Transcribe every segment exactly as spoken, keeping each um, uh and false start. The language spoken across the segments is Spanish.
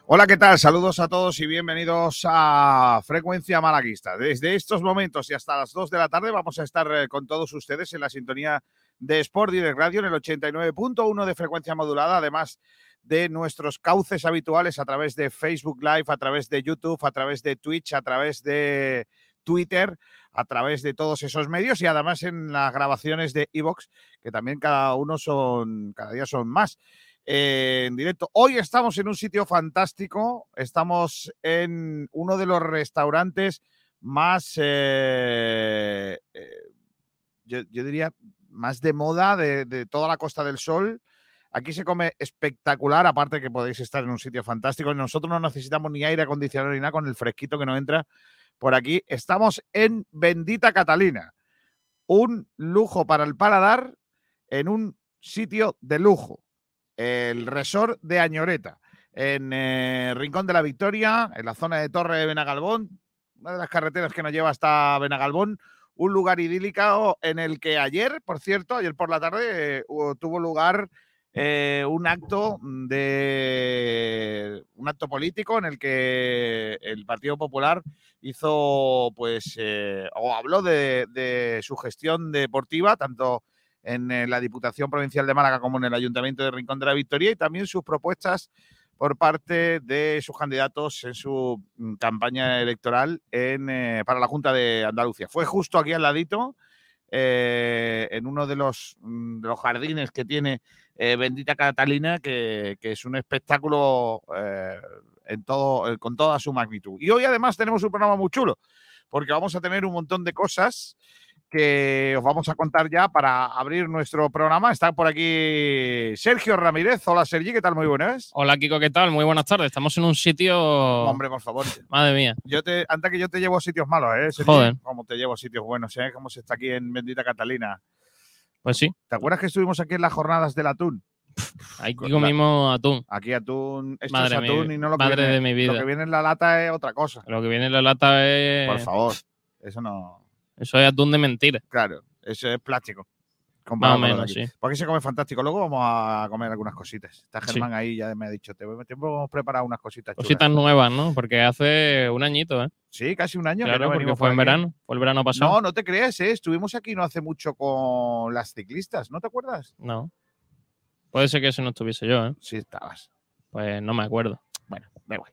Hola, ¿qué tal? Saludos a todos y bienvenidos a Frecuencia Malaguista. Desde estos momentos y hasta las dos de la tarde vamos a estar eh, con todos ustedes en la sintonía de Sport Direct Radio en el ochenta y nueve punto uno de frecuencia modulada, además de nuestros cauces habituales a través de Facebook Live, a través de YouTube, a través de Twitch, a través de Twitter, a través de todos esos medios y además en las grabaciones de iVoox, que también cada uno son, cada día son más. Eh, en directo. Hoy estamos en un sitio fantástico, estamos en uno de los restaurantes más, eh, eh, yo, yo diría, más de moda de, de toda la Costa del Sol. Aquí se come espectacular, aparte que podéis estar en un sitio fantástico. Nosotros no necesitamos ni aire acondicionado ni nada con el fresquito que nos entra por aquí. Estamos en Bendita Catalina, un lujo para el paladar en un sitio de lujo. El resort de Añoreta, en eh, Rincón de la Victoria, en la zona de Torre de Benagalbón, una de las carreteras que nos lleva hasta Benagalbón, un lugar idílico en el que ayer, por cierto, ayer por la tarde eh, tuvo lugar eh, un acto de un acto político en el que el Partido Popular hizo, pues, eh, o habló de, de su gestión deportiva, tanto en la Diputación Provincial de Málaga como en el Ayuntamiento de Rincón de la Victoria, y también sus propuestas por parte de sus candidatos en su campaña electoral en, eh, para la Junta de Andalucía. Fue justo aquí al ladito, eh, en uno de los, de los jardines que tiene eh, Bendita Catalina, que, que es un espectáculo eh, en todo, eh, con toda su magnitud. Y hoy además tenemos un programa muy chulo, porque vamos a tener un montón de cosas que os vamos a contar ya para abrir nuestro programa. Está por aquí Sergio Ramírez. Hola, Sergi, ¿qué tal? Muy buenas. Hola, Kiko, ¿qué tal? Muy buenas tardes. Estamos en un sitio... Hombre, por favor. Madre mía. Yo te, antes que yo te llevo a sitios malos, ¿eh, Sergi? Joder. Como te llevo a sitios buenos, ¿eh? Como se está aquí en Bendita Catalina. Pues sí. ¿Te acuerdas que estuvimos aquí en las jornadas del atún? Aquí comimos atún. Aquí atún, esto madre es atún mi, y no lo que, madre viene, de mi vida. Lo que viene en la lata es otra cosa. Lo que viene en la lata es... Por favor, eso no... Eso es atún de mentira. Claro, eso es plástico. Más o menos, sí. Porque se come fantástico. Luego vamos a comer algunas cositas. Está Germán sí. ahí, ya me ha dicho, te hemos preparado unas cositas Cositas chulas. nuevas, ¿no? Porque hace un añito, ¿eh? Sí, casi un año. Claro, que no porque fue en aquí. verano. Fue el verano pasado. No, no te crees, ¿eh? Estuvimos aquí no hace mucho con las ciclistas, ¿no te acuerdas? No. Puede ser que ese no estuviese yo, ¿eh? Sí, estabas. Pues no me acuerdo. Bueno, da igual.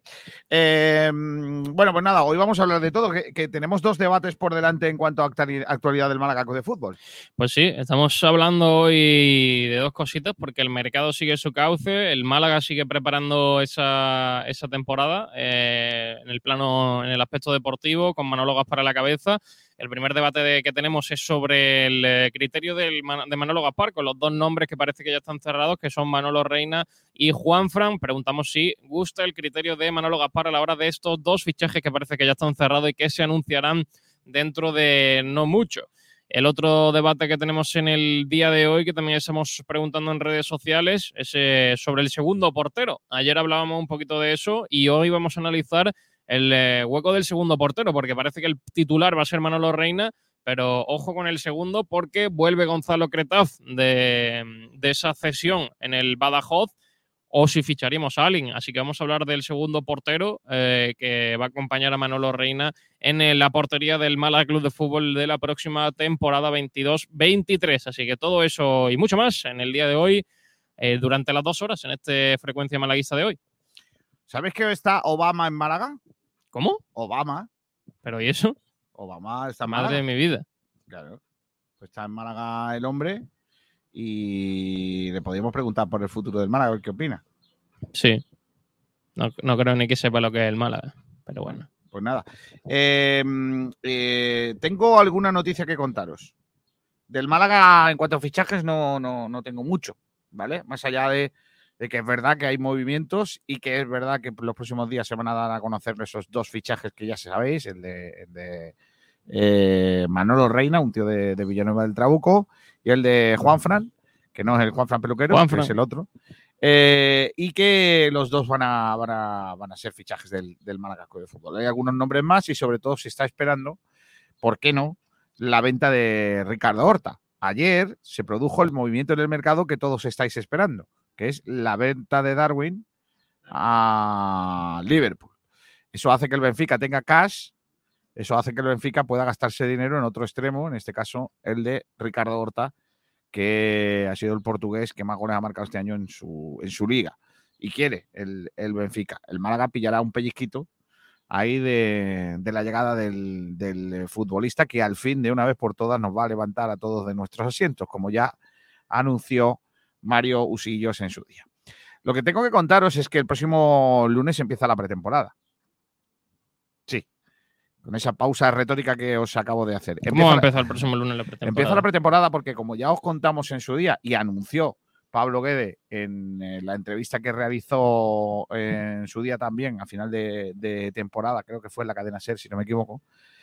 Eh, bueno, pues nada, hoy vamos a hablar de todo, que, que tenemos dos debates por delante en cuanto a actualidad del Málaga de fútbol. Pues sí, estamos hablando hoy de dos cositas, porque el mercado sigue su cauce, el Málaga sigue preparando esa, esa temporada eh, en el plano, en el aspecto deportivo, con Manolo Gaspar a la cabeza. El primer debate de, que tenemos es sobre el eh, criterio del, de Manolo Gaspar, con los dos nombres que parece que ya están cerrados, que son Manolo Reina y Juanfran. Preguntamos si gusta el criterio de Manolo Gaspar a la hora de estos dos fichajes que parece que ya están cerrados y que se anunciarán dentro de no mucho. El otro debate que tenemos en el día de hoy, que también estamos preguntando en redes sociales, es eh, sobre el segundo portero. Ayer hablábamos un poquito de eso y hoy vamos a analizar el eh, hueco del segundo portero, porque parece que el titular va a ser Manolo Reina, pero ojo con el segundo, porque vuelve Gonzalo Cretaz de, de esa cesión en el Badajoz, o si ficharíamos a alguien. Así que vamos a hablar del segundo portero eh, que va a acompañar a Manolo Reina en la portería del Málaga Club de Fútbol de la próxima temporada veintidós veintitrés. Así que todo eso y mucho más en el día de hoy, eh, durante las dos horas en este Frecuencia Malaguista de hoy. ¿Sabes que está Obama en Málaga? ¿Cómo? Obama. ¿Pero y eso? Obama está en Madre Málaga. de mi vida. Claro. Pues está en Málaga el hombre y le podríamos preguntar por el futuro del Málaga, ¿qué opina? Sí. No, no creo ni que sepa lo que es el Málaga, pero bueno. Pues nada. Eh, eh, tengo alguna noticia que contaros. Del Málaga, en cuanto a fichajes, no, no, no tengo mucho, ¿vale? Más allá de, de que es verdad que hay movimientos y que es verdad que los próximos días se van a dar a conocer esos dos fichajes que ya sabéis, el de, el de eh, Manolo Reina, un tío de, de Villanueva del Trabuco, y el de Juanfran, que no es el Juanfran peluquero, Juanfran. que es el otro. Eh, y que los dos van a, van a, van a ser fichajes del, del Málaga Club de Fútbol. Hay algunos nombres más y sobre todo se está esperando, ¿por qué no?, la venta de Ricardo Horta. Ayer se produjo el movimiento en el mercado que todos estáis esperando, que es la venta de Darwin a Liverpool. Eso hace que el Benfica tenga cash, eso hace que el Benfica pueda gastarse dinero en otro extremo, en este caso el de Ricardo Horta, que ha sido el portugués que más goles ha marcado este año en su, en su liga. Y quiere el, el Benfica. El Málaga pillará un pellizquito ahí de, de la llegada del, del futbolista que al fin, de una vez por todas, nos va a levantar a todos de nuestros asientos, como ya anunció Mario Usillos en su día. Lo que tengo que contaros es que el próximo lunes empieza la pretemporada. Sí, con esa pausa retórica que os acabo de hacer. ¿Cómo empieza va a empezar el próximo lunes la pretemporada? Empieza la pretemporada porque, como ya os contamos en su día y anunció Pablo Guede en eh, la entrevista que realizó en su día también, a final de, de temporada, creo que fue en la cadena SER, si no me equivoco,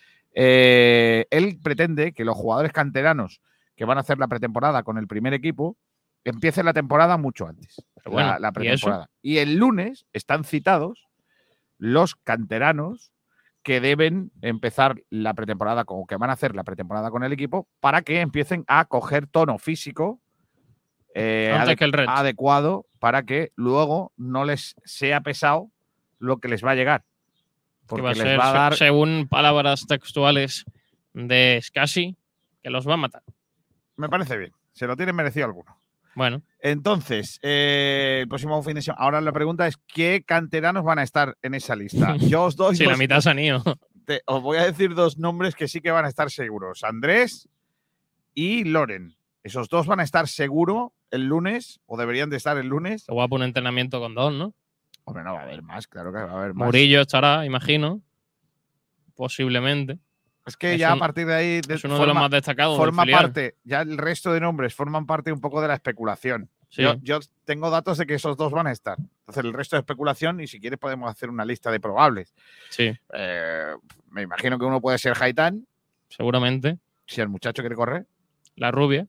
eh, él pretende que los jugadores canteranos que van a hacer la pretemporada con el primer equipo empiecen la temporada mucho antes. Pero bueno, la, la pretemporada. ¿y eso? Y el lunes están citados los canteranos que deben empezar la pretemporada, o que van a hacer la pretemporada con el equipo, para que empiecen a coger tono físico eh, Antes ade que el resto. adecuado para que luego no les sea pesado lo que les va a llegar. Porque que va a les ser, va a dar... según palabras textuales de Scassi, que los va a matar. Me parece bien. Se lo tienen merecido alguno. Bueno. Entonces, eh, el próximo fin de semana. Ahora la pregunta es: ¿qué canteranos van a estar en esa lista? Yo os doy. Sí, dos, la mitad se han ido. te, os voy a decir dos nombres que sí que van a estar seguros: Andrés y Loren. Esos dos van a estar seguro el lunes, o deberían de estar el lunes. Luego va a poner un entrenamiento con dos, ¿no? Hombre, no va a haber más, claro que va a haber más. Murillo estará, imagino. Posiblemente. Es que es ya un, a partir de ahí. De, es uno forma, de los más destacados. Forma del filial. parte, ya el resto de nombres forman parte un poco de la especulación. Sí. Yo, yo tengo datos de que esos dos van a estar. Entonces, el resto de especulación, y si quieres, podemos hacer una lista de probables. Sí. Eh, me imagino que uno puede ser Haitán. Seguramente. Si el muchacho quiere correr. La rubia.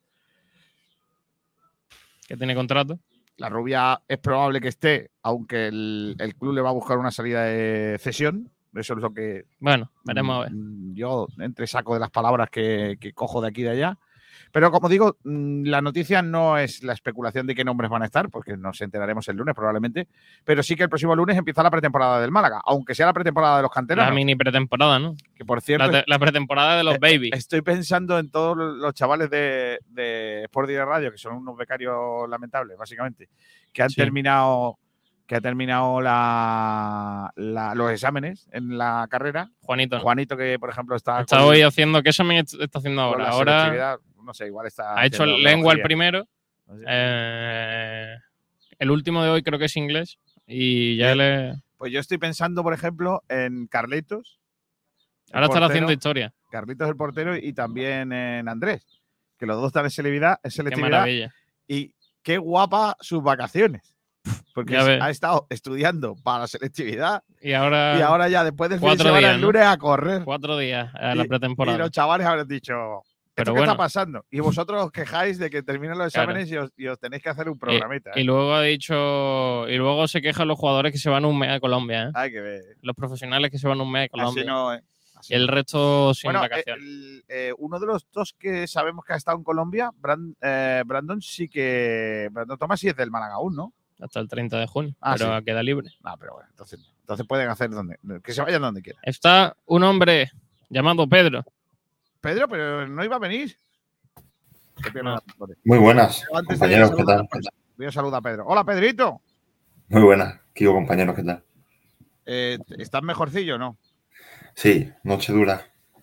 Que tiene contrato. La rubia es probable que esté, aunque el, el club le va a buscar una salida de cesión. Eso es lo que. Bueno, veremos a ver. Yo entre saco de las palabras que, que cojo de aquí y de allá. Pero como digo, la noticia no es la especulación de qué nombres van a estar, porque nos enteraremos el lunes probablemente, pero sí que el próximo lunes empieza la pretemporada del Málaga, aunque sea la pretemporada de los canteranos. La mini pretemporada, ¿no? Que por cierto, la, la pretemporada de los babies. Estoy pensando en todos los chavales de, de Sport Direct Radio, que son unos becarios lamentables, básicamente, que han sí. terminado... que ha terminado la, la, los exámenes en la carrera. Juanito. Juanito, que por ejemplo está... Está hoy el, haciendo... ¿Qué examen está haciendo ahora? Ahora no sé, igual está... Ha hecho lengua el primero. No sé. eh, el último de hoy creo que es inglés. Y ya Bien. le... Pues yo estoy pensando, por ejemplo, en Carlitos. Ahora estará haciendo historia. Carlitos el portero y también en Andrés. Que los dos están en selectividad. En selectividad. Qué maravilla. Y qué guapa sus vacaciones. Porque ha estado estudiando para la selectividad y ahora, y ahora ya después del fin de semana días, el lunes ¿no? a correr. Cuatro días a y, la pretemporada. Y los chavales habrán dicho, ¿esto Pero qué bueno. está pasando? Y vosotros os quejáis de que terminen los exámenes claro. y, os, y os tenéis que hacer un programita. Y, ¿eh? y luego ha dicho, y luego se quejan los jugadores que se van un mes a Colombia. ¿eh? Hay que ver. Los profesionales que se van un mes a Colombia. Así no, ¿eh? Así y el resto sin bueno, vacaciones. El, eh, uno de los dos que sabemos que ha estado en Colombia, Brand, eh, Brandon sí que... Brandon Thomas sí es del Málaga aún, ¿no? Hasta el treinta de junio, ah, pero sí. queda libre. No, pero bueno, entonces, entonces pueden hacer donde, que se vayan donde quieran. Está un hombre llamado Pedro. Pedro, pero no iba a venir. No. Muy buenas, compañeros, ¿qué tal? Voy a saludar a Pedro. Hola, Pedrito. Muy buenas, Kiko, compañeros, ¿qué tal? Eh, ¿Estás mejorcillo o no? Sí, noche dura.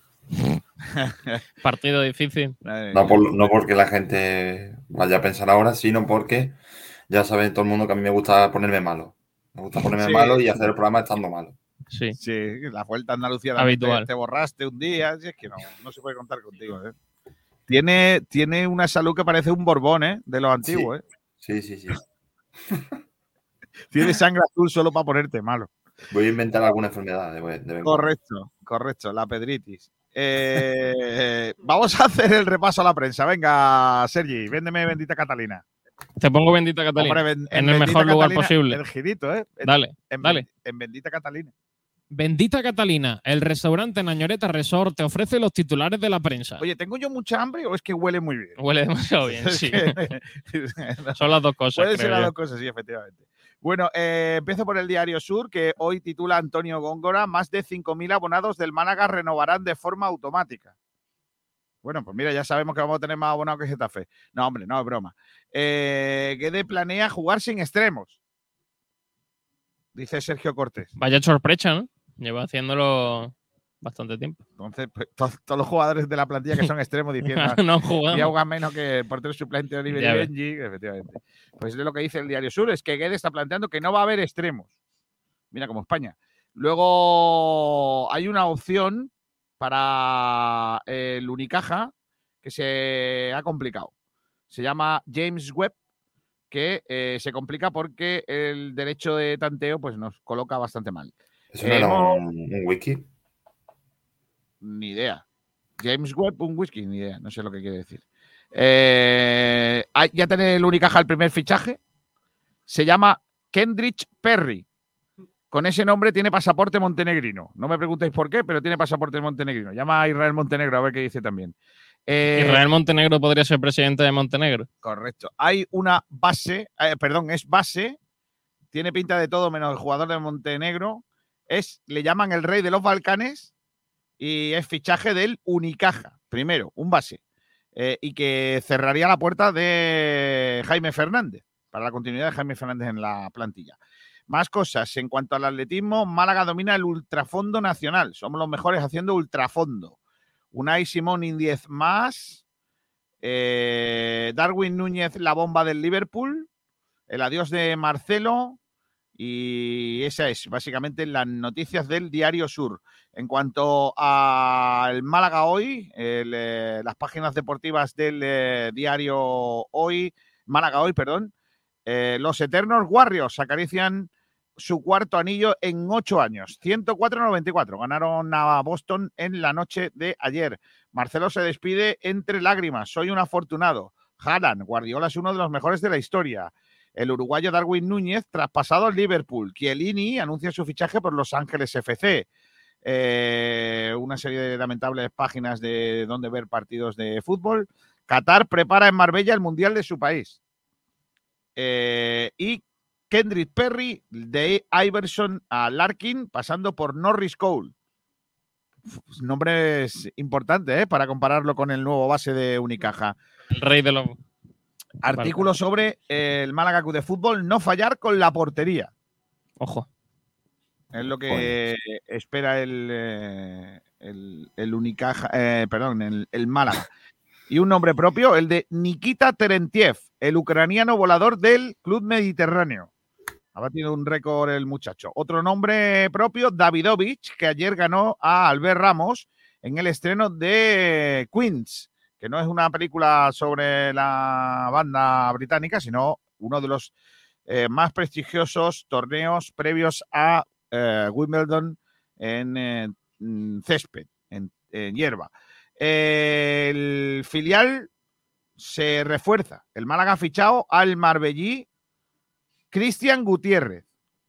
Partido difícil. No, por, no porque la gente vaya a pensar ahora, sino porque ya sabe todo el mundo que a mí me gusta ponerme malo. Me gusta ponerme sí, malo y hacer el programa estando malo. Sí, sí, la Vuelta a Andalucía habitual. Te, te borraste un día, si es que no, no se puede contar contigo. ¿eh? Tiene, tiene una salud que parece un Borbón, ¿eh? De los antiguos, sí. ¿eh? Sí, sí, sí. Tiene sangre azul solo para ponerte malo. Voy a inventar alguna enfermedad. De, de correcto, correcto, la pedritis. Eh, vamos a hacer el repaso a la prensa. Venga, Sergi, véndeme Bendita Catalina. Te pongo Bendita Catalina. Hombre, en, en el Bendita mejor lugar Catalina, posible. El girito, ¿eh? En, dale, en, dale. En Bendita Catalina. Bendita Catalina, el restaurante Nañoreta Resort te ofrece los titulares de la prensa. Oye, ¿tengo yo mucha hambre o es que huele muy bien? Huele demasiado bien, sí. Son las dos cosas. Pueden ser las yo. dos cosas, sí, efectivamente. Bueno, eh, empiezo por el Diario Sur, que hoy titula Antonio Góngora, más de cinco mil abonados del Málaga renovarán de forma automática. Bueno, pues mira, ya sabemos que vamos a tener más abonados que Getafe. No, hombre, no, es broma. Eh, Guede planea jugar sin extremos, dice Sergio Cortés. Vaya sorpresa, ¿no? Lleva haciéndolo bastante tiempo. Entonces, pues, to- todos los jugadores de la plantilla que son extremos diciendo no jugamos. y juega menos que el portero suplente de Oliver Ya y ves. Benji, efectivamente. Pues es lo que dice el Diario Sur, es que Guede está planteando que no va a haber extremos. Mira, como España. Luego hay una opción para el Unicaja que se ha complicado. Se llama James Webb, que eh, se complica porque el derecho de tanteo pues nos coloca bastante mal. ¿Eso no era Hemos- un, un wiki? Ni idea. James Webb, un whisky, ni idea. No sé lo que quiere decir. Eh, hay- ya tiene el Unicaja el primer fichaje. Se llama Kendrick Perry. Con ese nombre tiene pasaporte montenegrino. No me preguntéis por qué, pero tiene pasaporte montenegrino. Llama a Israel Montenegro a ver qué dice también. Eh, Israel Montenegro podría ser presidente de Montenegro. Correcto. Hay una base, eh, perdón, es base. Tiene pinta de todo menos el jugador de Montenegro. Es, le llaman el rey de los Balcanes y es fichaje del Unicaja. Primero, un base. Eh, y que cerraría la puerta de Jaime Fernández, para la continuidad de Jaime Fernández en la plantilla. Más cosas. En cuanto al atletismo, Málaga domina el ultrafondo nacional. Somos los mejores haciendo ultrafondo. Unai Simón y diez más. Eh, Darwin Núñez, la bomba del Liverpool. El adiós de Marcelo. Y esa es básicamente las noticias del Diario Sur. En cuanto al Málaga hoy, el, eh, las páginas deportivas del eh, Diario Hoy, Málaga hoy, perdón, eh, los Eternos Warriors acarician su cuarto anillo en ocho años. ciento cuatro a noventa y cuatro. Ganaron a Boston en la noche de ayer. Marcelo se despide entre lágrimas. Soy un afortunado. Haaland, Guardiola es uno de los mejores de la historia. El uruguayo Darwin Núñez, traspasado al Liverpool. Chiellini anuncia su fichaje por Los Ángeles F C. Eh, una serie de lamentables páginas de donde ver partidos de fútbol. Qatar prepara en Marbella el Mundial de su país. Eh, y Kendrick Perry, de Iverson a Larkin, pasando por Norris Cole. Nombres importantes, ¿eh? Para compararlo con el nuevo base de Unicaja. El rey de los... Artículo sobre el Málaga Club de Fútbol, no fallar con la portería. Ojo. Es lo que pues espera el, eh, el, el Unicaja, eh, perdón, el, el Málaga. Y un nombre propio, el de Nikita Terentiev, el ucraniano volador del Club Mediterráneo. Ha batido un récord el muchacho. Otro nombre propio, Davidovich, que ayer ganó a Albert Ramos en el estreno de Queens, que no es una película sobre la banda británica, sino uno de los eh, más prestigiosos torneos previos a eh, Wimbledon en eh, césped, en, en hierba. Eh, el filial se refuerza. El Málaga ha fichado al marbellí Cristian Gutiérrez.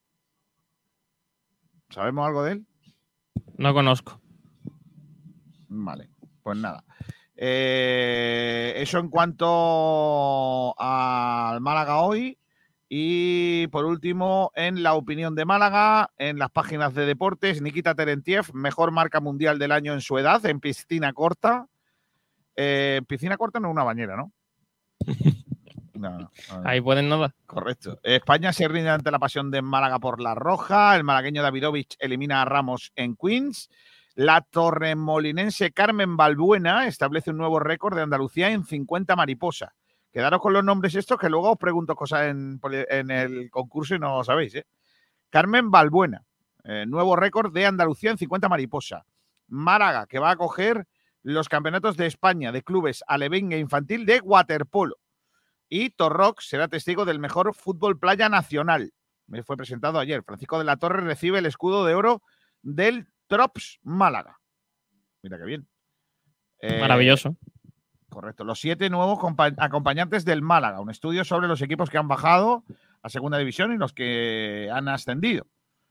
¿Sabemos algo de él? No conozco. Vale, pues nada. Eh, eso en cuanto al Málaga hoy. Y por último, en la opinión de Málaga, en las páginas de deportes, Nikita Terentiev, mejor marca mundial del año en su edad, en piscina corta. Eh, piscina corta no es una bañera, ¿no? No, no, no. Ahí pueden nada. Correcto. España se rinde ante la pasión de Málaga por la roja. El malagueño Davidovich elimina a Ramos en Queens. La torremolinense Carmen Balbuena establece un nuevo récord de Andalucía en cincuenta mariposas. Quedaros con los nombres estos que luego os pregunto cosas en, en el concurso y no lo sabéis, ¿eh? Carmen Balbuena, eh, nuevo récord de Andalucía en cincuenta mariposas. Málaga, que va a coger los campeonatos de España de clubes alevín e infantil de waterpolo. Y Torrox será testigo del mejor fútbol playa nacional. Me fue presentado ayer. Francisco de la Torre recibe el escudo de oro del Trops Málaga. Mira qué bien. Eh, Maravilloso. Correcto. Los siete nuevos acompañantes del Málaga. Un estudio sobre los equipos que han bajado a segunda división y los que han ascendido.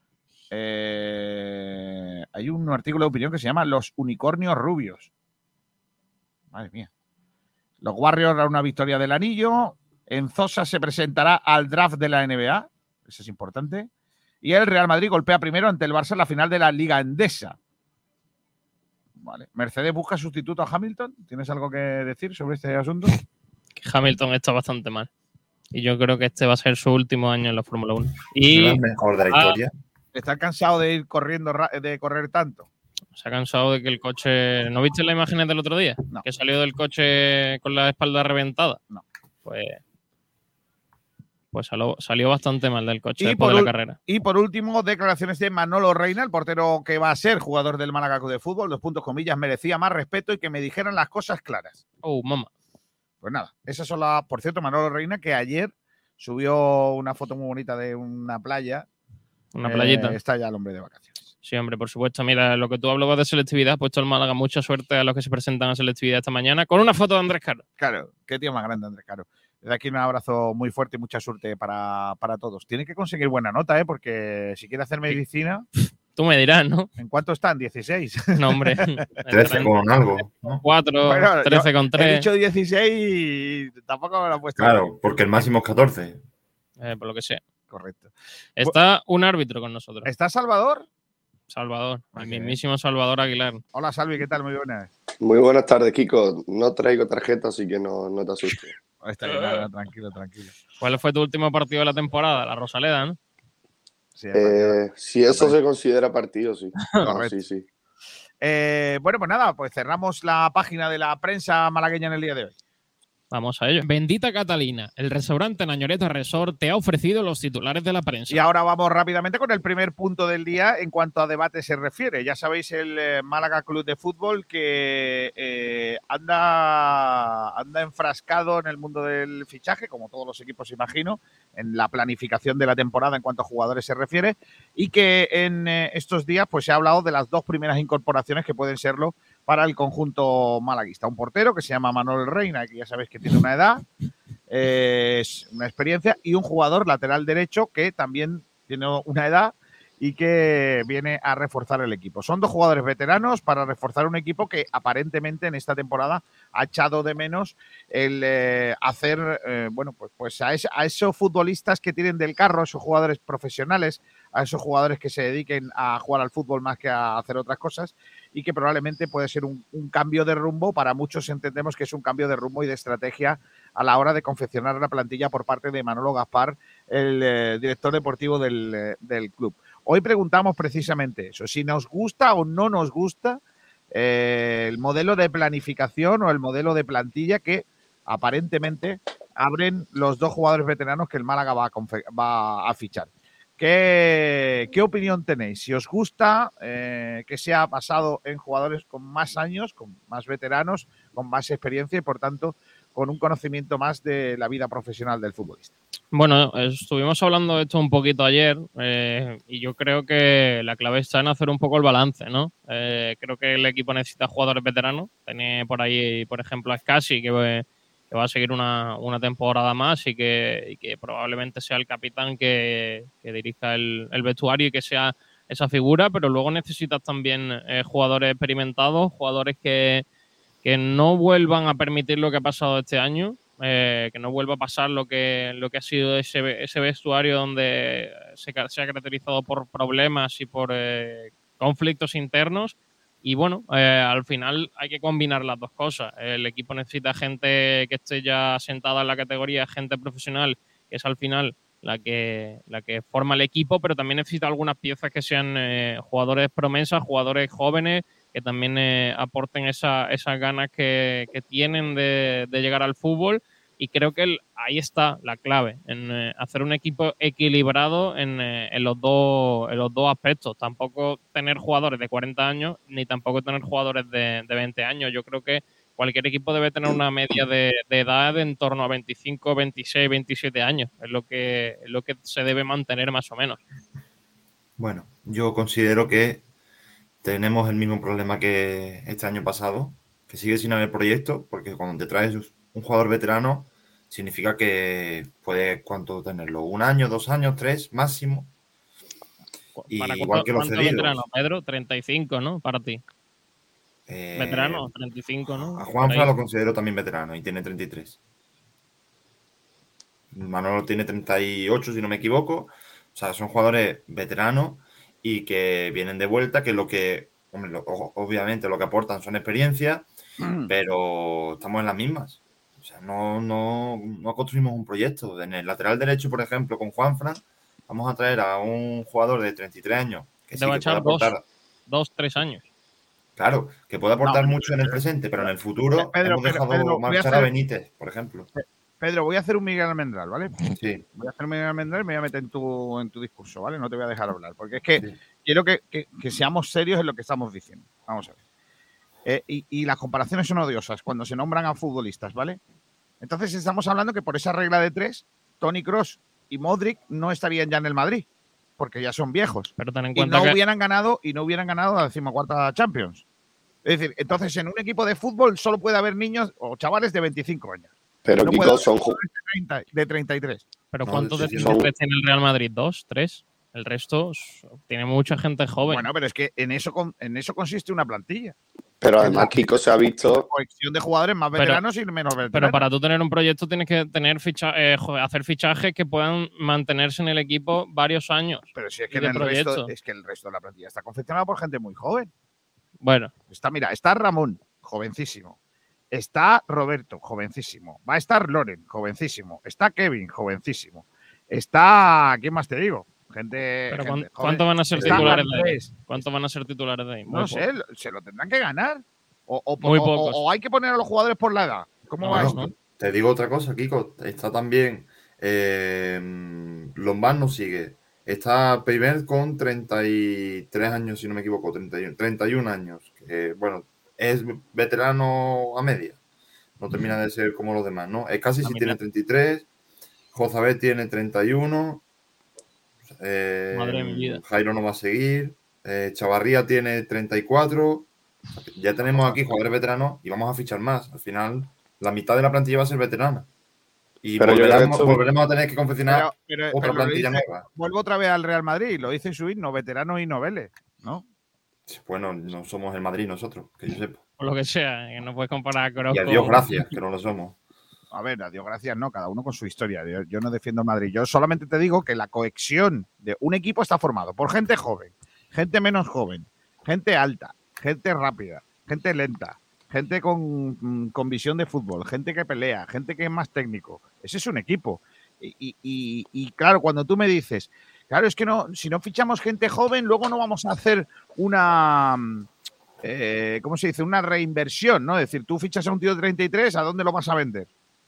Eh, hay un artículo de opinión que se llama Los unicornios rubios. Madre mía. Los Warriors dan una victoria del anillo. En Zosa se presentará al draft de la N B A. eso es importante. Y el Real Madrid golpea primero ante el Barça en la final de la Liga Endesa. Vale. Mercedes busca sustituto a Hamilton. ¿Tienes algo que decir sobre este asunto? Que Hamilton está bastante mal. Y yo creo que este va a ser su último año en la Fórmula uno. Y el mejor de la historia. ¿Está cansado de ir corriendo, de correr tanto? Se ha cansado de que el coche... ¿No viste las imágenes del otro día? No. Que salió del coche con la espalda reventada. No. Pues... Pues salió, salió bastante mal del coche Y después por, de la carrera. Y por último, declaraciones de Manolo Reina, el portero que va a ser jugador del Málaga Club de Fútbol, dos puntos comillas, merecía más respeto y que me dijeran las cosas claras. Oh, mamá. Pues nada, esas son las... Por cierto, Manolo Reina, que ayer subió una foto muy bonita de una playa. Una playita. Eh, está ya el hombre de vacaciones. Sí, hombre, por supuesto. Mira, lo que tú hablabas de selectividad, ha puesto el Málaga mucha suerte a los que se presentan a selectividad esta mañana con una foto de Andrés Caro. Claro, qué tío más grande, Andrés Caro. Desde aquí un abrazo muy fuerte y mucha suerte para, para todos. Tiene que conseguir buena nota, ¿eh? Porque si quiere hacer medicina... Tú me dirás, ¿no? ¿En cuánto están? ¿dieciséis? No, hombre. trece con algo, ¿no? cuatro, Bueno, trece con tres. He dicho dieciséis y tampoco me lo he puesto. Claro, porque el máximo es catorce. Eh, por lo que sea. Correcto. Está un árbitro con nosotros. ¿Está Salvador? Salvador. El Ok. mismísimo Salvador Aguilar. Hola, Salvi, ¿qué tal? Muy buenas. Muy buenas tardes, Kiko. No traigo tarjeta, así que no, no te asustes. Está bien, nada, tranquilo, tranquilo. ¿Cuál fue tu último partido de la temporada? La Rosaleda, ¿no? Sí, Eh, si eso se considera partido, sí. No, Correcto. sí, sí. Eh, bueno, pues nada, pues cerramos la página de la prensa malagueña en el día de hoy. Vamos a ello. Bendita Catalina, el restaurante Nañoreta Resort te ha ofrecido los titulares de la prensa. Y ahora vamos rápidamente con el primer punto del día en cuanto a debate se refiere. Ya sabéis, el eh, Málaga Club de Fútbol que eh, anda, anda enfrascado en el mundo del fichaje, como todos los equipos, imagino, en la planificación de la temporada en cuanto a jugadores se refiere, y que en eh, estos días pues se ha hablado de las dos primeras incorporaciones que pueden serlo para el conjunto malaguista. Un portero que se llama Manuel Reina, que ya sabéis que tiene una edad, eh, es una experiencia, y un jugador lateral derecho que también tiene una edad y que viene a reforzar el equipo. Son dos jugadores veteranos para reforzar un equipo que aparentemente en esta temporada ha echado de menos el eh, hacer, eh, bueno, pues, pues a, es, a esos futbolistas que tienen del carro, a esos jugadores profesionales, a esos jugadores que se dediquen a jugar al fútbol más que a hacer otras cosas, y que probablemente puede ser un, un cambio de rumbo. Para muchos entendemos que es un cambio de rumbo y de estrategia a la hora de confeccionar la plantilla por parte de Manolo Gaspar, el eh, director deportivo del, eh, del club. Hoy preguntamos precisamente eso, si nos gusta o no nos gusta eh, el modelo de planificación o el modelo de plantilla que aparentemente abren los dos jugadores veteranos que el Málaga va a, va a fichar. ¿Qué, ¿Qué opinión tenéis? Si os gusta eh, que sea basado en jugadores con más años, con más veteranos, con más experiencia y, por tanto, con un conocimiento más de la vida profesional del futbolista. Bueno, estuvimos hablando de esto un poquito ayer eh, y yo creo que la clave está en hacer un poco el balance, ¿no? Eh, creo que el equipo necesita jugadores veteranos. Tiene por ahí, por ejemplo, a Scassi, que, que va a seguir una, una temporada más y que, y que probablemente sea el capitán que, que dirija el, el vestuario y que sea esa figura, pero luego necesitas también eh, jugadores experimentados, jugadores que, que no vuelvan a permitir lo que ha pasado este año. Eh, que no vuelva a pasar lo que, lo que ha sido ese, ese vestuario donde se, se ha caracterizado por problemas y por eh, conflictos internos. Y bueno, eh, al final hay que combinar las dos cosas. El equipo necesita gente que esté ya sentada en la categoría, gente profesional, que es al final la que, la que forma el equipo, pero también necesita algunas piezas que sean eh, jugadores promesas, jugadores jóvenes, que también eh, aporten esa, esas ganas que, que tienen de, de llegar al fútbol. Y creo que el, ahí está la clave, en eh, hacer un equipo equilibrado en, eh, en, los dos, en los dos aspectos. Tampoco tener jugadores de cuarenta años, ni tampoco tener jugadores de, de veinte años. Yo creo que cualquier equipo debe tener una media de, de edad en torno a veinticinco, veintiséis, veintisiete años. Es lo que, es lo que se debe mantener más o menos. Bueno, yo considero que tenemos el mismo problema que este año pasado, que sigue sin haber proyecto, porque cuando te traes un jugador veterano significa que puedes, ¿cuánto tenerlo? ¿Un año, dos años, tres máximo? Y ¿Para igual que los cedidos. Veterano, Pedro? treinta y cinco, ¿no? Para ti. Eh, Veterano, treinta y cinco, ¿no? A Juanfra lo considero también veterano y tiene treinta y tres. Manolo tiene treinta y ocho, si no me equivoco. sea, son jugadores veteranos y que vienen de vuelta, que lo que, hombre, lo, obviamente lo que aportan son experiencia, mm. pero estamos en las mismas. O sea, no, no, no construimos un proyecto. En el lateral derecho, por ejemplo, con Juanfran, vamos a traer a un jugador de treinta y tres años que sí va a que echar puede aportar... Dos, dos, tres años. Claro, que puede aportar no, mucho en el presente, pero en el futuro Pedro, hemos dejado Pedro, marchar a, hacer... a Benítez, por ejemplo. Pedro, voy a hacer un Miguel Almendral, ¿vale? Sí. Voy a hacer un Miguel Almendral y me voy a meter en tu, en tu discurso, ¿vale? No te voy a dejar hablar, porque es que sí. quiero que, que, que seamos serios en lo que estamos diciendo. Vamos a ver. Eh, y, y las comparaciones son odiosas cuando se nombran a futbolistas, ¿vale? Entonces estamos hablando que por esa regla de tres, Toni Kroos y Modric no estarían ya en el Madrid, porque ya son viejos. Pero ten en cuenta y no que... hubieran ganado y no hubieran ganado la decimocuarta Champions. Es decir, entonces en un equipo de fútbol solo puede haber niños o chavales de veinticinco años. Pero no Kiko, son de treinta y tres. ¿Pero cuántos no, de treinta y tres tiene el Real Madrid? ¿Dos? ¿Tres? El resto tiene mucha gente joven. Bueno, pero es que en eso, en eso consiste una plantilla. Pero además, Kiko, se ha visto... colección de jugadores más veteranos pero, y menos veteranos. Pero para tú tener un proyecto tienes que tener ficha, eh, hacer fichajes que puedan mantenerse en el equipo varios años. Pero si es que, en el resto, es que el resto de la plantilla está confeccionada por gente muy joven. Bueno. Está, mira, está Ramón, jovencísimo. Está Roberto, jovencísimo. Va a estar Loren, jovencísimo. Está Kevin, jovencísimo. Está... ¿Quién más te digo? Gente, ¿Pero gente ¿cuánto van a ser titulares de ahí? ¿Cuántos van a ser titulares de ahí? Muy no poco. sé, se lo tendrán que ganar. O, o, Muy o, pocos. O, o hay que poner a los jugadores por la edad. ¿Cómo no, va no, esto? Te digo otra cosa, Kiko. Está también eh, Lombard no sigue. Está Peyber con treinta y tres años, si no me equivoco, treinta y uno, treinta y uno años. Que, bueno, es veterano a media. No termina de ser como los demás, ¿no? Es casi si tiene treinta y tres. Jozabet tiene treinta y uno. Eh, Madre de mi vida. Jairo no va a seguir. Eh, Chavarría tiene treinta y cuatro. Ya tenemos aquí jugadores veteranos y vamos a fichar más. Al final, la mitad de la plantilla va a ser veterana. Y volveremos, esto... volveremos a tener que confeccionar pero, pero, otra pero plantilla dice, nueva. Vuelvo otra vez al Real Madrid. Lo dice su himno, veteranos y noveles, ¿no? Bueno, no somos el Madrid nosotros, que yo sepa. Por lo que sea, que no puedes comparar a Y a Dios gracias, que no lo somos. A ver, a Dios gracias, no, cada uno con su historia. Yo, yo no defiendo el Madrid. Yo solamente te digo que la cohesión de un equipo está formado por gente joven, gente menos joven, gente alta, gente rápida, gente lenta, gente con, con visión de fútbol, gente que pelea, gente que es más técnico. Ese es un equipo. Y, y, y, y claro, cuando tú me dices, claro, es que no, si no fichamos gente joven, luego no vamos a hacer una... Eh, ¿cómo se dice? Una reinversión, ¿no? Es decir, tú fichas a un tío de treinta y tres, ¿a dónde lo vas a vender?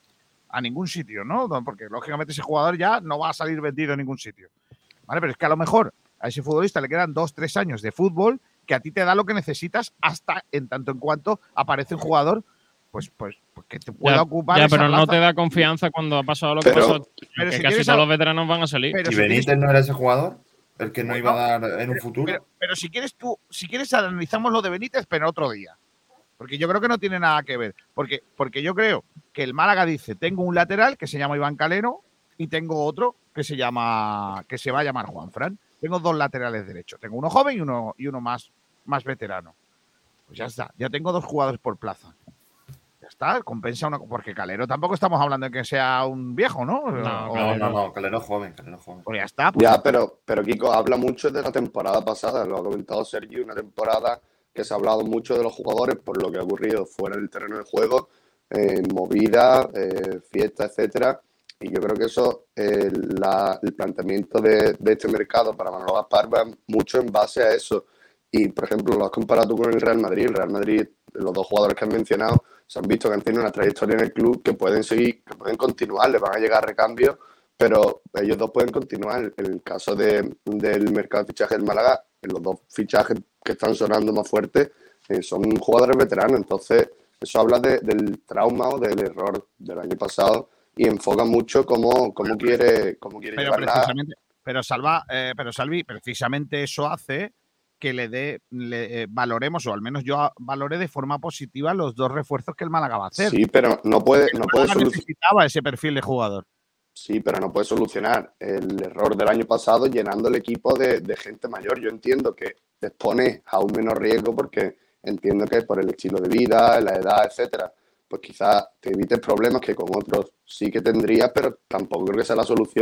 A ningún sitio, ¿no? Porque lógicamente ese jugador ya no va a salir vendido en ningún sitio. ¿Vale? Pero es que a lo mejor a ese futbolista le quedan dos, tres años de fútbol que a ti te da lo que necesitas hasta en tanto en cuanto aparece un jugador pues, pues, pues que te pueda ya, ocupar ya, esa pero plaza. No te da confianza cuando ha pasado lo que pero, pasó. Pero que si casi todos a... los veteranos van a salir. ¿Y si Benítez quieres... no era ese jugador? El que no bueno, iba a dar en un futuro. Pero, pero si quieres tú, si quieres analizamos lo de Benítez, pero otro día. Porque yo creo que no tiene nada que ver. Porque, porque yo creo que el Málaga dice, tengo un lateral que se llama Iván Calero y tengo otro que se llama que se va a llamar Juanfran. Tengo dos laterales derechos. Tengo uno joven y uno, y uno más, más veterano. Pues ya está. Ya tengo dos jugadores por plaza. Ya está. Compensa una... Porque Calero tampoco estamos hablando de que sea un viejo, ¿no? No, o, no, no, no. Calero es joven, Calero es joven. Pues ya está. Pues ya, pero, pero Kiko habla mucho de la temporada pasada. Lo ha comentado Sergio. Una temporada que se ha hablado mucho de los jugadores por lo que ha ocurrido fuera del terreno de juego, eh, movida, eh, fiesta, etcétera. Y yo creo que eso, eh, la, el planteamiento de, de este mercado para Manolo Gaspar va mucho en base a eso. Y, por ejemplo, lo has comparado tú con el Real Madrid. El Real Madrid, los dos jugadores que has mencionado, se han visto que han tenido una trayectoria en el club que pueden seguir, que pueden continuar, les van a llegar recambios, pero ellos dos pueden continuar. En el caso de, del mercado de fichajes del Málaga, los dos fichajes que están sonando más fuertes eh, son jugadores veteranos. Entonces, eso habla de, del trauma o del error del año pasado y enfoca mucho cómo, cómo quiere, cómo quiere pero llevarla. Precisamente, pero, Salva, eh, pero Salvi, precisamente eso hace que le dé, le eh, valoremos, o al menos yo valore de forma positiva los dos refuerzos que el Málaga va a hacer. Sí, pero no puede, no puede solucionar. Necesitaba ese perfil de jugador. Sí, pero no puede solucionar el error del año pasado llenando el equipo de, de gente mayor. Yo entiendo que te expones a un menor riesgo porque entiendo que por el estilo de vida, la edad, etcétera, pues quizás te evites problemas que con otros sí que tendrías, pero tampoco creo que sea la solución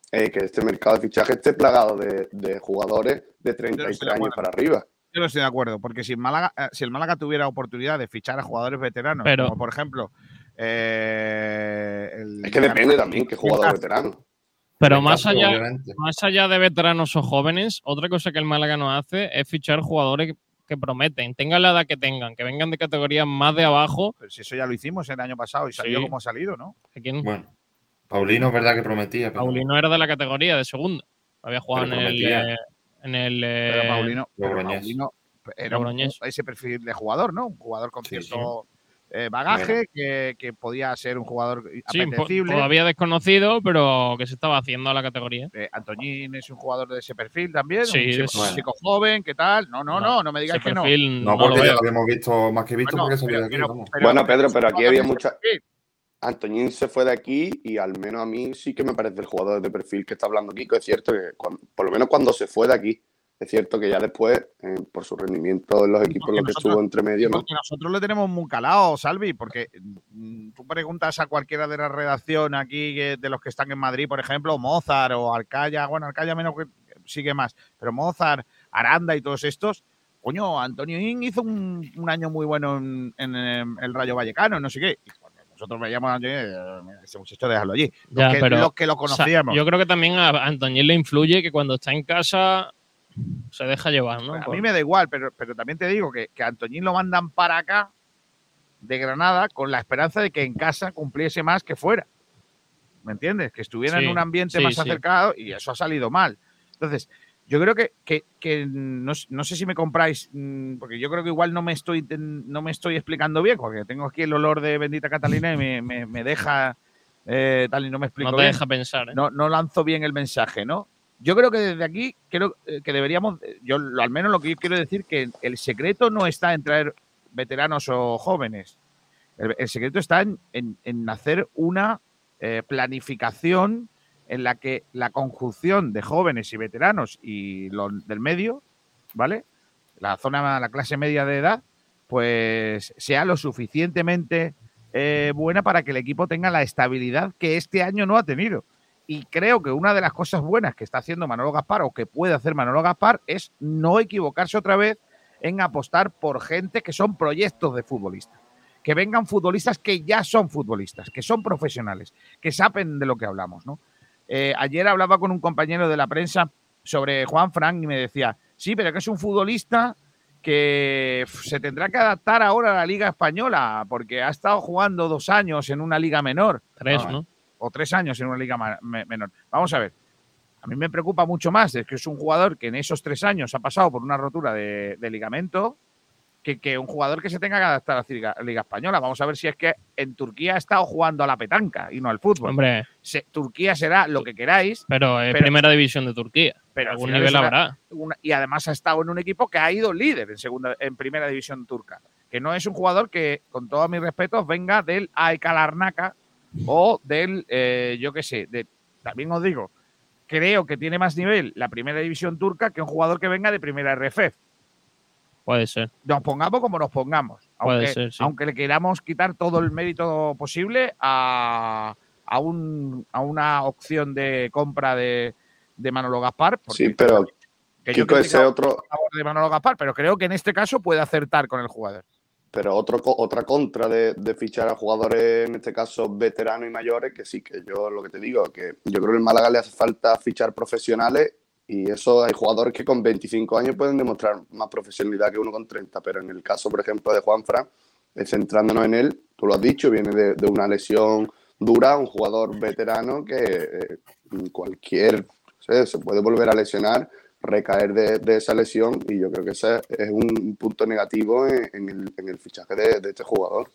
eh, que este mercado de fichaje esté plagado de, de jugadores de treinta y tres años para arriba. Yo no estoy de acuerdo, porque si, Málaga, eh, si el Málaga tuviera oportunidad de fichar a jugadores veteranos, pero, como por ejemplo… Eh, el, es que depende también qué jugador veterano. Pero más allá, más allá de veteranos o jóvenes, otra cosa que el Málaga no hace es fichar jugadores que, que prometen, tengan la edad que tengan, que vengan de categorías más de abajo. Pero si eso ya lo hicimos el año pasado y salió sí. como ha salido, ¿no? ¿Quién? Bueno, Paulino es verdad que prometía. Pero... Paulino era de la categoría de segunda. Había jugado en el, eh, en el. Eh, pero Paulino, pero Paulino era un, ese perfil de jugador, ¿no? Un jugador con cierto. Sí, sí. Eh, bagaje, que, que podía ser un jugador apetecible. Sí, todavía desconocido, pero que se estaba haciendo a la categoría. Eh, Antoñín es un jugador de ese perfil también, sí, un chico, bueno. un chico joven, ¿qué tal? No, no, no, no, no me digáis que no. No, porque no ya lo habíamos visto más que visto bueno, porque salió de aquí. Pero, pero, bueno, Pedro, pero aquí había mucha… Antoñín se fue de aquí y al menos a mí sí que me parece el jugador de perfil que está hablando Kiko. Es cierto que cuando, por lo menos cuando se fue de aquí. Es cierto que ya después, eh, por su rendimiento en los equipos en los que estuvo entre medio, ¿no? Porque nosotros lo tenemos muy calado, Salvi, porque mm, tú preguntas a cualquiera de la redacción aquí, de los que están en Madrid, por ejemplo, Mozart o Arcaya, bueno, Arcaya menos que sigue más, pero Mozart, Aranda y todos estos, coño, Antonio In hizo un, un año muy bueno en, en, en el Rayo Vallecano, no sé qué. Y cuando nosotros veíamos a Antonio, ese muchacho, déjalo allí. Los, ya, que, pero, los que lo conocíamos. O sea, yo creo que también a Antonio le influye que cuando está en casa… se deja llevar, ¿no? A mí me da igual, pero, pero también te digo que, que a Antoñín lo mandan para acá, de Granada, con la esperanza de que en casa cumpliese más que fuera. ¿Me entiendes? Que estuviera sí, en un ambiente sí, más sí. acercado y eso ha salido mal. Entonces, yo creo que, que, que no, no sé si me compráis, porque yo creo que igual no me estoy, no me estoy explicando bien, porque tengo aquí el olor de bendita Catalina y me, me, me deja eh, tal y no me explico bien. No te bien. deja pensar, ¿eh? No, no lanzo bien el mensaje, ¿no? Yo creo que desde aquí creo que deberíamos, yo al menos lo que yo quiero decir que el secreto no está en traer veteranos o jóvenes. El, el secreto está en, en, en hacer una eh, planificación en la que la conjunción de jóvenes y veteranos y los del medio, ¿vale? La zona, la clase media de edad, pues sea lo suficientemente eh, buena para que el equipo tenga la estabilidad que este año no ha tenido. Y creo que una de las cosas buenas que está haciendo Manolo Gaspar o que puede hacer Manolo Gaspar es no equivocarse otra vez en apostar por gente que son proyectos de futbolistas. Que vengan futbolistas que ya son futbolistas, que son profesionales, que saben de lo que hablamos, ¿no? Eh, ayer hablaba con un compañero de la prensa sobre Juan Fran y me decía, sí, pero que es un futbolista que se tendrá que adaptar ahora a la Liga Española porque ha estado jugando dos años en una liga menor. Tres, ¿no? O tres años en una liga menor. Vamos a ver, a mí me preocupa mucho más es que es un jugador que en esos tres años ha pasado por una rotura de, de ligamento que, que un jugador que se tenga que adaptar a la liga, liga española. Vamos a ver si es que en Turquía ha estado jugando a la petanca y no al fútbol. Hombre, se, Turquía será lo que queráis. Pero es pero, primera división de Turquía. Pero algún nivel habrá. Una, y además ha estado en un equipo que ha ido líder en, segunda, en primera división turca. Que no es un jugador que, con todos mis respetos, venga del A E K Larnaca o del, eh, yo qué sé, de, también os digo, creo que tiene más nivel la primera división turca que un jugador que venga de primera R F. Puede ser. Nos pongamos como nos pongamos. Aunque, Puede ser, sí. Aunque le queramos quitar todo el mérito posible a, a, un, a una opción de compra de, de Manolo Gaspar. Sí, pero que yo creo que ese otro a favor de Manolo Gaspar, pero creo que en este caso puede acertar con el jugador. Pero otro, otra contra de, de fichar a jugadores, en este caso veteranos y mayores, que sí, que yo lo que te digo, que yo creo que en Málaga le hace falta fichar profesionales y eso hay jugadores que con veinticinco años pueden demostrar más profesionalidad que uno con treinta, pero en el caso, por ejemplo, de Juanfran, centrándonos en él, tú lo has dicho, viene de, de una lesión dura, un jugador veterano que eh, cualquier, no sé, se puede volver a lesionar, recaer de, de esa lesión y yo creo que ese es un punto negativo en, en, el, en el fichaje de, de este jugador.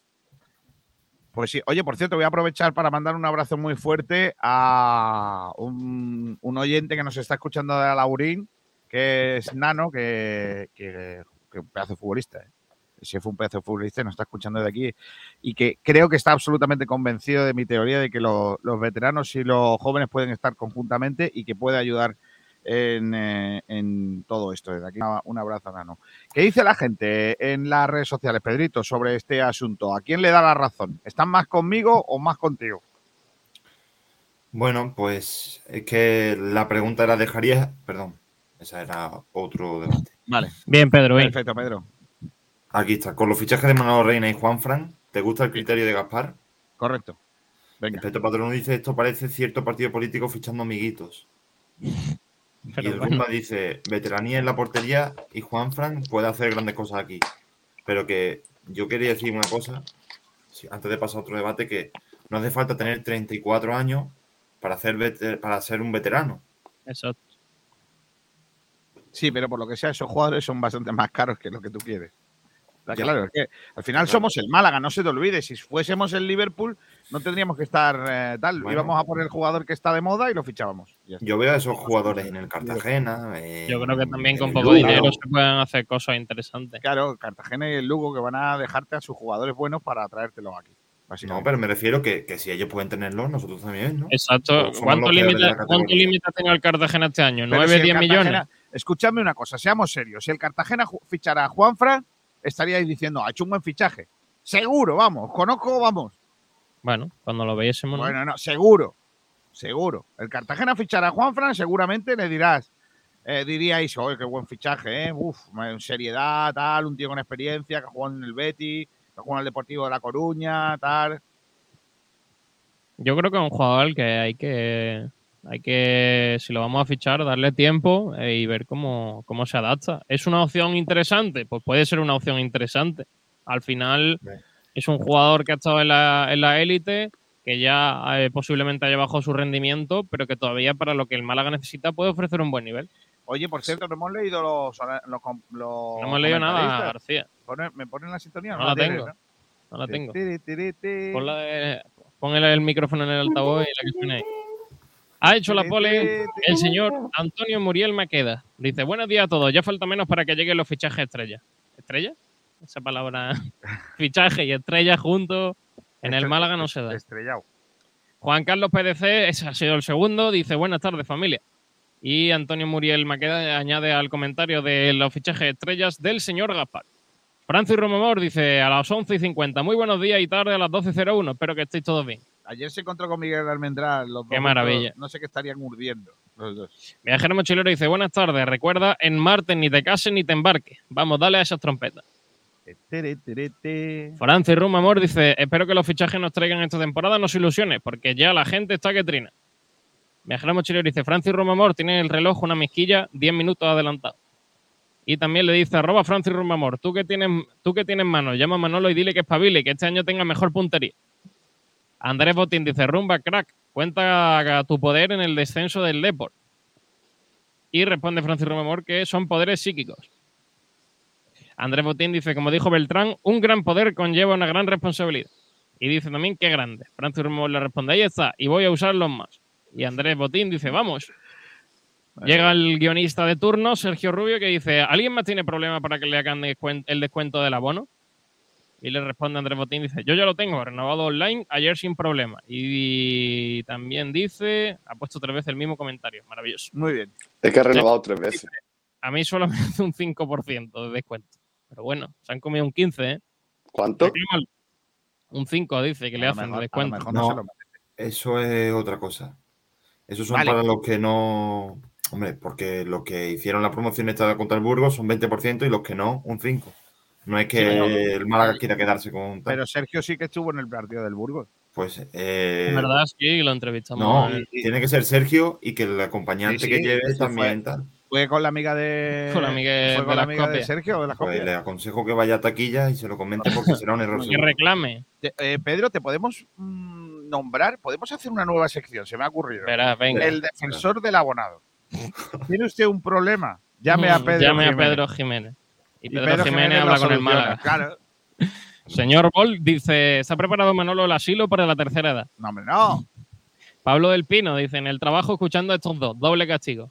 Pues sí. Oye, por cierto, voy a aprovechar para mandar un abrazo muy fuerte a un, un oyente que nos está escuchando de Alaurín, que es Nano, que, que, que un pedazo de futbolista, ¿eh? Si fue un pedazo de futbolista y nos está escuchando de aquí y que creo que está absolutamente convencido de mi teoría de que lo, los veteranos y los jóvenes pueden estar conjuntamente y que puede ayudar En, eh, en todo esto. Desde aquí un abrazo, Nano. ¿Qué dice la gente en las redes sociales, Pedrito, sobre este asunto? ¿A quién le da la razón? ¿Están más conmigo o más contigo? Bueno, pues es que la pregunta era, ¿dejarías? Perdón, esa era otro debate. Vale. Bien, Pedro, bien. Perfecto, Pedro. Aquí está. Con los fichajes de Manolo Reina y Juanfran, ¿te gusta el criterio de Gaspar? Correcto. Venga. El Peto Patrono dice, esto parece cierto partido político fichando amiguitos. Pero y el bueno. Rumba dice, veteranía en la portería y Juanfran puede hacer grandes cosas aquí. Pero que yo quería decir una cosa, sí, antes de pasar a otro debate, que no hace falta tener treinta y cuatro años para, hacer veter- para ser un veterano. Exacto. Sí, pero por lo que sea, esos jugadores son bastante más caros que lo que tú quieres. Está Ya. claro, es que al final Claro. somos el Málaga, no se te olvide. Si fuésemos el Liverpool, no tendríamos que estar eh, tal. Bueno. Íbamos a poner el jugador que está de moda y lo fichábamos. Ya está. Yo veo a esos jugadores en el Cartagena. en- Yo creo que también en con el poco Lugo. dinero se pueden hacer cosas interesantes. Claro, el Cartagena y el Lugo que van a dejarte a sus jugadores buenos para traértelos aquí. No, Básicamente. pero me refiero que, que si ellos pueden tenerlos, nosotros también, ¿no? Exacto. Somos ¿Cuánto los peores de límite la ¿cuánto categoría. límite ha tenido el Cartagena este año? Pero ¿nueve, si el diez millones? Cartagena- Escuchadme una cosa, seamos serios. Si el Cartagena ju- fichara a Juanfran, estaríais diciendo, ha hecho un buen fichaje. Seguro, vamos. Conozco, vamos. Bueno, cuando lo viésemos. ¿no? Bueno, no, seguro. Seguro. El Cartagena fichará a Juanfran, seguramente le dirás, eh, diríais, oye, qué buen fichaje, ¿eh? Uf, en seriedad, tal, un tío con experiencia que ha jugado en el Betis, que ha jugado en el Deportivo de La Coruña, tal. Yo creo que es un jugador que hay que, hay que, si lo vamos a fichar, darle tiempo eh, y ver cómo, cómo se adapta. ¿Es una opción interesante? Pues puede ser una opción interesante. Al final Bien. es un jugador que ha estado en la en la élite, que ya eh, posiblemente haya bajado su rendimiento, pero que todavía para lo que el Málaga necesita puede ofrecer un buen nivel. Oye, por cierto, no hemos leído los, los, los No hemos leído nada, comentaristas. García. Pone- ¿Me ponen la sintonía? No la tienes, tengo. ¿no? No la tengo. Tiri, tiri, tiri. Pon, la de- pon el, el micrófono en el altavoz y la que suene ahí. Ha hecho la pole el señor Antonio Muriel Maqueda. Dice, buenos días a todos. Ya falta menos para que lleguen los fichajes estrella. ¿Estrella? Esa palabra, fichaje y estrella juntos, en el Estre- Málaga no se da. Estrellado. Juan Carlos P D C, ese ha sido el segundo, dice, buenas tardes familia. Y Antonio Muriel Maqueda añade al comentario de los fichajes estrellas del señor Gaspar. Francis Romamor dice, a las once y cincuenta, muy buenos días y tarde a las doce cero uno, espero que estéis todos bien. Ayer se encontró con Miguel Almendral. Los Qué dos maravilla. juntos, no sé qué estarían urdiendo los dos. Viajero Mochilero dice, buenas tardes, recuerda, en Marte ni te cases ni te embarques. Vamos, dale a esas trompetas. Tere, tere, tere. Francis Rumamor dice, espero que los fichajes nos traigan esta temporada, no se ilusiones, porque ya la gente está que trina. Viajero Mochilero dice, Francis Rumamor tiene el reloj una misquilla, diez minutos adelantado. Y también le dice, arroba Francis Rumamor, tú que tienes, tú que tienes mano, llama a Manolo y dile que espabile, que este año tenga mejor puntería. Andrés Botín dice, rumba, crack, cuenta tu poder en el descenso del Depor. Y responde Francis Rumamor que son poderes psíquicos. Andrés Botín dice, como dijo Beltrán, un gran poder conlleva una gran responsabilidad. Y dice también, qué grande. Francis Rumamor le responde, ahí está, y voy a usarlos más. Y Andrés Botín dice, vamos. Llega el guionista de turno, Sergio Rubio, que dice, ¿alguien más tiene problema para que le hagan descuen- el descuento del abono? Y le responde Andrés Botín, dice, yo ya lo tengo, renovado online, ayer sin problema. Y también dice, ha puesto otra vez el mismo comentario, maravilloso. Muy bien. Es que he renovado tres veces. A mí solo me hace un cinco por ciento de descuento. Pero bueno, se han comido un quince por ciento, ¿eh? ¿Cuánto? Reclámalo. Un cinco dice que le A lo hacen mejor- de a lo descuento. mejor no No. se lo merece. Eso es otra cosa. Esos son Vale. para los que no... Hombre, porque los que hicieron la promoción esta contra el Burgos son veinte por ciento y los que no, un cinco por ciento. No es que Sí, pero- el Málaga quiera quedarse con un tal. Pero Sergio sí que estuvo en el partido del Burgos. Pues, eh, En verdad, sí, lo entrevistamos. no, eh, y- tiene que ser Sergio y que el acompañante Sí, sí, que lleve eso también tal. Fue con la amiga de. Con la amiga fue de con la las amiga de copias. Sergio de las Pues copias. le aconsejo que vaya a taquilla y se lo comente porque será un error que seguro. reclame. Te- eh, Pedro, ¿te podemos mm, nombrar? ¿Podemos hacer una nueva sección? Se me ha ocurrido. Verás, venga. El defensor del abonado. ¿Tiene usted un problema? Llame a Mm, Pedro Llame Jiménez. a Pedro Jiménez. Y Y Pedro, Jiménez lo habla con el soluciona. Málaga. Claro. Señor Bol dice, ¿se ha preparado Manolo el asilo para la tercera edad? No, hombre, no. Pablo del Pino dice, en el trabajo escuchando a estos dos, doble castigo.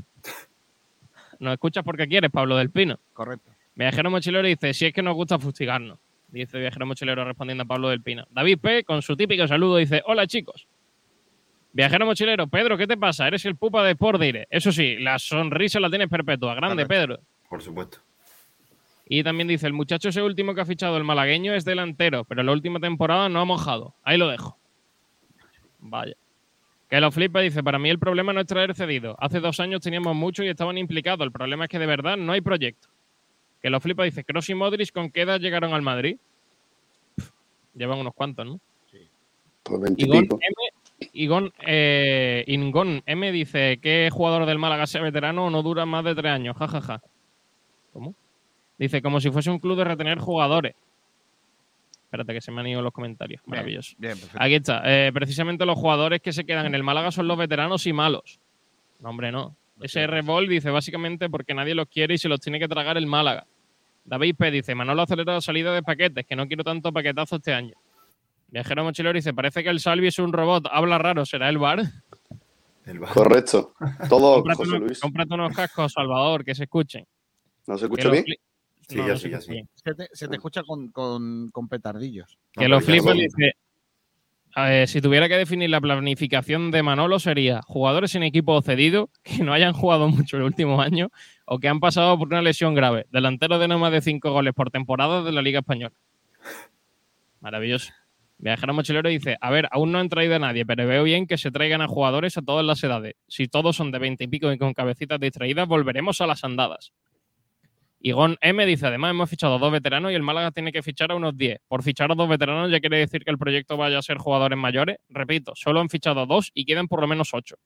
Nos escuchas porque quieres, Pablo del Pino. Correcto. Viajero Mochilero dice, si es que nos gusta fustigarnos. Dice Viajero Mochilero respondiendo a Pablo del Pino. David P, con su típico saludo, dice, hola chicos. Viajero Mochilero, Pedro, ¿qué te pasa? Eres el pupa de Sport Direct. Eso sí, la sonrisa la tienes perpetua. Grande, Correcto. Pedro. Por supuesto. Y también dice, el muchacho ese último que ha fichado el malagueño es delantero, pero la última temporada no ha mojado. Ahí lo dejo. Vaya. Que lo flipa, dice, para mí el problema no es traer cedido. Hace dos años teníamos mucho y estaban implicados. El problema es que de verdad no hay proyecto. Que lo flipa, dice, Kroos y Modric, ¿con qué edad llegaron al Madrid? Pff, llevan unos cuantos, ¿no? Pues veinte y Igón pico. M, Igón, eh, Ingón M dice, ¿qué jugador del Málaga sea veterano no dura más de tres años? Ja, ja, ja. ¿Cómo? Dice, como si fuese un club de retener jugadores. Espérate que se me han ido los comentarios. Maravilloso. Bien, perfecto. Aquí está. Eh, precisamente los jugadores que se quedan en el Málaga son los veteranos y malos. No, hombre, no. S R Ball dice básicamente porque nadie los quiere y se los tiene que tragar el Málaga. David P. dice, Manolo acelera la salida de paquetes, que no quiero tanto paquetazo este año. Viajero Mochilero dice, parece que el Salvi es un robot. Habla raro, ¿será el bar? El bar. Correcto. Todo, Cómprate José unos, Luis. cómprate unos cascos, Salvador, que se escuchen. ¿No se Que escucha lo bien? fli- Sí, No, ya no sí, se ya escucha sí. bien. Se te, se te escucha con, con, con petardillos. Que No, lo pero ya flipa, sí. dice, a ver, si tuviera que definir la planificación de Manolo sería jugadores sin equipo cedido que no hayan jugado mucho el último año o que han pasado por una lesión grave. Delantero de no más de cinco goles por temporada de la Liga Española. Maravilloso. Viajero Mochilero dice, a ver, aún no han traído a nadie, pero veo bien que se traigan a jugadores a todas las edades. Si todos son de veinte y pico y con cabecitas distraídas, volveremos a las andadas. Igón M dice, además hemos fichado dos veteranos y el Málaga tiene que fichar a unos diez. Por fichar a dos veteranos ya quiere decir que el proyecto vaya a ser jugadores mayores. Repito, solo han fichado a dos y quedan por lo menos ocho.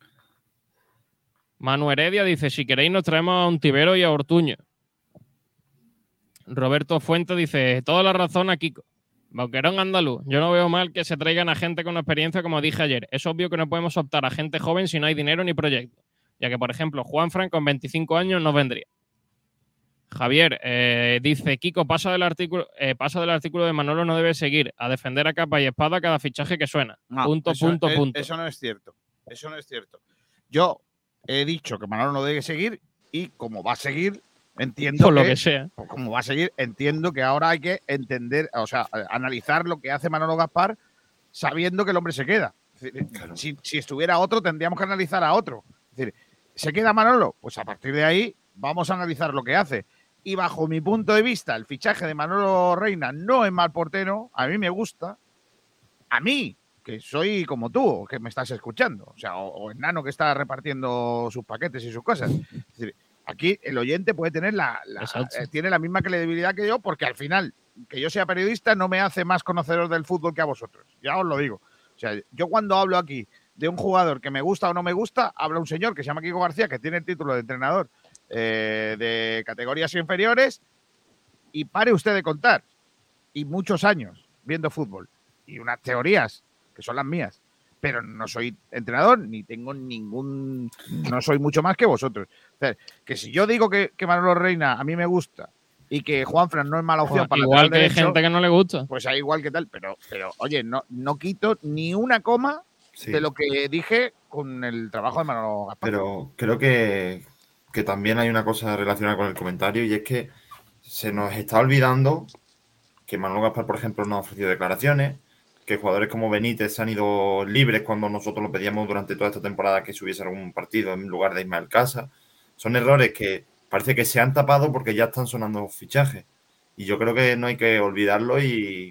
Manu Heredia dice, si queréis nos traemos a Untivero y a Ortuño. Roberto Fuente dice, toda la razón a Kiko. Boquerón andaluz, yo no veo mal que se traigan a gente con experiencia como dije ayer. Es obvio que no podemos optar a gente joven si no hay dinero ni proyecto. Ya que, por ejemplo, Juanfran con veinticinco años no vendría. Javier eh, dice, Kiko, pasa del, artículo, eh, pasa del artículo de Manolo no debe seguir a defender a capa y espada cada fichaje que suena. No, punto, eso, punto, es- punto. Eso no es cierto. Eso no es cierto. Yo he dicho que Manolo no debe seguir y como va a seguir, entiendo Por lo que, que sea. pues como va a seguir, entiendo que ahora hay que entender, o sea, a- analizar lo que hace Manolo Gaspar sabiendo que el hombre se queda. Es decir, Claro. si, si estuviera otro, tendríamos que analizar a otro. Es decir, ¿se queda Manolo? Pues a partir de ahí vamos a analizar lo que hace. Y bajo mi punto de vista, el fichaje de Manolo Reina no es mal portero, a mí me gusta. A mí, que soy como tú, que me estás escuchando, o sea, o, o enano que está repartiendo sus paquetes y sus cosas. Es decir, aquí el oyente puede tener la, la- Exacto. eh, tiene la misma credibilidad que yo, porque al final, que yo sea periodista no me hace más conocedor del fútbol que a vosotros. Ya os lo digo. O sea, yo cuando hablo aquí de un jugador que me gusta o no me gusta, habla un señor que se llama Kiko García, que tiene el título de entrenador eh, de categorías inferiores, y pare usted de contar. Y muchos años viendo fútbol. Y unas teorías que son las mías. Pero no soy entrenador, ni tengo ningún. No soy mucho más que vosotros. O sea, que si yo digo que, que Manolo Reina a mí me gusta y que Juanfran no es mala opción para Igual lateral que hay derecho, gente que no le gusta. pues hay igual que tal. Pero, pero oye, no, no quito ni una coma Sí. de lo que dije con el trabajo de Manolo Gaspar. Pero creo que, que también hay una cosa relacionada con el comentario y es que se nos está olvidando que Manolo Gaspar, por ejemplo, no ha ofrecido declaraciones, que jugadores como Benítez se han ido libres cuando nosotros lo pedíamos durante toda esta temporada que subiese algún partido en lugar de Ismael Casa. Son errores que parece que se han tapado porque ya están sonando fichajes. Y yo creo que no hay que olvidarlo y,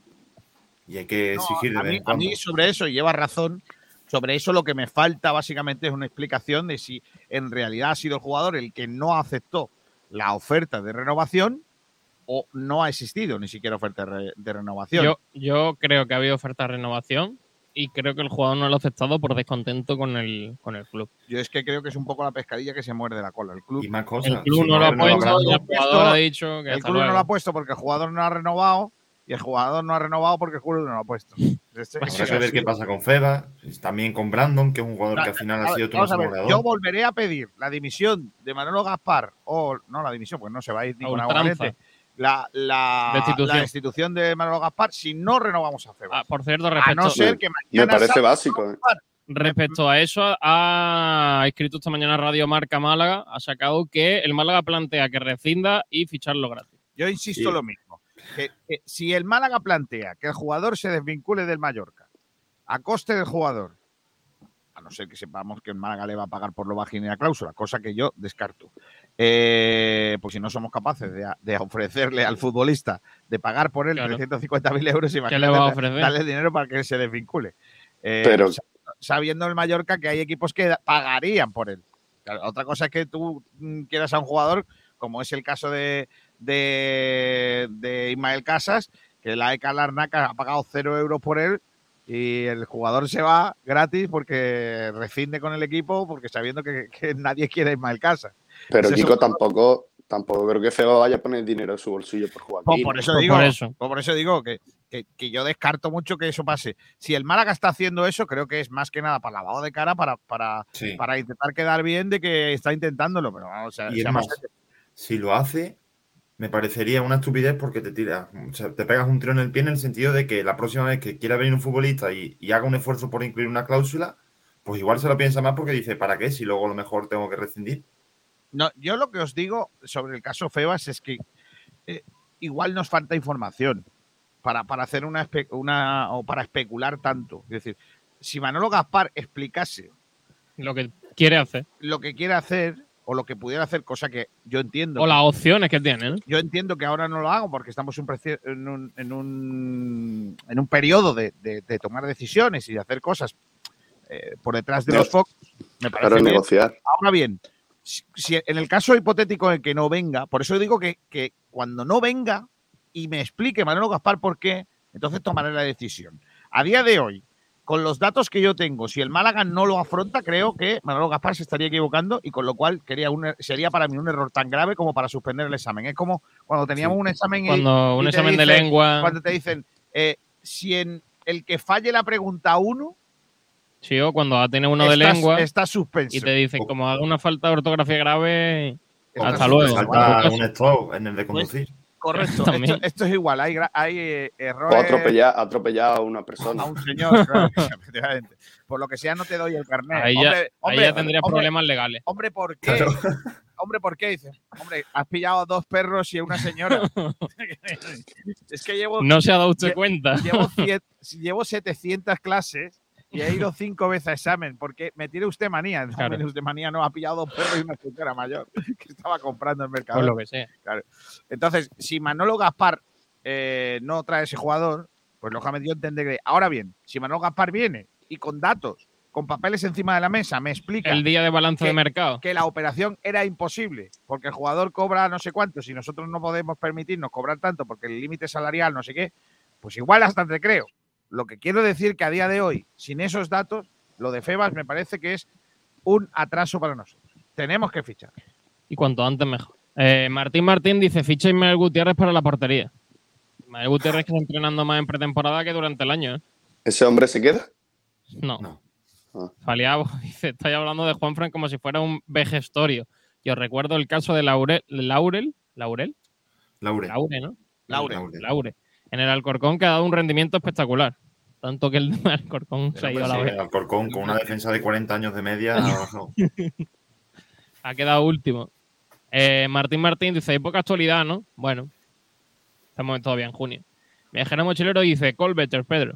y hay que No, exigir de a, vez mí, en a cuando. mí sobre eso, y lleva razón, sobre eso lo que me falta básicamente es una explicación de si en realidad ha sido el jugador el que no aceptó la oferta de renovación o no ha existido ni siquiera oferta de, re- de renovación. Yo, yo creo que ha habido oferta de renovación y creo que el jugador no lo ha aceptado por descontento con el, con el club. Yo es que creo que es un poco la pescadilla que se muerde la cola. El club, Y más cosas. El club Si no lo ha renueva puesto y Brando, el jugador ha dicho que el hasta club no luego. lo ha puesto porque el jugador no ha renovado y el jugador no ha renovado porque el club no lo ha puesto. Este- habrá es que ver así. qué pasa con Feba, también con Brandon, que es un jugador que al final ha A ver, sido tu vamos a máximo ver, goleador. yo volveré a pedir la dimisión de Manolo Gaspar, o no la dimisión, pues no se va a ir ni A con ultranza. Aguardiente. La, la, Destitución. la destitución de Manolo Gaspar si no renovamos a Febas. Ah, por cierto, a respecto, no ser que Me mañana parece salga básico. ¿eh? Gaspar. respecto a eso, ha escrito esta mañana Radio Marca Málaga, ha sacado que el Málaga plantea que rescinda y ficharlo gratis. Yo insisto Sí. lo mismo. Que, que si el Málaga plantea que el jugador se desvincule del Mallorca a coste del jugador, a no ser que sepamos que el Málaga le va a pagar por lo bajín la cláusula, cosa que yo descarto. Eh, pues si no somos capaces de, de ofrecerle al futbolista de pagar por él Claro. trescientos cincuenta mil euros, imagínate le va a ofrecer? darle dinero para que se desvincule. Eh, Pero- o sea, sabiendo el Mallorca que hay equipos que pagarían por él. Claro, otra cosa es que tú mm, quieras a un jugador, como es el caso de, de, de Ismael Casas, que la E C A Larnaca ha pagado cero euros por él y el jugador se va gratis porque rescinde con el equipo, porque sabiendo que, que nadie quiere a Ismael Casas. Pero Es eso. Kiko tampoco, tampoco creo que Feba vaya a poner dinero en su bolsillo por jugar Pues aquí. por ¿no? eso Pues digo, por eso. pues por eso digo que, que, que yo descarto mucho que eso pase. Si el Málaga está haciendo eso, creo que es más que nada para lavado de cara, para, para, Sí. para intentar quedar bien de que está intentándolo. Pero vamos, o sea, Y es seamos más, serios. si lo hace, me parecería una estupidez porque te tiras, o sea, te pegas un tiro en el pie en el sentido de que la próxima vez que quiera venir un futbolista y, y haga un esfuerzo por incluir una cláusula, pues igual se lo piensa más porque dice, ¿para qué? Si luego a lo mejor tengo que rescindir. No, yo lo que os digo sobre el caso Febas es que eh, igual nos falta información para, para hacer una, espe una o para especular tanto. Es decir, si Manolo Gaspar explicase Lo que quiere hacer. lo que quiere hacer o lo que pudiera hacer, cosa que yo entiendo. O las opciones que tiene, ¿no? Yo entiendo que ahora no lo hago porque estamos un en, un, en, un, en un periodo de, de, de tomar decisiones y de hacer cosas eh, por detrás de Pero- los focos. Me parece Pero bien. negociar. Ahora bien, si, si en el caso hipotético de que no venga, por eso digo que, que cuando no venga y me explique Manolo Gaspar por qué, entonces tomaré la decisión. A día de hoy, con los datos que yo tengo, si el Málaga no lo afronta, creo que Manolo Gaspar se estaría equivocando y con lo cual quería un, sería para mí un error tan grave como para suspender el examen. Es como cuando teníamos Sí. un examen y- Cuando un y te examen de dicen- lengua. cuando te dicen eh, si en el que falle la pregunta uno Sí, o cuando tiene uno de está, lengua está suspenso. y te dicen, como haga una falta de ortografía grave, Está hasta suspenso. luego. Falta Bueno, un stop en el de conducir. Correcto, También. esto, esto es igual, hay, gra- hay eh, O errores atropellar, atropellar a una a persona. un señor, claro, efectivamente. Por lo que sea no te doy el carnet. Ahí ya, hombre, ahí hombre, ya tendrías hombre, problemas legales. hombre, ¿por qué? Hombre, ¿por qué? Dices, hombre, has pillado a dos perros y a una señora. Es que llevo, No se ha dado usted Lle- cuenta. llevo, cien- llevo setecientas clases y he ido cinco veces a examen porque me tiene usted manía. No, Claro. tiene usted manía, no, ha pillado dos perros y una señora mayor que estaba comprando en el mercado. Por lo que sea. Entonces, si Manolo Gaspar eh, no trae ese jugador, pues lógicamente yo entenderé. Ahora bien, si Manolo Gaspar viene y con datos, con papeles encima de la mesa, me explica El día de balance que- de mercado. que la operación era imposible porque el jugador cobra no sé cuánto, si nosotros no podemos permitirnos cobrar tanto porque el límite salarial no sé qué, pues igual hasta te creo. Lo que quiero decir que a día de hoy, sin esos datos, lo de Febas me parece que es un atraso para nosotros. Tenemos que fichar. Y cuanto antes mejor. Eh, Martín Martín dice, ficha a Ismael Gutiérrez para la portería. Ismael Gutiérrez que está entrenando más en pretemporada que durante el año, ¿eh? ¿Ese hombre se queda? No. No. Ah. Faliabo dice, estáis hablando de Juanfran como si fuera un vejestorio. Yo recuerdo el caso de Laurel, Laurel, Laurel, Laure. Laure, ¿no? Laure. Laure. Laure. En el Alcorcón que ha dado un rendimiento espectacular. Tanto que el de Alcorcón se ha ido a la Sí, vez. el Alcorcón con una defensa de cuarenta años de media. no. Ha quedado último. Eh, Martín Martín dice, hay poca actualidad, ¿no? Bueno, estamos todavía en junio. Viajero Mochilero dice, call better, Pedro.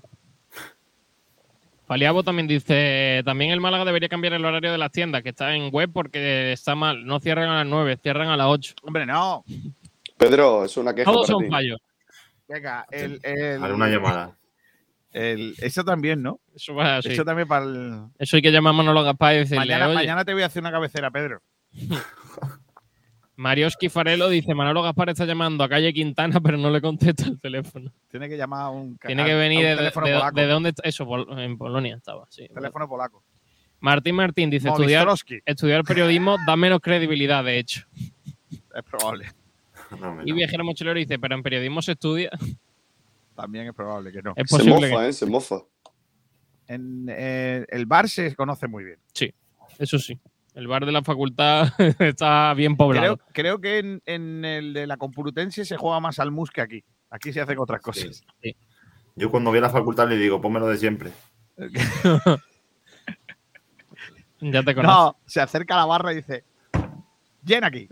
Faliabo también dice, también el Málaga debería cambiar el horario de las tiendas, que está en web porque está mal. No cierran a las nueve, cierran a las ocho. Hombre, no. Pedro, es una queja Todos para son ti. fallos. Venga, el, el- Haré una llamada. el- eso también, ¿no? Eso va así. Eso también para el... Eso hay que llamar a Manolo Gaspar y decirle, Mañana, oye, mañana te voy a hacer una cabecera, Pedro. Marioski Farelo dice, Manolo Gaspar está llamando a calle Quintana, pero no le contesta el teléfono. Tiene que llamar a un... Tiene a- que a venir un de, teléfono de- polaco. de dónde está. Eso, Pol- en Polonia estaba, sí. Teléfono polaco. Martín Martín dice, estudiar, Movistorowski. estudiar periodismo da menos credibilidad, de hecho. Es probable. No, me- Y Viajero Mochilero dice, pero en periodismo se estudia. También es probable que no. Es Se posible mofa, que... ¿eh? Se mofa. En, eh, el bar se conoce muy bien. Eso sí. El bar de la facultad está bien poblado. Creo, creo que en, en el de la Complutense se juega más al mus que aquí. Aquí se hacen otras cosas. Yo cuando voy a la facultad le digo, pónmelo de siempre. Ya te conozco. No, se acerca a la barra y dice, llena aquí.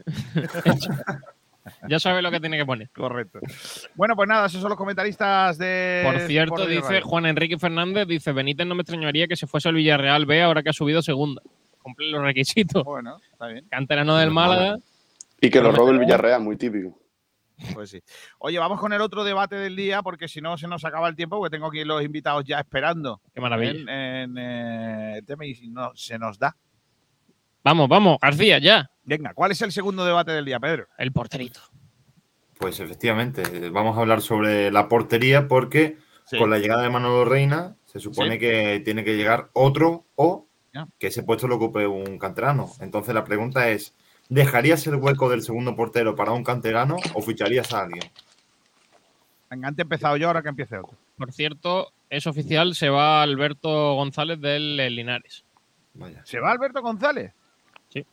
Ya sabes lo que tiene que poner. Correcto. Bueno, pues nada, esos son los comentaristas de... Por cierto, Sport dice Radio. Juan Enrique Fernández, dice, Benítez no me extrañaría que se fuese al Villarreal B ahora que ha subido segunda. Cumple los requisitos. Bueno, está bien. Canterano del Málaga. Y que lo Pero robe el me- Villarreal, muy típico. Pues sí. Oye, vamos con el otro debate del día, porque si no se nos acaba el tiempo, porque tengo aquí los invitados ya esperando. Qué maravilla. En, en, eh, el tema y si no se nos da. Vamos, vamos, García, ya. Venga, ¿cuál es el segundo debate del día, Pedro? El porterito. Pues efectivamente, vamos a hablar sobre la portería porque Sí. con la llegada de Manolo Reina se supone Sí. que tiene que llegar otro o Ya. que ese puesto lo ocupe un canterano. Entonces la pregunta es, ¿dejarías el hueco del segundo portero para un canterano o ficharías a alguien? Venga, antes he empezado yo, ahora que empiece otro. Por cierto, es oficial, se va Alberto González del eh, Linares. Vaya. ¿Se va Alberto González? Sí.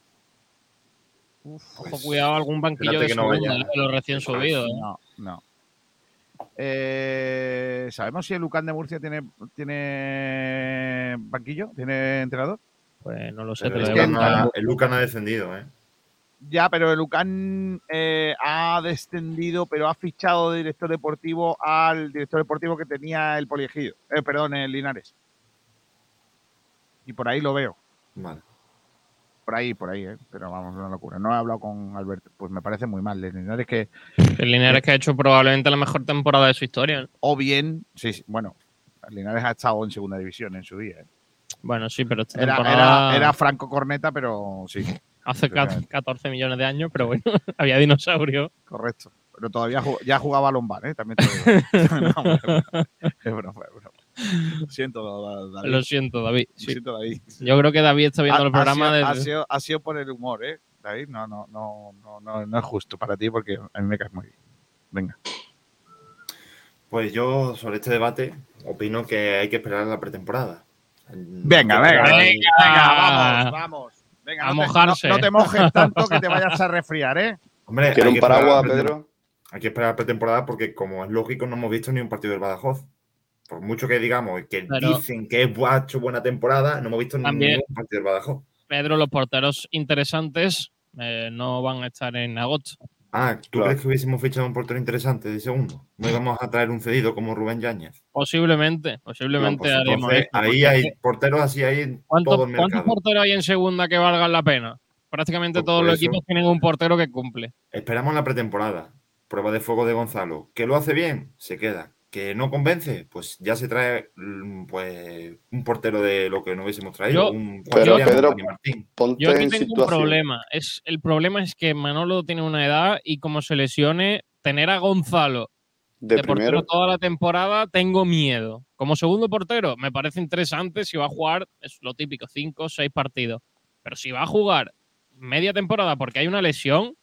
Uf, Ojo, Pues, cuidado, algún banquillo espérate de que no segunda, vaya. de los recién subidos. ¿eh? no, no. Eh, ¿Sabemos si el Lucán de Murcia tiene, tiene banquillo? ¿Tiene entrenador? Pues no lo sé, Pero te lo el, voy a que Lucan preguntar. ha- el Lucan ha descendido, ¿eh? Ya, pero el Lucán eh, ha descendido, pero ha fichado de director deportivo al director deportivo que tenía el Poliegido. Eh, perdón, el Linares. Y por ahí lo veo. Vale. Por ahí, por ahí, ¿eh? Pero vamos, una locura. No he hablado con Alberto. Pues me parece muy mal. El Linares que, El Linares que ha hecho probablemente la mejor temporada de su historia. ¿no? o bien, sí, sí, bueno, el Linares ha estado en segunda división en su día. ¿eh? Bueno, sí, pero esta Era, temporada era, era Franco Corneta, pero sí, hace ca- efectivamente. catorce millones de años, pero bueno, había dinosaurio. correcto. Pero todavía ju- ya jugaba a Lombard, ¿eh? También te lo digo. No, hombre, es broma, es broma. Lo siento, David. Lo siento, David. Lo Sí. siento, David. Yo creo que David está viendo Ha- el programa ha sido, ha, desde... sido, ha sido por el humor, ¿eh? David, no, no, no, no, no, no es justo para ti porque a mí me caes muy bien. Venga. Pues yo sobre este debate opino que hay que esperar a la pretemporada. Venga, Hay que venga, esperar- venga, venga, vamos, vamos. Venga, A no te, mojarse. no, no te mojes tanto que te vayas a resfriar, ¿eh? Hombre, ¿Quiere hay un que esperar a la paraguas, pretem- Pedro? Hay que esperar a la pretemporada porque, como es lógico, no hemos visto ni un partido del Badajoz. Por mucho que digamos que Pero- dicen que es- ha hecho buena temporada, no hemos visto También- ningún partido del Badajoz. Pedro, los porteros interesantes eh, no van a estar en agosto. Ah, ¿tú Claro. crees que hubiésemos fichado un portero interesante de segundo? ¿No íbamos a traer un cedido como Rubén Yáñez? Posiblemente, posiblemente Pues haremos entonces, esto, ahí porque hay es que porteros así, hay en ¿cuánto- todo el ¿Cuántos mercado. porteros hay en segunda que valgan la pena? Prácticamente Pues todos por los eso- equipos tienen un portero que cumple. Esperamos la pretemporada. Prueba de fuego de Gonzalo. ¿Que lo hace bien? Se queda. ¿Que no convence? Pues ya se trae mm, pues, un portero de lo que no hubiésemos traído. Yo- un Pero, Julián, Pedro, Dani Martín. Ponte Yo aquí en tengo un situación. problema. Es, el problema es que Manolo tiene una edad y como se lesione, tener a Gonzalo De, de portero primero, toda la temporada, tengo miedo. Como segundo portero, me parece interesante si va a jugar, es lo típico, cinco o seis partidos. Pero si va a jugar media temporada porque hay una lesión,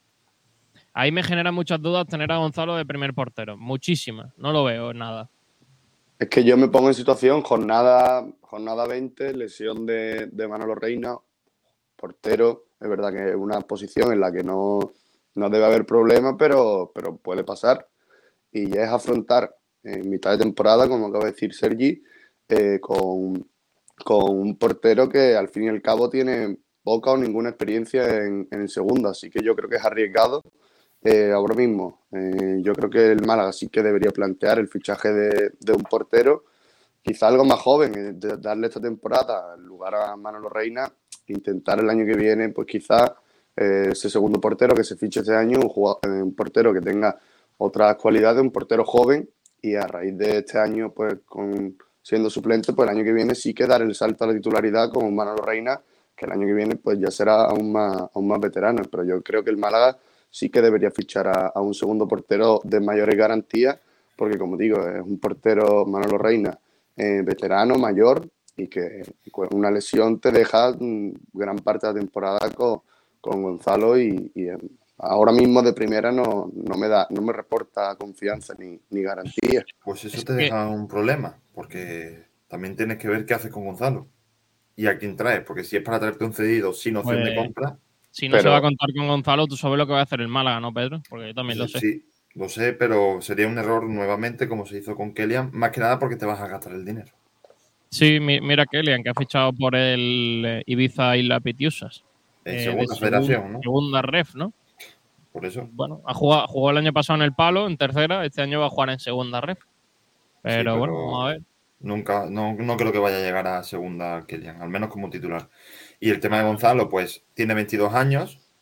ahí me genera muchas dudas tener a Gonzalo de primer portero. Muchísimas. No lo veo nada. es que yo me pongo en situación, jornada, jornada veinte, lesión de, de Manolo Reina, portero. Es verdad que es una posición en la que no, no debe haber problema, pero, pero puede pasar. Y ya es afrontar en mitad de temporada, como acaba de decir Sergi, eh, con, con un portero que al fin y al cabo tiene poca o ninguna experiencia en, en segunda. Así que yo creo que es arriesgado. Eh, ahora mismo, eh, yo creo que el Málaga sí que debería plantear el fichaje de, de un portero, quizá algo más joven, eh, de darle esta temporada en lugar a Manolo Reina, intentar el año que viene, pues quizá eh, ese segundo portero que se fiche este año, un, jugador, eh, un portero que tenga otras cualidades, un portero joven, y a raíz de este año, pues con, siendo suplente, pues el año que viene sí que dar el salto a la titularidad como Manolo Reina, que el año que viene pues ya será aún más, aún más veterano. Pero yo creo que el Málaga sí que debería fichar a, a un segundo portero de mayores garantías, porque como digo, es un portero, Manolo Reina, eh, veterano, mayor, y que con una lesión te deja mm, gran parte de la temporada con, con Gonzalo y, y eh, ahora mismo de primera no, no me da, no me reporta confianza ni, ni garantía. Pues eso Es te que- deja un problema, porque también tienes que ver qué haces con Gonzalo y a quién traes, porque si es para traerte un cedido sin opción Pues, de compra, Si no Pero- se va a contar con Gonzalo, tú sabes lo que va a hacer el Málaga, ¿no, Pedro? Porque yo también lo sé. sí, lo sé, pero sería un error nuevamente como se hizo con Kellyan, más que nada porque te vas a gastar el dinero. Sí, mi- mira Kellyan, que ha fichado por el eh, Ibiza Isla Pitiusas. En eh, de segunda segun- federación, ¿no? Segunda ref, ¿no? Por eso. Bueno, ha jugado, jugó el año pasado en el Palo, en tercera. Este año va a jugar en segunda ref. Pero, pero- bueno, vamos a ver. Nunca, no, no creo que vaya a llegar a segunda Kellyan, al menos como titular. Y el tema de Gonzalo, pues tiene veintidós años,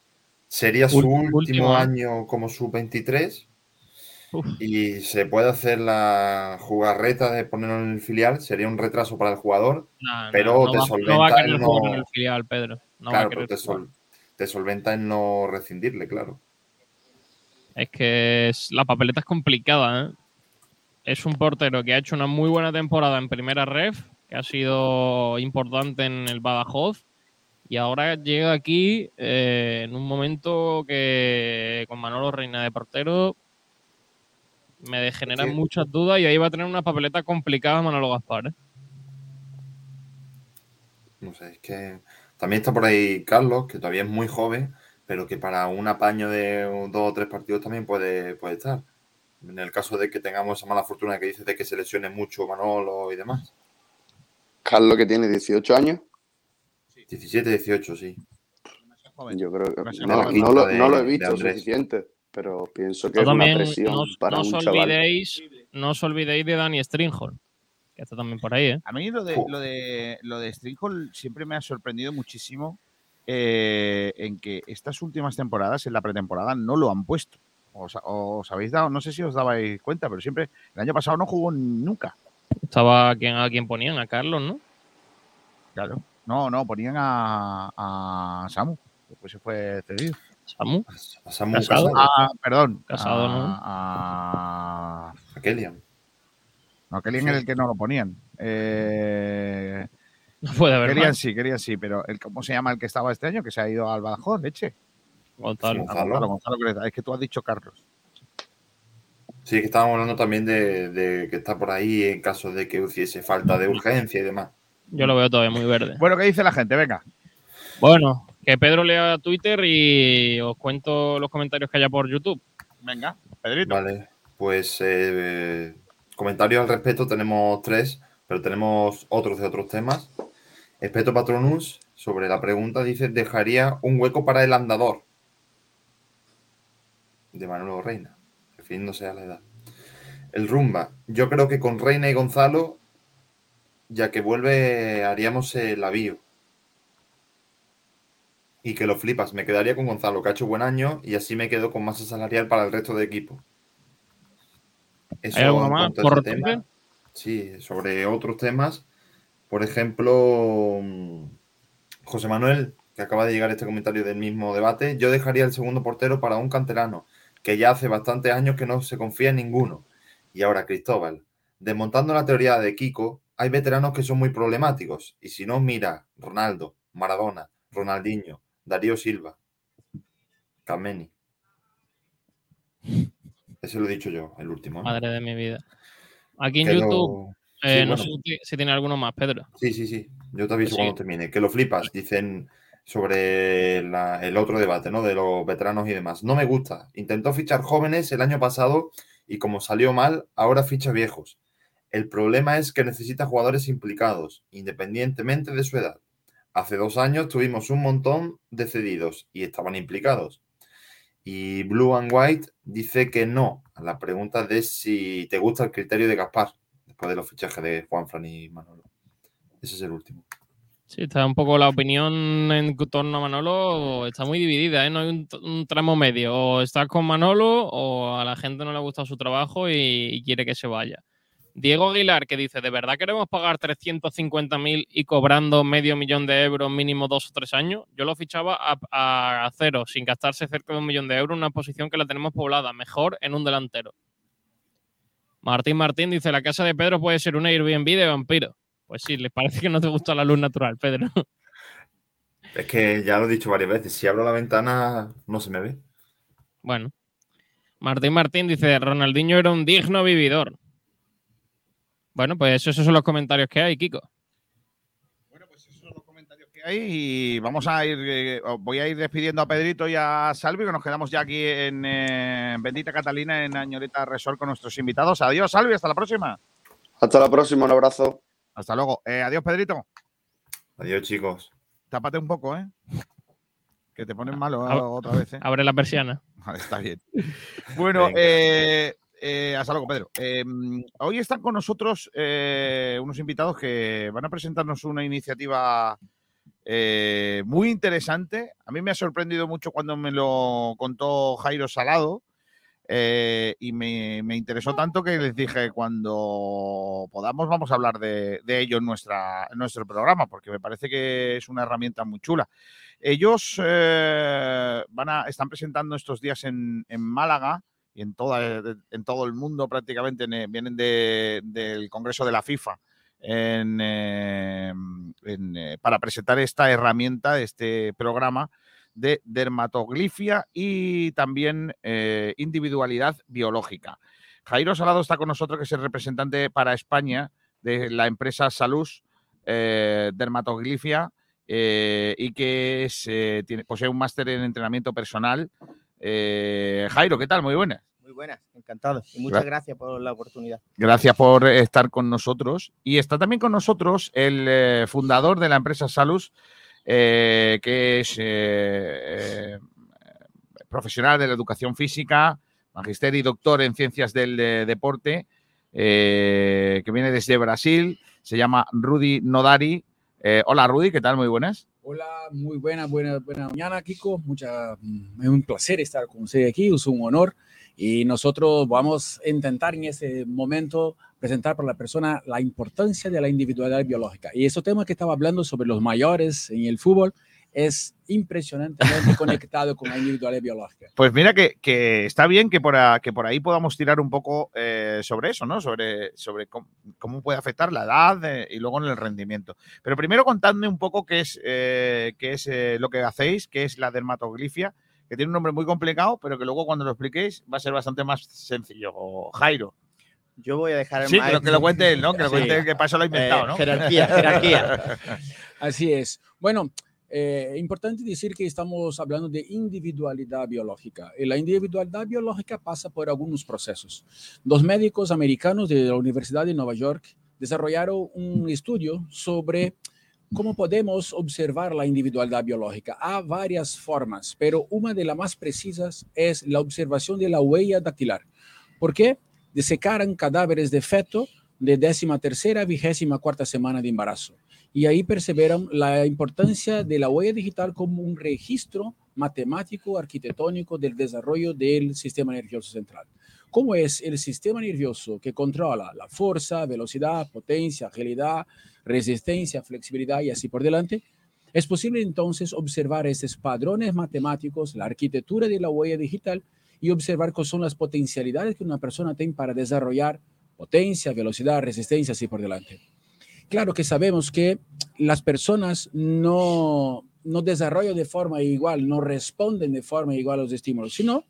sería su Último, último ¿eh? año como sub veintitrés Uf. y se puede hacer la jugarreta de ponerlo en el filial, sería un retraso para el jugador, Nah, nah, pero no, te va, no va a solventa querer el jugar en el no, filial, Pedro. No va a claro, pero querer te, jugar. sol- te solventa el no rescindirle, claro. Es que es, la papeleta es complicada, ¿eh? Es un portero que ha hecho una muy buena temporada en primera ref, que ha sido importante en el Badajoz, y ahora llega aquí eh, en un momento que con Manolo Reina de portero me generan que- muchas dudas y ahí va a tener una papeleta complicada Manolo Gaspar, ¿eh? No sé, es que también está por ahí Carlos, que todavía es muy joven, pero que para un apaño de un- dos o tres partidos también puede, puede estar. En el caso de que tengamos esa mala fortuna que dices de que se lesione mucho Manolo y demás. Carlos, que tiene dieciocho años, diecisiete, dieciocho, sí. Joven. yo creo que Demasiado De no, la joven. no, quinta lo, no lo he de, de visto Andrés. suficiente, pero pienso que Esto es una también presión no, para no un os chaval. olvidéis, no os olvidéis de Dani Stringhorn, que está también por ahí, ¿eh? A mí lo de, Uf. lo de, lo de Stringhall siempre me ha sorprendido muchísimo eh, en que estas últimas temporadas, en la pretemporada, no lo han puesto. Os, os habéis dado, no sé si os dabais cuenta, pero siempre, el año pasado no jugó nunca. Estaba a quien, a quien ponían, a Carlos, ¿no? Claro. No, no, ponían a, a Samu. Después se fue cedido. Samu, A Samu Casado. Casado, Ah, perdón. Casado, ¿no? A, a, a Kellyan. no, Kellyan era el que no lo ponían. Eh, No puede haber querían más. sí, querían sí, pero el, ¿cómo se llama el que estaba este año? Que se ha ido al Badajoz, leche. Gonzalo. A Gonzalo, Gonzalo, que es que tú has dicho Carlos. Sí, que estábamos hablando también de, de que está por ahí en caso de que hiciese falta de urgencia y demás. Yo lo veo todavía muy verde. Bueno, ¿qué dice la gente? Venga. Bueno, que Pedro lea Twitter y os cuento los comentarios que haya por YouTube. Venga, Pedrito. Vale, pues eh, comentarios al respecto tenemos tres, pero tenemos otros de otros temas. Espeto Patronus, sobre la pregunta, dice, ¿dejaría un hueco para el andador? De Manolo Reina, refiriéndose a la edad. El Rumba, yo creo que con Reina y Gonzalo, ya que vuelve, haríamos el avío. Y que lo flipas, me quedaría con Gonzalo, que ha hecho buen año, y así me quedo con masa salarial para el resto de equipo. Eso ¿Hay alguno en más cuanto a por ese Twitter? tema. Sí, sobre otros temas. Por ejemplo, José Manuel, que acaba de llegar este comentario del mismo debate, yo dejaría el segundo portero para un canterano, que ya hace bastantes años que no se confía en ninguno. Y ahora Cristóbal, desmontando la teoría de Kiko, hay veteranos que son muy problemáticos. Y si no, mira, Ronaldo, Maradona, Ronaldinho, Darío Silva, Kameni. Ese lo he dicho yo, el último. ¿eh? Madre de mi vida. Aquí en Que YouTube, lo... eh, sí, no bueno, sé si, si tiene alguno más, Pedro. sí, sí, sí. Yo te aviso Pues sí. cuando termine. Que lo flipas, dicen sobre la- el otro debate, ¿no? De los veteranos y demás. No me gusta. Intentó fichar jóvenes el año pasado y como salió mal, ahora ficha viejos. El problema es que necesita jugadores implicados, independientemente de su edad. Hace dos años tuvimos un montón de cedidos y estaban implicados. Y Blue and White dice que no a la pregunta de si te gusta el criterio de Gaspar, después de los fichajes de Juanfran y Manolo. Ese es el último. Sí, está un poco la opinión en torno a Manolo, está muy dividida, ¿eh? No hay un, un tramo medio. O estás con Manolo o a la gente no le gusta su trabajo y, y quiere que se vaya. Diego Aguilar, que dice, ¿de verdad queremos pagar trescientos cincuenta mil y cobrando medio millón de euros mínimo dos o tres años? Yo lo fichaba a, a cero, sin gastarse cerca de un millón de euros, en una posición que la tenemos poblada, mejor en un delantero. Martín Martín dice, la casa de Pedro puede ser una Airbnb de vampiro. Pues sí, les parece que no te gusta la luz natural, Pedro. Es que ya lo he dicho varias veces, si abro la ventana no se me ve. Bueno. Martín Martín dice, Ronaldinho era un digno vividor. Bueno, pues esos son los comentarios que hay, Kiko. Bueno, pues esos son los comentarios que hay y vamos a ir, eh, voy a ir despidiendo a Pedrito y a Salvi, que nos quedamos ya aquí en eh, Bendita Catalina, en Añoreta Resort con nuestros invitados. Adiós, Salvi, hasta la próxima. Hasta la próxima, un abrazo. Hasta luego. Eh, adiós, Pedrito. Adiós, chicos. Tápate un poco, ¿eh? Que te pones malo Ab- otra vez, ¿eh? Abre la persiana. Vale, está bien. Bueno, Venga. eh, eh, hasta luego, Pedro. Eh, hoy están con nosotros eh, unos invitados que van a presentarnos una iniciativa eh, muy interesante. A mí me ha sorprendido mucho cuando me lo contó Jairo Salado. Eh, y me, me interesó tanto que les dije, cuando podamos vamos a hablar de, de ello en, nuestra, en nuestro programa, porque me parece que es una herramienta muy chula. Ellos eh, van a, están presentando estos días en, en Málaga y en, toda, en todo el mundo prácticamente, vienen de, del Congreso de la FIFA en, eh, en, eh, para presentar esta herramienta, este programa de dermatoglifia y también eh, individualidad biológica. Jairo Salado está con nosotros, que es el representante para España de la empresa Salus eh, Dermatoglifia eh, y que es, eh, tiene, posee un máster en entrenamiento personal. Eh, Jairo, ¿qué tal? Muy buenas. Muy buenas, encantado. Y muchas gracias por la oportunidad. Gracias por estar con nosotros. Y está también con nosotros el eh, fundador de la empresa Salus, Eh, que es eh, eh, profesional de la educación física, magister y doctor en ciencias del de, deporte, eh, que viene desde Brasil, se llama Rudy Nodari. Eh, hola Rudy, ¿qué tal? Muy buenas. Hola, muy buena, buena, buena mañana, Kiko. Mucha, es un placer estar con usted aquí, es un honor. Y nosotros vamos a intentar en ese momento presentar para la persona la importancia de la individualidad biológica. Y ese tema que estaba hablando sobre los mayores en el fútbol es impresionantemente conectado con la individualidad biológica. Pues mira que, que está bien que por, a, que por ahí podamos tirar un poco eh, sobre eso, ¿no? Sobre, sobre cómo, cómo puede afectar la edad eh, y luego en el rendimiento. Pero primero contadme un poco qué es, eh, qué es eh, lo que hacéis, qué es la dermatoglifia, que tiene un nombre muy complicado, pero que luego cuando lo expliquéis va a ser bastante más sencillo. O Jairo. Yo voy a dejar el Sí, maestro. que lo, que lo cuente él, ¿no? Que lo Sí. cuente él, que para eso lo ha inventado, Eh, ¿no? Jerarquía, jerarquía. Así es. Bueno, es eh, importante decir que estamos hablando de individualidad biológica. Y la individualidad biológica pasa por algunos procesos. Dos médicos americanos de la Universidad de Nueva York desarrollaron un estudio sobre cómo podemos observar la individualidad biológica. Hay varias formas, pero una de las más precisas es la observación de la huella dactilar. ¿Por qué? Desecaron cadáveres de feto de décima tercera, vigésima cuarta semana de embarazo. Y ahí percibieron la importancia de la huella digital como un registro matemático, arquitectónico del desarrollo del sistema nervioso central. ¿Cómo es el sistema nervioso que controla la fuerza, velocidad, potencia, agilidad, resistencia, flexibilidad y así por delante? Es posible entonces observar estos padrones matemáticos, la arquitectura de la huella digital y observar cuáles son las potencialidades que una persona tiene para desarrollar potencia, velocidad, resistencia, así por delante. Claro que sabemos que las personas no, no desarrollan de forma igual, no responden de forma igual a los estímulos, sino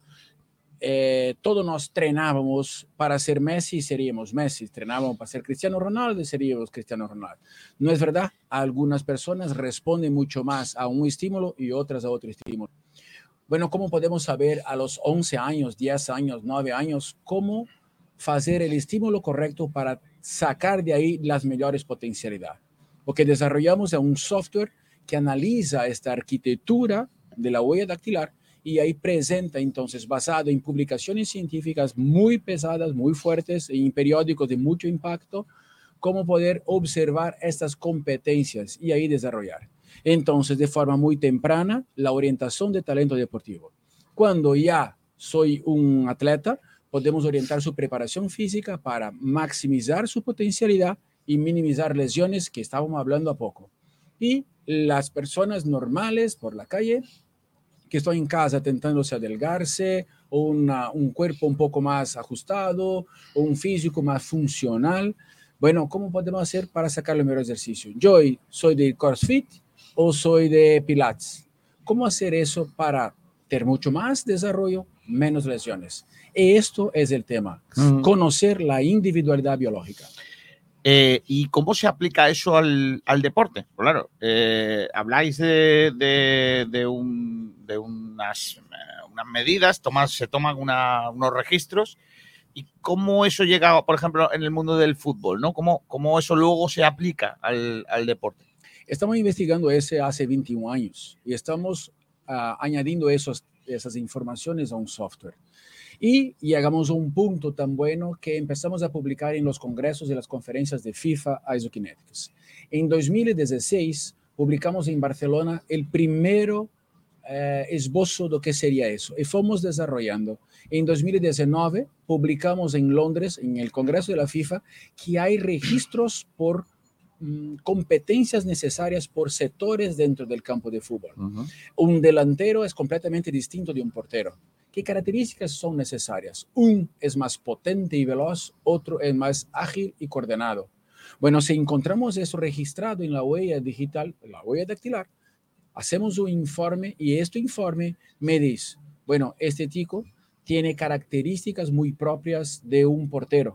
eh, todos nos trenábamos para ser Messi y seríamos Messi, trenábamos para ser Cristiano Ronaldo y seríamos Cristiano Ronaldo. No es verdad, algunas personas responden mucho más a un estímulo y otras a otro estímulo. Bueno, ¿cómo podemos saber a los once años, diez años, nueve años, cómo hacer el estímulo correcto para sacar de ahí las mejores potencialidades? Porque desarrollamos un software que analiza esta arquitectura de la huella dactilar y ahí presenta entonces, basado en publicaciones científicas muy pesadas, muy fuertes, en periódicos de mucho impacto, cómo poder observar estas competencias y ahí desarrollar. Entonces, de forma muy temprana, la orientación de talento deportivo. Cuando ya soy un atleta, podemos orientar su preparación física para maximizar su potencialidad y minimizar lesiones que estábamos hablando a poco. Y las personas normales por la calle, que están en casa intentándose adelgarse, o una, un cuerpo un poco más ajustado, o un físico más funcional, bueno, ¿cómo podemos hacer para sacar el mejor ejercicio? Yo soy de CrossFit o soy de Pilates. ¿Cómo hacer eso para tener mucho más desarrollo, menos lesiones? Y esto es el tema, uh-huh. Conocer la individualidad biológica. Eh, ¿Y cómo se aplica eso al, al deporte? Pues claro, eh, habláis de, de, de, un, de unas, unas medidas, tomas, se toman una, unos registros, y cómo eso llega, por ejemplo, en el mundo del fútbol, ¿no? ¿Cómo, cómo eso luego se aplica al, al deporte? Estamos investigando eso hace veintiún años y estamos uh, añadiendo esos, esas informaciones a un software. Y llegamos a un punto tan bueno que empezamos a publicar en los congresos y las conferencias de FIFA Isokinetics. En dos mil dieciséis publicamos em Barcelona o primeiro eh, esboço do que seria isso. E fomos desenvolvendo. Em dois mil e dezenove, publicamos em Londres, em el Congresso de la FIFA, que há registros por mm, competências necessárias por setores dentro del campo de fútbol. Ujú. Un delantero es completamente distinto de un portero. ¿Qué características son necesarias? Un es más potente y veloz, otro es más ágil y coordinado. Bueno, si encontramos eso registrado en la huella digital, la huella dactilar, hacemos un informe y este informe me dice, bueno, este chico tiene características muy propias de un portero.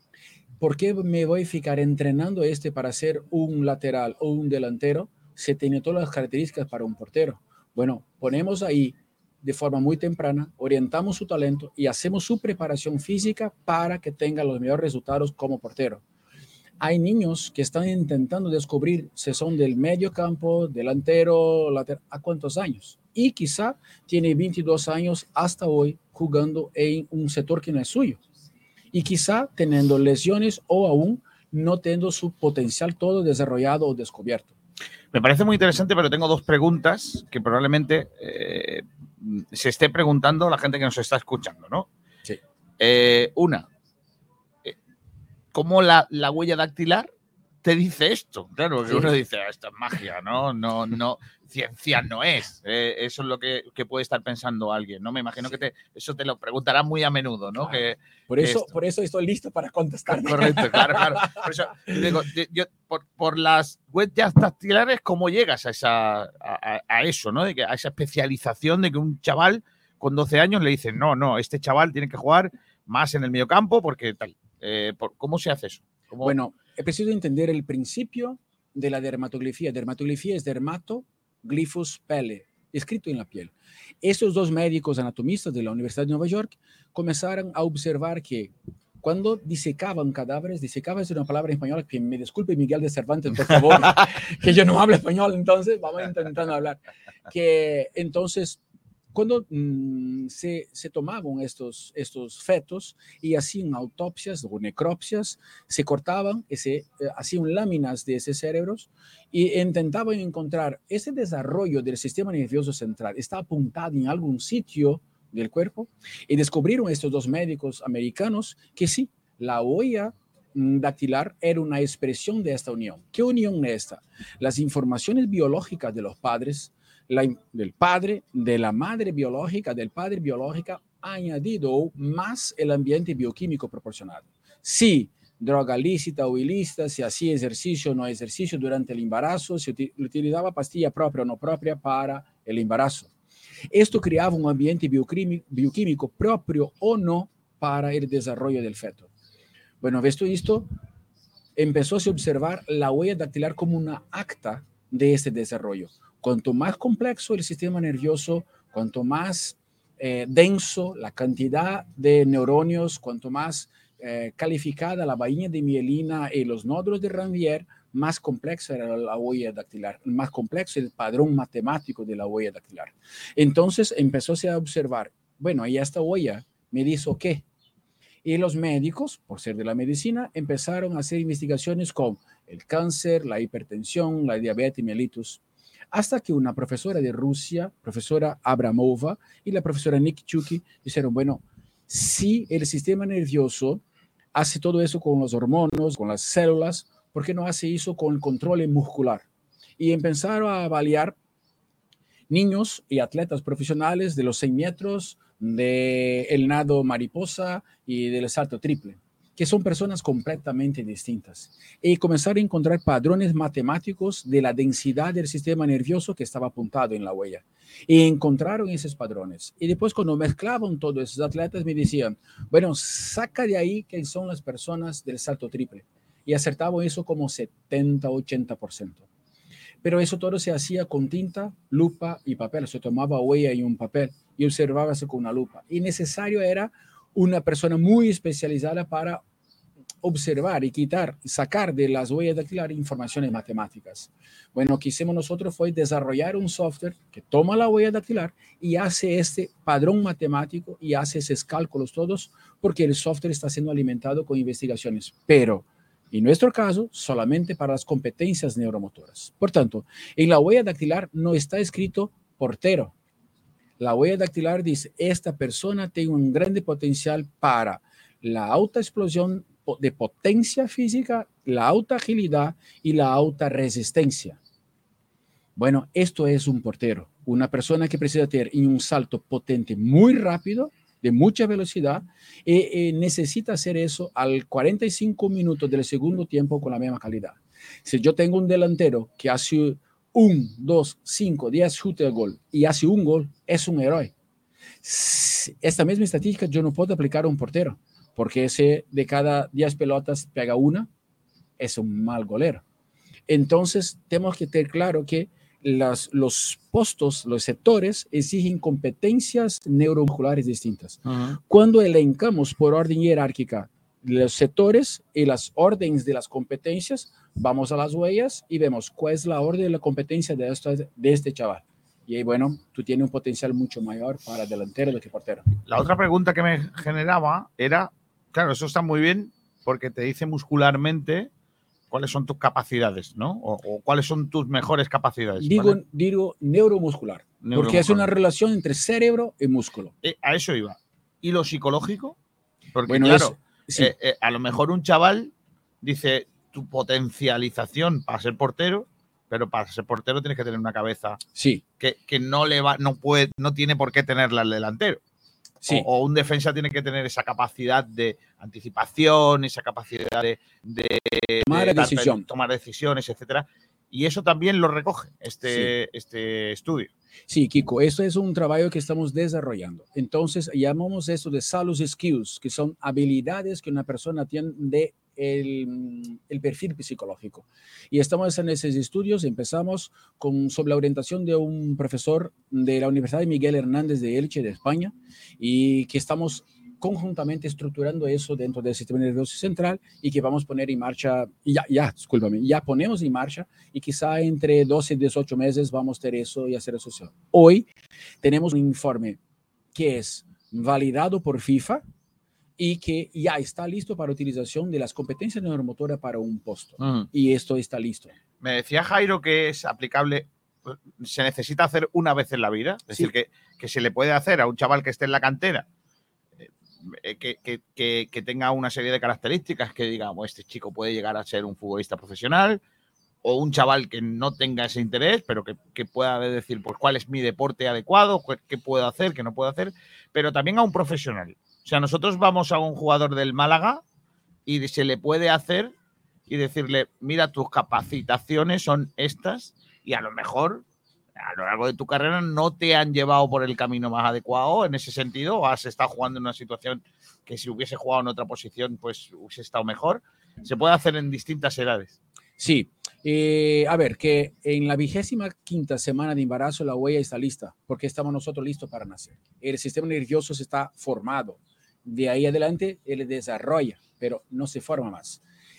¿Por qué me voy a ficar entrenando este para ser un lateral o un delantero si tiene todas las características para un portero? Bueno, ponemos ahí de forma muy temprana, orientamos su talento y hacemos su preparación física para que tenga los mejores resultados como portero. Hay niños que están intentando descubrir si son del medio campo, delantero, lateral, ¿a cuántos años? Y quizá tiene veintidós años hasta hoy jugando en un sector que no es suyo. Y quizá teniendo lesiones o aún no teniendo su potencial todo desarrollado o descubierto. Me parece muy interesante, pero tengo dos preguntas que probablemente eh, se esté preguntando la gente que nos está escuchando, ¿no? Sí. Eh, una, eh, ¿cómo la, la huella dactilar te dice esto? Claro, porque Sí. uno dice, ah, esto es magia, ¿no? No, no, ciencia no es. Eh, eso es lo que, que puede estar pensando alguien, ¿no? Me imagino Sí. que te, eso te lo preguntará muy a menudo, ¿no? Claro. Que, Por que eso, esto. por eso estoy listo para contestar. Correcto, claro, claro. Por eso, digo, yo, yo, por, por las huellas dactilares, ¿cómo llegas a, esa, a, a eso, ¿no? De que, a esa especialización de que un chaval con doce años le dicen, no, no, este chaval tiene que jugar más en el mediocampo porque tal. Eh, por, ¿Cómo se hace eso? ¿Cómo? Bueno, es preciso entender el principio de la dermatografía. Dermatografía es dermato, glifos, pele, escrito en la piel. Esos dos médicos anatomistas de la Universidad de Nueva York comenzaron a observar que cuando disecaban cadáveres, disecaba es una palabra en español, que me disculpe Miguel de Cervantes, por favor, que yo no hablo español, entonces vamos intentando hablar. Que entonces, cuando mmm, se, se tomaban estos, estos fetos y hacían autopsias o necropsias, se cortaban y se eh, hacían láminas de esos cerebros y intentaban encontrar ese desarrollo del sistema nervioso central. Está apuntado en algún sitio del cuerpo y descubrieron estos dos médicos americanos que sí, la huella dactilar era una expresión de esta unión. ¿Qué unión es esta? Las informaciones biológicas de los padres, la, del padre, de la madre biológica, del padre biológica, añadido más el ambiente bioquímico proporcionado. Si droga lícita o ilícita, si hacía ejercicio o no ejercicio durante el embarazo, si utilizaba pastilla propia o no propia para el embarazo. Esto creaba un ambiente bioquímico, bioquímico propio o no para el desarrollo del feto. Bueno, visto esto, empezó a observar la huella dactilar como una acta de este desarrollo. Cuanto más complejo el sistema nervioso, cuanto más eh, denso la cantidad de neurones, cuanto más eh, calificada la vaina de mielina y los nódulos de Ranvier, más complexa era la huella dactilar, más complejo el padrón matemático de la huella dactilar. Entonces empezó a observar, bueno, y esta huella me dice qué. Y los médicos, por ser de la medicina, empezaron a hacer investigaciones con el cáncer, la hipertensión, la diabetes mellitus, hasta que una profesora de Rusia, profesora Abramova, y la profesora Nick Chucky dijeron, bueno, si el sistema nervioso hace todo eso con los hormonas, con las células, ¿por qué no hace eso con el control muscular? Y empezaron a avaliar niños y atletas profesionales de los cien metros, del nado mariposa y del salto triple, que son personas completamente distintas. Y comenzaron a encontrar patrones matemáticos de la densidad del sistema nervioso que estaba apuntado en la huella. Y encontraron esos patrones. Y después cuando mezclaban todos esos atletas me decían, bueno, saca de ahí quién son las personas del salto triple. Y acertaban eso como setenta, ochenta por ciento. Pero eso todo se hacía con tinta, lupa y papel. Se tomaba huella en un papel y observaba eso con una lupa. Y necesario era una persona muy especializada para observar y quitar, sacar de las huellas dactilares informaciones matemáticas. Bueno, lo que hicimos nosotros fue desarrollar un software que toma la huella dactilar y hace este padrón matemático y hace esos cálculos todos, porque el software está siendo alimentado con investigaciones. Pero En nuestro caso, solamente para las competencias neuromotoras. Por tanto, en la huella dactilar no está escrito portero. La huella dactilar dice, esta persona tiene un grande potencial para la alta explosión de potencia física, la alta agilidad y la alta resistencia. Bueno, esto es un portero, una persona que precisa tener un salto potente muy rápido, de mucha velocidad, y, y necesita hacer eso al cuarenta y cinco minutos del segundo tiempo con la misma calidad. Si yo tengo un delantero que hace un, dos, cinco, diez chutes de gol y hace un gol, es un héroe. Esta misma estadística yo no puedo aplicar a un portero, porque ese de cada diez pelotas pega una, es un mal golero. Entonces, tenemos que tener claro que las, los postos, los sectores, exigen competencias neuromusculares distintas. Uh-huh. Cuando elencamos por orden jerárquica los sectores y las órdenes de las competencias, vamos a las huellas y vemos cuál es la orden de la competencia de, esto, de este chaval. Y ahí, bueno, tú tienes un potencial mucho mayor para delantero do que portero. La otra pregunta que me generaba era, claro, eso está muy bien porque te dice muscularmente cuáles son tus capacidades, ¿no? O, o cuáles son tus mejores capacidades. Digo, ¿vale? digo neuromuscular, neuromuscular, porque es una relación entre cerebro y músculo. Eh, a eso iba. ¿Y lo psicológico? Porque, bueno, claro, es, sí. eh, eh, a lo mejor un chaval dice tu potencialización para ser portero, pero para ser portero tienes que tener una cabeza sí. que, que no le va, no puede, no tiene por qué tenerla el delantero. Sí. O, o un defensa tiene que tener esa capacidad de anticipación, esa capacidad de, de, tomar, de decisión. tomar decisiones, etcétera. Y eso también lo recoge este, sí. este estudio. Sí, Kiko, esto es un trabajo que estamos desarrollando. Entonces, llamamos esto de Salus Skills, que son habilidades que una persona tiene de el, el perfil psicológico. Y estamos en esos estudios, empezamos con, sobre la orientación de un profesor de la Universidad de Miguel Hernández de Elche, de España, y que estamos conjuntamente estructurando eso dentro del sistema nervioso central y que vamos a poner en marcha, ya, ya, discúlpame, ya ponemos en marcha y quizá entre doce y dieciocho meses vamos a tener eso y hacer eso. Hoy tenemos un informe que es validado por FIFA y que ya está listo para utilización de las competencias neuromotoras para un posto. Uh-huh. Y esto está listo. Me decía Jairo que es aplicable, se necesita hacer una vez en la vida, es sí. decir, que, que se le puede hacer a un chaval que esté en la cantera, Que, que, que, que tenga una serie de características que digamos, este chico puede llegar a ser un futbolista profesional, o un chaval que no tenga ese interés, pero que, que pueda decir pues, cuál es mi deporte adecuado, qué puedo hacer, qué no puedo hacer, pero también a un profesional. O sea, nosotros vamos a un jugador del Málaga y se le puede hacer y decirle, mira, tus capacitaciones son estas y a lo mejor a lo largo de tu carrera no te han llevado por el camino más adecuado en ese sentido, o has estado jugando en una situación que si hubiese jugado en otra posición pues hubiese estado mejor. Se puede hacer en distintas edades. Sí, eh, a ver, que en la vigésima quinta semana de embarazo la huella está lista, porque estamos nosotros listos para nacer. El sistema nervioso está formado, de ahí adelante él desarrolla, pero no se forma más.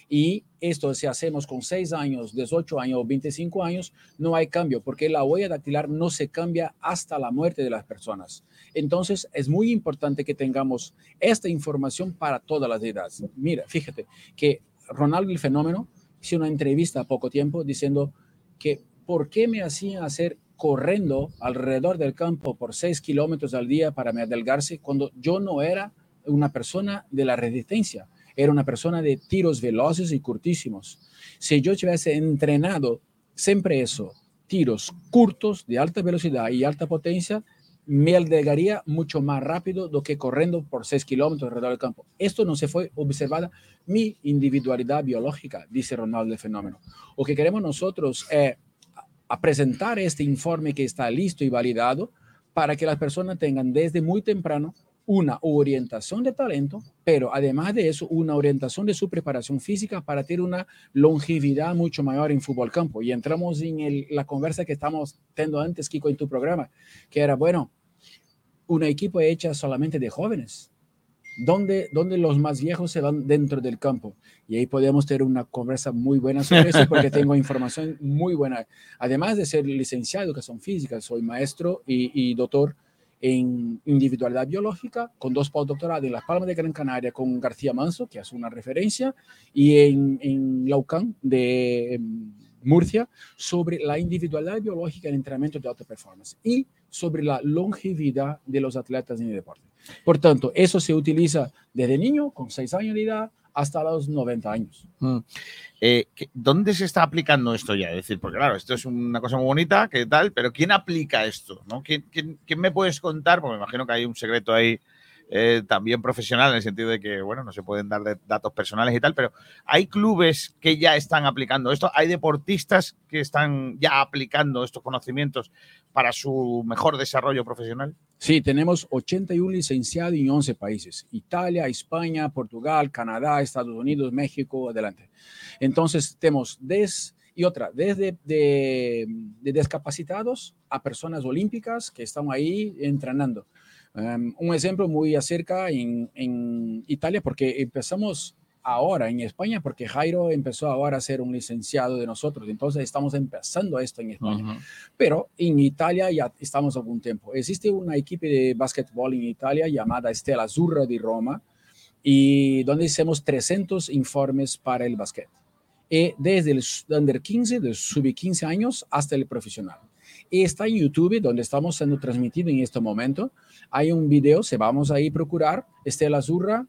Y esto, si hacemos con seis años, dieciocho años o veinticinco años, no hay cambio, porque la huella dactilar no se cambia hasta la muerte de las personas. Entonces, es muy importante que tengamos esta información para todas las edades. Mira, fíjate que Ronaldo el Fenómeno hizo una entrevista a poco tiempo diciendo que ¿por qué me hacían hacer corriendo alrededor del campo por seis kilómetros al día para me adelgarse cuando yo no era una persona de la resistencia? Era una persona de tiros veloces y curtísimos. Si yo hubiese entrenado siempre eso, tiros curtos de alta velocidad y alta potencia, me adelgaría mucho más rápido do que corriendo por seis kilómetros alrededor del campo. Esto no se fue observada mi individualidad biológica, dice Ronaldo el Fenómeno. Lo que queremos nosotros es a presentar este informe que está listo y validado para que las personas tengan desde muy temprano una orientación de talento, pero además de eso, una orientación de su preparación física para tener una longevidad mucho mayor en fútbol campo. Y entramos en el, la conversa que estamos teniendo antes, Kiko, en tu programa, que era, bueno, una equipo hecha solamente de jóvenes, donde, donde los más viejos se van dentro del campo. Y ahí podemos tener una conversa muy buena sobre eso, porque tengo información muy buena. Además de ser licenciado en educación física, soy maestro y, y doctor en individualidad biológica, con dos postdoctorados en Las Palmas de Gran Canaria con García Manso, que es una referencia, y en, en la U C A M de Murcia, sobre la individualidad biológica en el entrenamiento de alta performance y sobre la longevidad de los atletas en el deporte. Por tanto, eso se utiliza desde niño, con seis años de edad, hasta los noventa años. Mm. Eh, ¿Dónde se está aplicando esto ya? Es decir, porque claro, esto es una cosa muy bonita, ¿qué tal? Pero ¿quién aplica esto? ¿No? ¿Quién, quién, quién me puedes contar? Porque me imagino que hay un secreto ahí eh, también profesional, en el sentido de que, bueno, no se pueden dar de datos personales y tal, pero ¿hay clubes que ya están aplicando esto? ¿Hay deportistas que están ya aplicando estos conocimientos para su mejor desarrollo profesional? Sí, tenemos ochenta y uno licenciados en once países. Italia, España, Portugal, Canadá, Estados Unidos, México, adelante. Entonces, tenemos des, y otra, desde de, de discapacitados a personas olímpicas que están ahí entrenando. Um, un ejemplo muy acerca en, en Italia, porque empezamos ahora en España, porque Jairo empezó ahora a ser un licenciado de nosotros, entonces estamos empezando esto en España. Uh-huh. Pero en Italia ya estamos algún tiempo. Existe una equipo de básquetbol en Italia llamada Stella Azzurra de Roma, y donde hicimos trescientos informes para el básquet. Y desde el under quince, de sub quince años, hasta el profesional. Y está en YouTube, donde estamos siendo transmitidos en este momento. Hay un video, se vamos a ir a procurar, Stella Azzurra,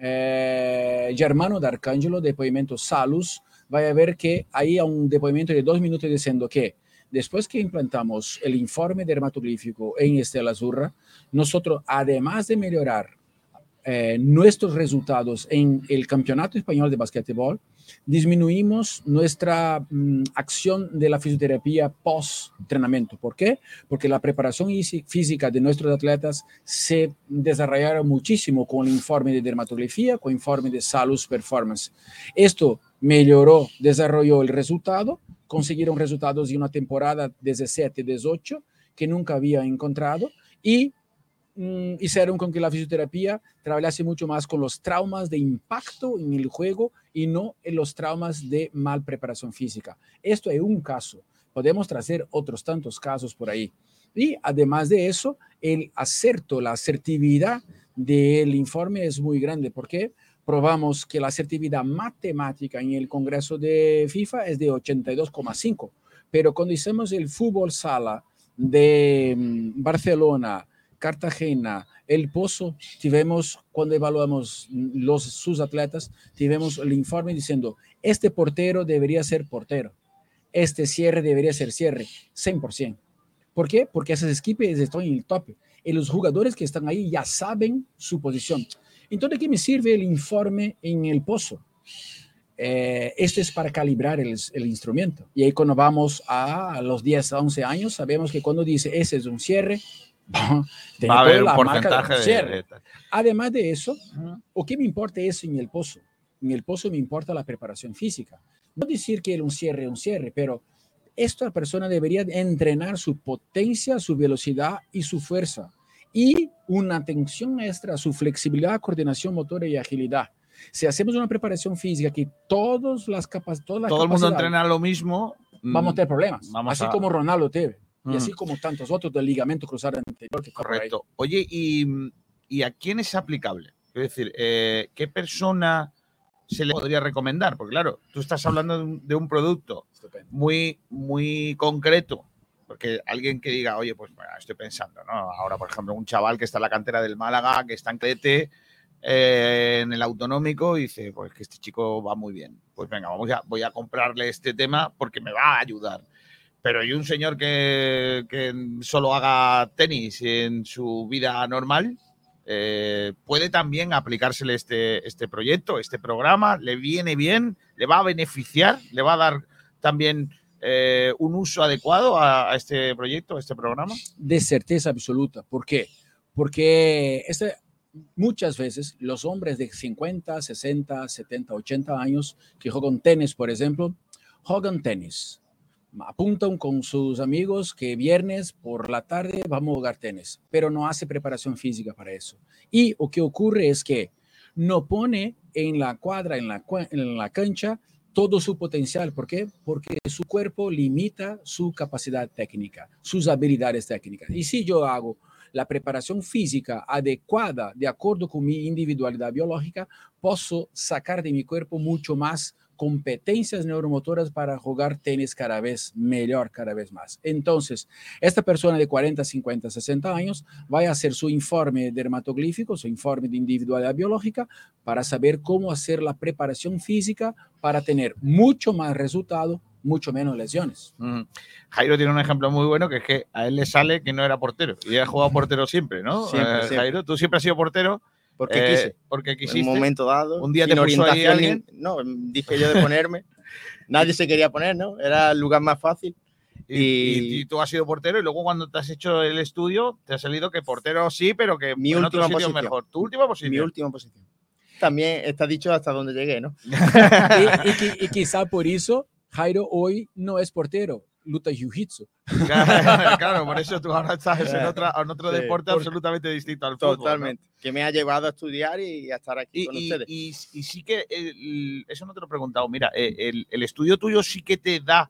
eh, Germano D'Arcangelo, depoimento Salus. Vaya a ver que hay un depoimento de dos minutos diciendo que después que implantamos el informe dermatoglífico en Stella Azzurra, nosotros, además de mejorar eh, nuestros resultados en el Campeonato Español de Basquetebol, disminuimos nuestra mm, acción de la fisioterapia post-entrenamiento. ¿Por qué? Porque la preparación física de nuestros atletas se desarrollaron muchísimo con el informe de dermatografía, con el informe de Salus Performance. Esto mejoró, desarrolló el resultado, consiguieron resultados de una temporada diecisiete dieciocho que nunca había encontrado y mm, hicieron con que la fisioterapia trabajase mucho más con los traumas de impacto en el juego y no en los traumas de mal preparación física. Esto es un caso. Podemos traer otros tantos casos por ahí. Y además de eso, el acerto, la asertividad del informe es muy grande. ¿Por qué? Probamos que la asertividad matemática en el Congreso de FIFA es de ochenta y dos coma cinco. Pero cuando hicimos el fútbol sala de Barcelona, Cartagena, El Pozo, tivemos, cuando evaluamos los, sus atletas, tivemos el informe diciendo, este portero debería ser portero, este cierre debería ser cierre, cien por ciento. ¿Por qué? Porque esos equipos están en el tope y los jugadores que están ahí ya saben su posición. Entonces, ¿qué me sirve el informe en El Pozo? Eh, esto es para calibrar el, el instrumento. Y ahí cuando vamos a, a los diez, once años, sabemos que cuando dice ese es un cierre, va a haber un porcentaje de, de, de... Además de eso, uh-huh. ¿O qué me importa eso en El Pozo? En El Pozo me importa la preparación física. No decir que un cierre es un cierre, pero esta persona debería entrenar su potencia, su velocidad y su fuerza. Y una atención extra a su flexibilidad, coordinación motora y agilidad. Si hacemos una preparación física que todas las capas, todas las todo el mundo entrena lo mismo, vamos a tener problemas. Así a... como Ronaldo teve. Y así como tantos otros del ligamento cruzado anterior. Que correcto. Oye, ¿y, ¿y a quién es aplicable? Es decir, eh, ¿qué persona se le podría recomendar? Porque claro, tú estás hablando de un, de un producto muy, muy concreto. Porque alguien que diga, oye, pues bueno, estoy pensando, ¿no? Ahora, por ejemplo, un chaval que está en la cantera del Málaga, que está en Crete, eh, en el autonómico, y dice, pues que este chico va muy bien. Pues venga, vamos a, voy a comprarle este tema porque me va a ayudar. Pero hay un señor que, que solo haga tenis en su vida normal, eh, puede también aplicársele este, este proyecto, este programa, le viene bien, le va a beneficiar, le va a dar también eh, un uso adecuado a, a este proyecto, a este programa. De certeza absoluta. ¿Por qué? Porque este, muchas veces los hombres de cincuenta, sesenta, setenta, ochenta años que juegan tenis, por ejemplo, juegan tenis. Apuntan con sus amigos que viernes por la tarde vamos a jugar tenis, pero no hace preparación física para eso. Y lo que ocurre es que no pone en la cuadra, en la, en la cancha, todo su potencial. ¿Por qué? Porque su cuerpo limita su capacidad técnica, sus habilidades técnicas. Y si yo hago la preparación física adecuada de acuerdo con mi individualidad biológica, puedo sacar de mi cuerpo mucho más competencias neuromotoras para jugar tenis cada vez mejor, cada vez más. Entonces, esta persona de cuarenta, cincuenta, sesenta años va a hacer su informe dermatoglífico, su informe de individualidad biológica, para saber cómo hacer la preparación física para tener mucho más resultado, mucho menos lesiones. Mm. Jairo tiene un ejemplo muy bueno, que es que a él le sale que no era portero y ha jugado portero siempre, ¿no? Siempre, Eh, siempre. Jairo, tú siempre has sido portero. Porque eh, quise. Porque En quisiste. un momento dado, Un día sin te puso ahí orientación, alguien. ni- no, dije yo de ponerme. Nadie se quería poner, ¿no? Era el lugar más fácil. Y, y- Y- y tú has sido portero y luego cuando te has hecho el estudio te ha salido que portero sí, pero que Mi en última otro sitio posición. mejor. Tu última posición. Mi última posición. También está dicho hasta donde llegué, ¿no? y, y qui- y quizá por eso Jairo hoy no es portero, luta jiu-jitsu. Claro, por eso tú ahora estás en, otra, en otro Sí, deporte porque- absolutamente distinto al fútbol. ¿no? Totalmente. Que me ha llevado a estudiar y a estar aquí Y, con y- ustedes. y- y sí que, el- eso no te lo he preguntado, mira, eh, el, el estudio tuyo sí que te da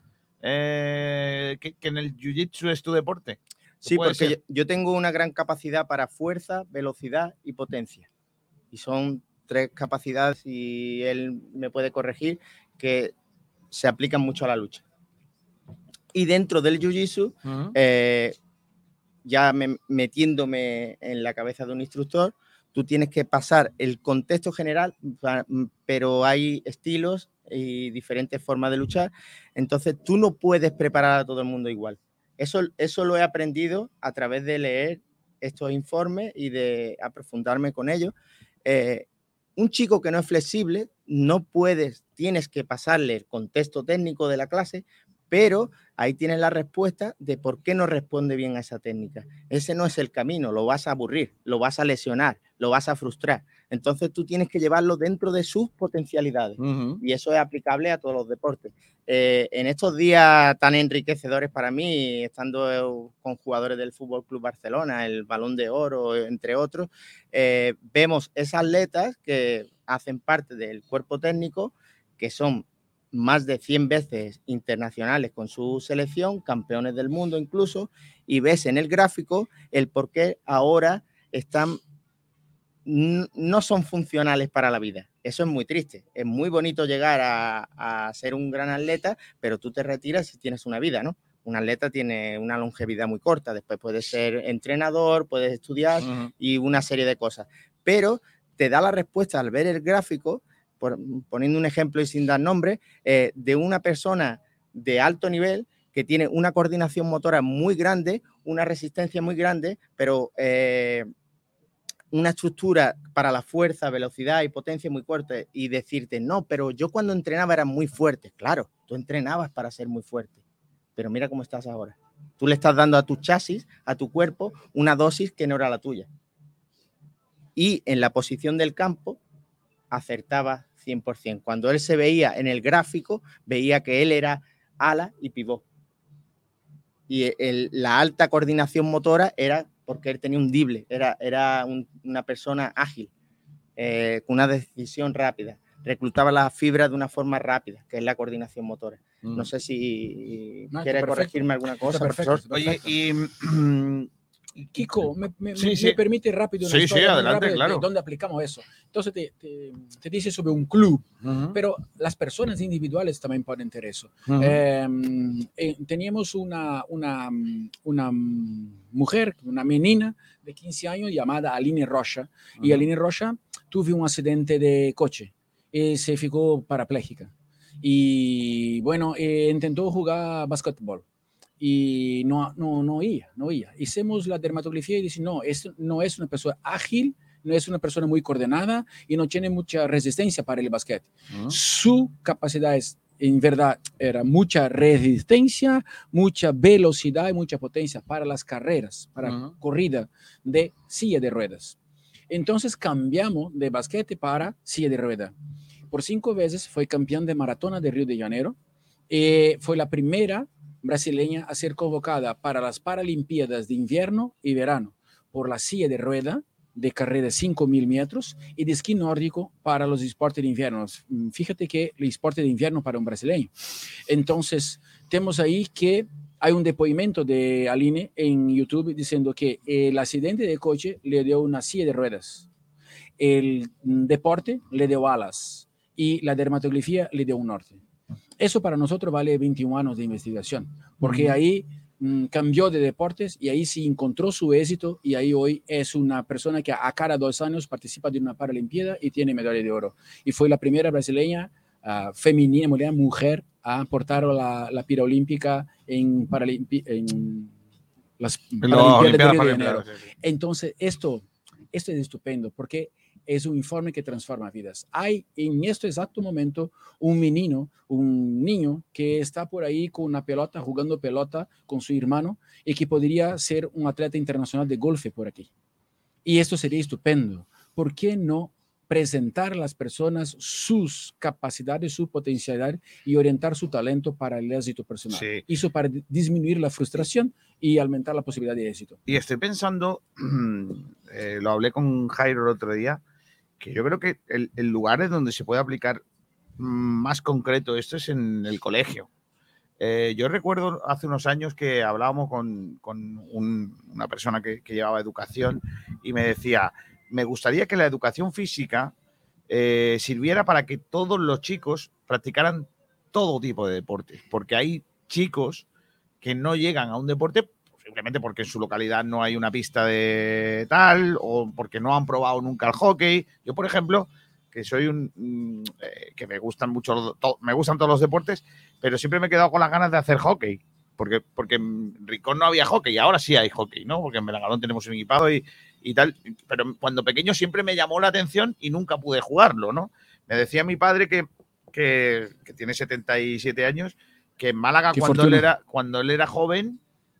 eh, que, que en el jiu-jitsu es tu deporte. Sí, puede porque yo, ser. yo tengo una gran capacidad para fuerza, velocidad y potencia. Y son tres capacidades, y él me puede corregir, que se aplican mucho a la lucha. Y dentro del jiu-jitsu, Ujú. eh, ya me- metiéndome en la cabeza de un instructor, tú tienes que pasar el contexto general, pa- pero hay estilos y diferentes formas de luchar. Entonces tú no puedes preparar a todo el mundo igual. Eso, eso lo he aprendido a través de leer estos informes y de aprofundarme con ellos. Eh, un chico que no es flexible, no puedes, tienes que pasarle el contexto técnico de la clase, pero ahí tienes la respuesta de por qué no responde bien a esa técnica. Ese no es el camino, lo vas a aburrir, lo vas a lesionar, lo vas a frustrar. Entonces tú tienes que llevarlo dentro de sus potencialidades. Ujú. Y eso es aplicable a todos los deportes. Eh, en estos días tan enriquecedores para mí, estando con jugadores del Fútbol Club Barcelona, el Balón de Oro, entre otros, eh, vemos esas atletas que hacen parte del cuerpo técnico, que son más de cien veces internacionales con su selección, campeones del mundo incluso, y ves en el gráfico el por qué ahora están, no son funcionales para la vida. Eso es muy triste. Es muy bonito llegar a, a ser un gran atleta, pero tú te retiras si tienes una vida, ¿no? Un atleta tiene una longevidad muy corta, después puedes ser entrenador, puedes estudiar Ujú. y una serie de cosas. Pero te da la respuesta al ver el gráfico, por, poniendo un ejemplo y sin dar nombre, eh, de una persona de alto nivel que tiene una coordinación motora muy grande, una resistencia muy grande, pero eh, una estructura para la fuerza, velocidad y potencia muy fuerte, y decirte, no, pero yo cuando entrenaba era muy fuerte. Claro, tú entrenabas para ser muy fuerte, pero mira cómo estás ahora. Tú le estás dando a tu chasis, a tu cuerpo, una dosis que no era la tuya. Y en la posición del campo acertaba cien por ciento. Cuando él se veía en el gráfico, veía que él era ala y pivot. Y el, la alta coordinación motora era porque él tenía un drible, era, era un, una persona ágil, eh, con una decisión rápida. Reclutaba las fibras de una forma rápida, que es la coordinación motora. Mm. No sé si No, está quiere perfecto. corregirme alguna cosa, Está perfecto, profesor. está Oye, perfecto. y. Kiko, ¿me, me, Sí, me- sí. me permite rápido una Sí, sí, historia muy adelante, rápida claro. de dónde aplicamos eso? Entonces te, te, te dice sobre un club, Ujú. pero las personas individuales también pueden tener eso. Ujú. Eh, eh, teníamos una, una, una mujer, una menina de quince años llamada Aline Rocha, y Ujú. Aline Rocha tuvo un accidente de coche y se ficó parapléjica. Y bueno, eh, intentó jugar básquetbol y no, no, no oía, no oía. Hicimos la dermatografía y dice, no, esto no es una persona ágil, no es una persona muy coordinada y no tiene mucha resistencia para el básquet. Ujú. Su capacidad es, en verdad, era mucha resistencia, mucha velocidad y mucha potencia para las carreras, para Ujú. corrida de silla de ruedas. Entonces cambiamos de básquet para silla de rueda. Por cinco veces fue campeón de maratona de Río de Janeiro. Eh, fue la primera brasileña a ser convocada para las Paralimpiadas de invierno y verano por la silla de rueda de carrera de cinco mil metros y de esquí nórdico para los deportes de invierno. Fíjate que el deporte de invierno para un brasileño. Entonces, tenemos ahí que Hay un depoimento de Aline en YouTube diciendo que el accidente de coche le dio una silla de ruedas, el deporte le dio alas y la dermatografía le dio un norte. Eso para nosotros vale veintiún años de investigación, porque uh-huh. ahí mmm, cambió de deportes y ahí sí encontró su éxito y ahí hoy es una persona que a cada dos años participa de una Paralimpiada y tiene medalla de oro. Y fue la primera brasileña uh, femenina, mujer, mujer a portar la, la pira olímpica en, Paralimpi en las Paralimpiadas de Río de Janeiro. Entonces, esto, esto es estupendo porque es un informe que transforma vidas. Hay en este exacto momento un menino, un niño que está por ahí con una pelota, jugando pelota con su hermano y que podría ser un atleta internacional de golf por aquí. Y esto sería estupendo. ¿Por qué no presentar a las personas sus capacidades, su potencialidad y orientar su talento para el éxito personal? Sí. Eso para disminuir la frustración y aumentar la posibilidad de éxito. Y estoy pensando, eh, lo hablé con Jairo el otro día, que yo creo que el, el lugar en donde se puede aplicar más concreto esto es en el colegio. Eh, yo recuerdo hace unos años que hablábamos con, con un, una persona que, que llevaba educación y me decía, me gustaría que la educación física eh, sirviera para que todos los chicos practicaran todo tipo de deportes, porque hay chicos que no llegan a un deporte simplemente porque en su localidad no hay una pista de tal o porque no han probado nunca el hockey. Yo, por ejemplo, que soy un... Eh, que me gustan mucho, to, me gustan todos los deportes, pero siempre me he quedado con las ganas de hacer hockey, porque, porque en Rincón no había hockey y ahora sí hay hockey, ¿no? Porque en Belangalón tenemos un equipado y, y tal, pero cuando pequeño siempre me llamó la atención y nunca pude jugarlo, ¿no? Me decía mi padre que, que, que tiene setenta y siete años, que en Málaga cuando él, era, cuando él era joven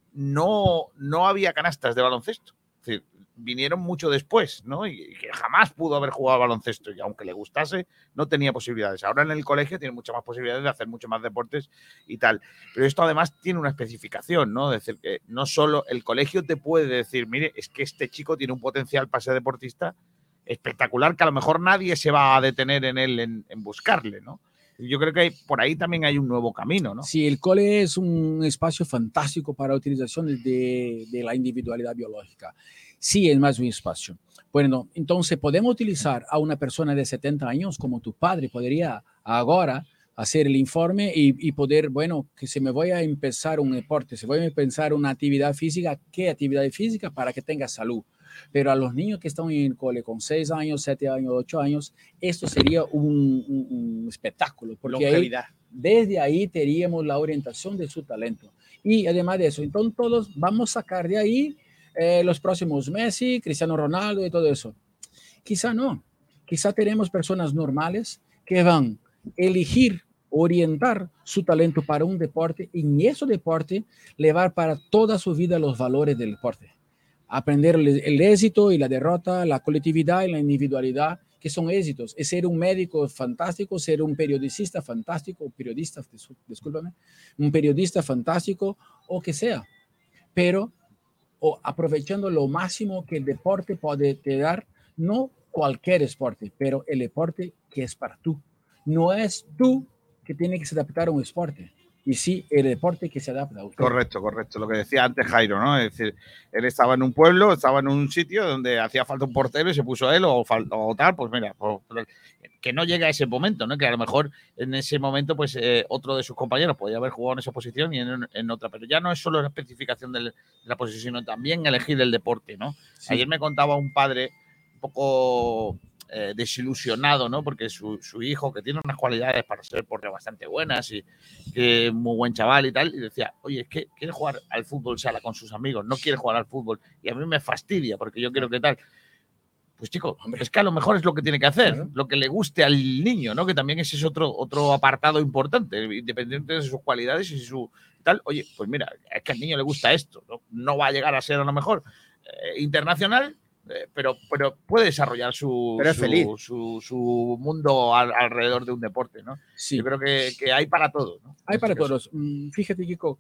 no, no había canastas de baloncesto. Es decir, vinieron mucho después, ¿no? Y que jamás pudo haber jugado baloncesto y aunque le gustase, no tenía posibilidades. Ahora en el colegio tiene muchas más posibilidades de hacer muchos más deportes y tal. Pero esto además tiene una especificación, ¿no? Es decir, que no solo el colegio te puede decir, mire, es que este chico tiene un potencial para ser deportista espectacular que a lo mejor nadie se va a detener en él en, en buscarle, ¿no? Yo creo que hay, por ahí también hay un nuevo camino, ¿no? Sí, el cole es un espacio fantástico para la utilización de, de la individualidad biológica. Sí, es más un espacio. Bueno, entonces podemos utilizar a una persona de setenta años como tu padre podría ahora hacer el informe y, y poder, bueno, que si me voy a empezar un deporte, si voy a empezar una actividad física, ¿qué actividad física para que tenga salud? Pero a los niños que están en el cole con seis años, siete años, ocho años, esto sería un, un, un espectáculo, porque ahí, desde ahí teníamos la orientación de su talento. Y además de eso, entonces todos vamos a sacar de ahí eh, los próximos Messi, Cristiano Ronaldo y todo eso. Quizá no, quizá tenemos personas normales que van a elegir, orientar su talento para un deporte y en ese deporte llevar para toda su vida los valores del deporte. Aprender el, el éxito y la derrota, la colectividad y la individualidad, que son éxitos. Es ser un médico fantástico, ser un periodista fantástico, periodista, discúlpame, un periodista fantástico o que sea. Pero o aprovechando lo máximo que el deporte puede te dar, no cualquier deporte, pero el deporte que es para tú. No es tú que tiene que se adaptar a un deporte. Y sí, el deporte que se adapta a usted. Correcto, correcto. Lo que decía antes Jairo, ¿no? Es decir, él estaba en un pueblo, estaba en un sitio donde hacía falta un portero y se puso él o, o tal, pues mira, pues, que no llega a ese momento, ¿no? Que a lo mejor en ese momento, pues eh, otro de sus compañeros podía haber jugado en esa posición y en, en otra. Pero ya no es solo la especificación de la posición, sino también elegir el deporte, ¿no? Sí. Ayer me contaba un padre un poco... Eh, desilusionado, ¿no? Porque su, su hijo, que tiene unas cualidades para ser portero bastante buenas y que es muy buen chaval y tal, y decía, oye, es que quiere jugar al fútbol sala con sus amigos, no quiere jugar al fútbol y a mí me fastidia porque yo quiero que tal. Pues chico, es que a lo mejor es lo que tiene que hacer, uh-huh. lo que le guste al niño, ¿no? Que también ese es otro, otro apartado importante, independientemente de sus cualidades y su tal. Oye, pues mira, es que al niño le gusta esto, no, no va a llegar a ser a lo mejor eh, internacional, Eh, pero, pero puede desarrollar su, pero es su, feliz. su, su mundo al, alrededor de un deporte, ¿no? Sí. Yo creo que, que hay para todos, ¿no? Hay para todos. Fíjate, Kiko,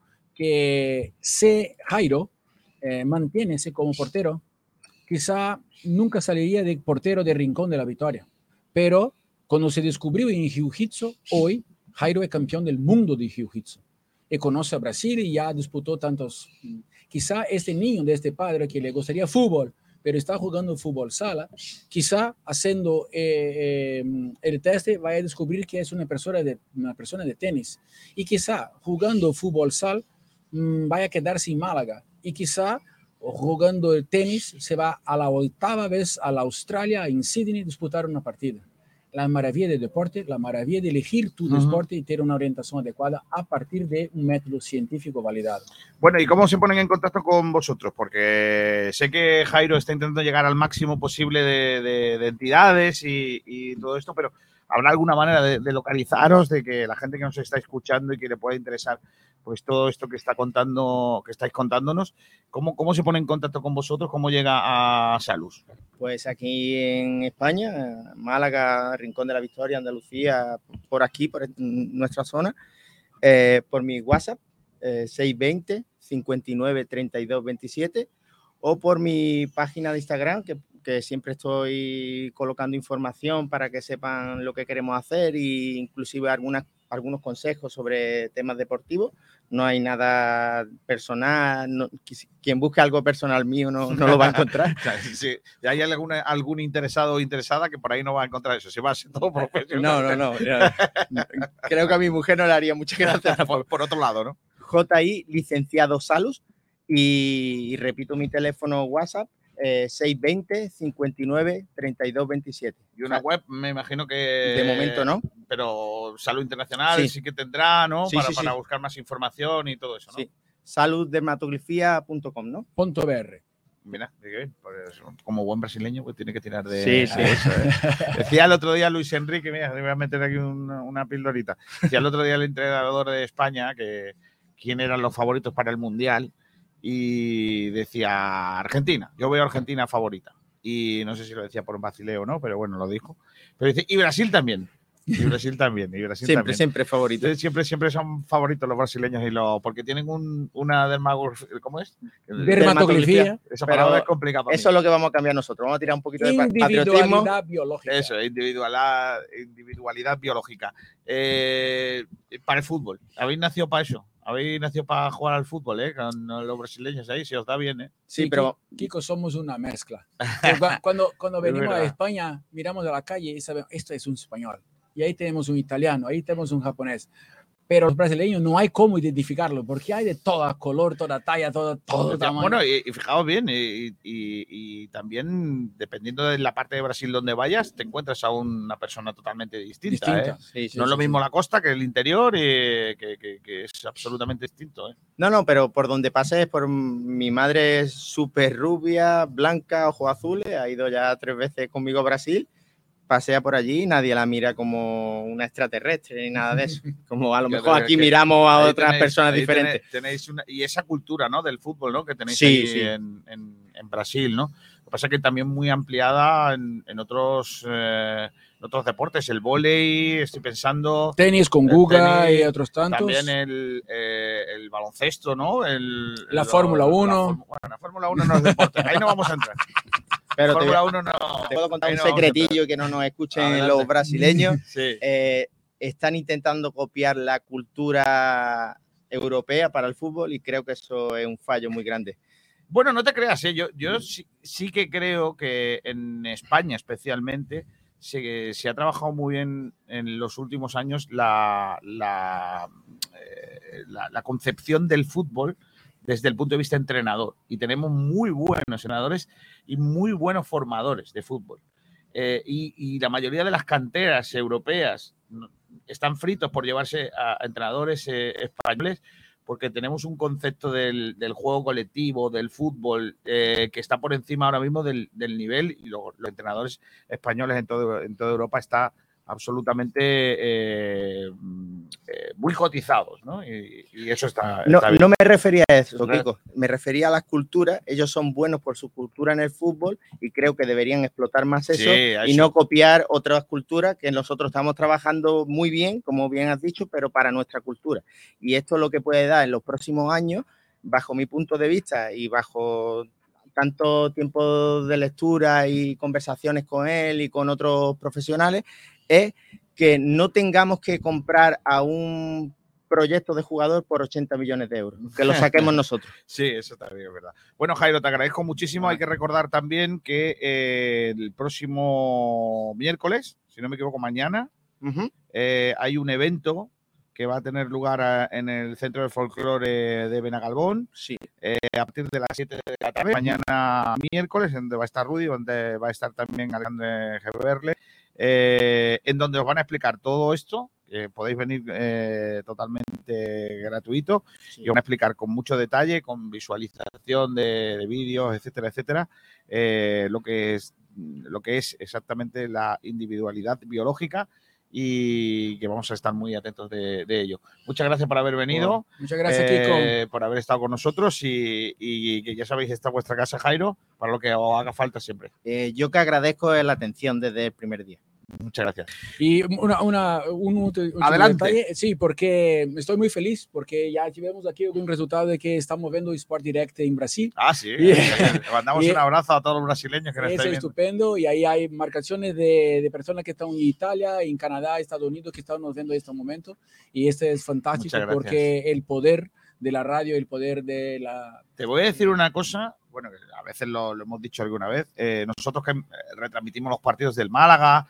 que si Jairo eh, mantiene como portero, quizá nunca saliría de portero de Rincón de la Victoria, pero cuando se descubrió en Jiu-Jitsu, hoy Jairo es campeón del mundo de Jiu-Jitsu. y conoce a Brasil y ya disputó tantos. Quizá este niño de este padre que le gustaría fútbol, pero está jugando fútbol sala, quizá haciendo eh, eh, el teste vaya a descubrir que es una persona de, una persona de tenis. Y quizá jugando fútbol sala mmm, vaya a quedarse en Málaga. Y quizá jugando el tenis se va a la octava vez a la Australia, en Sydney, a disputar una partida. La maravilla del deporte, la maravilla de elegir tu uh-huh. deporte y tener una orientación adecuada a partir de un método científico validado. Bueno, ¿y cómo se ponen en contacto con vosotros? Porque sé que Jairo está intentando llegar al máximo posible de, de, de entidades y, y todo esto, pero ¿habrá alguna manera de, de localizaros, de que la gente que nos está escuchando y que le pueda interesar pues todo esto que está contando, que estáis contándonos, ¿cómo, cómo se pone en contacto con vosotros? ¿Cómo llega a Salus? Pues aquí en España, Málaga, Rincón de la Victoria, Andalucía, por aquí, por nuestra zona, eh, por mi WhatsApp, eh, seis dos cero, cincuenta y nueve, treinta y dos, veintisiete, o por mi página de Instagram, que, que siempre estoy colocando información para que sepan lo que queremos hacer e inclusive algunas, algunos consejos sobre temas deportivos. No hay nada personal, no, quien busque algo personal mío no, no lo va a encontrar. Si hay alguna, algún interesado o interesada que por ahí no va a encontrar eso, si va a ser todo profesional. No, no, no, no. Creo que a mi mujer no le haría muchas gracias. por, por otro lado, ¿no? J I, licenciado Salus, y, y repito mi teléfono WhatsApp, eh, seis dos cero, cincuenta y nueve, treinta y dos, veintisiete. Y una o sea, web, me imagino que... De momento no. Pero Salud Internacional sí, sí que tendrá, ¿no? Sí, para, sí, para sí. buscar más información y todo eso, ¿no? Sí. salud dermatografía punto com, ¿no? Punto .br. Mira, pues, como buen brasileño, pues tiene que tirar de... Sí, sí. Eso, ¿eh? Decía el otro día Luis Enrique, mira, le voy a meter aquí una, una pildorita. Decía el otro día el entrenador de España que quién eran los favoritos para el Mundial y decía Argentina. Yo veo a Argentina favorita. Y no sé si lo decía por un vacileo o no, pero bueno, lo dijo. Pero dice, y Brasil también. Y Brasil también. Y Brasil siempre, también. siempre favorito. Siempre, siempre son favoritos los brasileños y los, porque tienen un, una dermatografía. ¿Cómo es? Dermatografía. Esa palabra es complicada. Eso es lo que vamos a cambiar nosotros. Vamos a tirar un poquito de patriotismo. Individualidad biológica. Eso, individualidad, individualidad biológica. Eh, para el fútbol. ¿Habéis nacido para eso? Habéis nacido para jugar al fútbol, ¿eh? Con los brasileños ahí, si os da bien, ¿eh? Sí, pero Kiko, somos una mezcla. Cuando, cuando venimos a España, miramos a la calle y sabemos, esto es un español. Y ahí tenemos un italiano, ahí tenemos un japonés. Pero los brasileños no hay cómo identificarlo, porque hay de toda color, toda talla, todo, todo tamaño. Bueno, y, y fijaos bien, y, y, y también dependiendo de la parte de Brasil donde vayas, te encuentras a una persona totalmente distinta. distinta. ¿eh? Sí, sí, no es sí, lo mismo sí. la costa que el interior, y que, que, que es absolutamente distinto. ¿eh? No, no, pero por donde pases, por mi madre es súper rubia, blanca, ojos azules, ha ido ya tres veces conmigo a Brasil. Pasea por allí y nadie la mira como una extraterrestre ni nada de eso. Como a lo mejor aquí miramos a otras tenéis, personas diferentes. Tenéis, tenéis una, y esa cultura, ¿no? Del fútbol, ¿no? Que tenéis sí, ahí sí. En, en, en Brasil, ¿no? Lo que pasa es que también muy ampliada en, en otros eh, en otros deportes. El vóley, estoy pensando... Tenis con Guga tenis, y otros tantos. También el, eh, el baloncesto, ¿no? El, la Fórmula uno. La, bueno, la Fórmula uno no es deporte. Ahí no vamos a entrar. Pero te, uno no, te puedo contar un no secretillo que no nos escuchen Adelante. Los brasileños. Sí. Eh, están intentando copiar la cultura europea para el fútbol y creo que eso es un fallo muy grande. Bueno, no te creas, ¿eh? yo, yo sí, sí que creo que en España especialmente se, se ha trabajado muy bien en los últimos años la, la, eh, la, la concepción del fútbol desde el punto de vista entrenador. Y tenemos muy buenos entrenadores y muy buenos formadores de fútbol. Eh, y, y la mayoría de las canteras europeas están fritos por llevarse a, a entrenadores eh, españoles porque tenemos un concepto del, del juego colectivo, del fútbol, eh, que está por encima ahora mismo del, del nivel, y lo, los entrenadores españoles en, todo, en toda Europa está absolutamente eh, eh, muy cotizados, ¿no? Y, y eso está, no, está bien. No me refería a eso, Kiko. Me refería a las culturas. Ellos son buenos por su cultura en el fútbol y creo que deberían explotar más eso, sí, y no copiar otras culturas que nosotros estamos trabajando muy bien, como bien has dicho, pero para nuestra cultura. Y esto es lo que puede dar en los próximos años, bajo mi punto de vista y bajo tanto tiempo de lectura y conversaciones con él y con otros profesionales, es que no tengamos que comprar a un proyecto de jugador por ochenta millones de euros, que lo saquemos nosotros. Sí, eso también es verdad. Bueno, Jairo, te agradezco muchísimo. Hay que recordar también que eh, el próximo miércoles, si no me equivoco, mañana, uh-huh. eh, hay un evento que va a tener lugar a, en el Centro de Folclore de Benagalbón, sí. eh, a partir de las siete de la tarde, mañana miércoles, donde va a estar Rudy, donde va a estar también Alejandro Geberle, eh, en donde os van a explicar todo esto, que podéis venir eh, totalmente gratuito, sí. y os van a explicar con mucho detalle, con visualización de, de vídeos, etcétera, etcétera, eh, lo que es, lo que es exactamente la individualidad biológica, y que vamos a estar muy atentos de, de ello. Muchas gracias por haber venido. Bueno, muchas gracias, eh, Kiko. Por haber estado con nosotros y, y que ya sabéis, está vuestra casa, Jairo, para lo que os haga falta siempre. Eh, yo que agradezco la atención desde el primer día. Muchas gracias. Y una, una, un, un Adelante. Detalle, sí, porque estoy muy feliz, porque ya vemos aquí un resultado de que estamos viendo Sport Direct en Brasil. Ah, sí. Y, Le mandamos y, un abrazo a todos los brasileños que nos están viendo. Es estupendo, y ahí hay marcaciones de, de personas que están en Italia, en Canadá, Estados Unidos, que están nos viendo en este momento. Y este es fantástico porque el poder de la radio, el poder de la... Te voy a decir una cosa, bueno, a veces lo, lo hemos dicho alguna vez, eh, nosotros que retransmitimos los partidos del Málaga,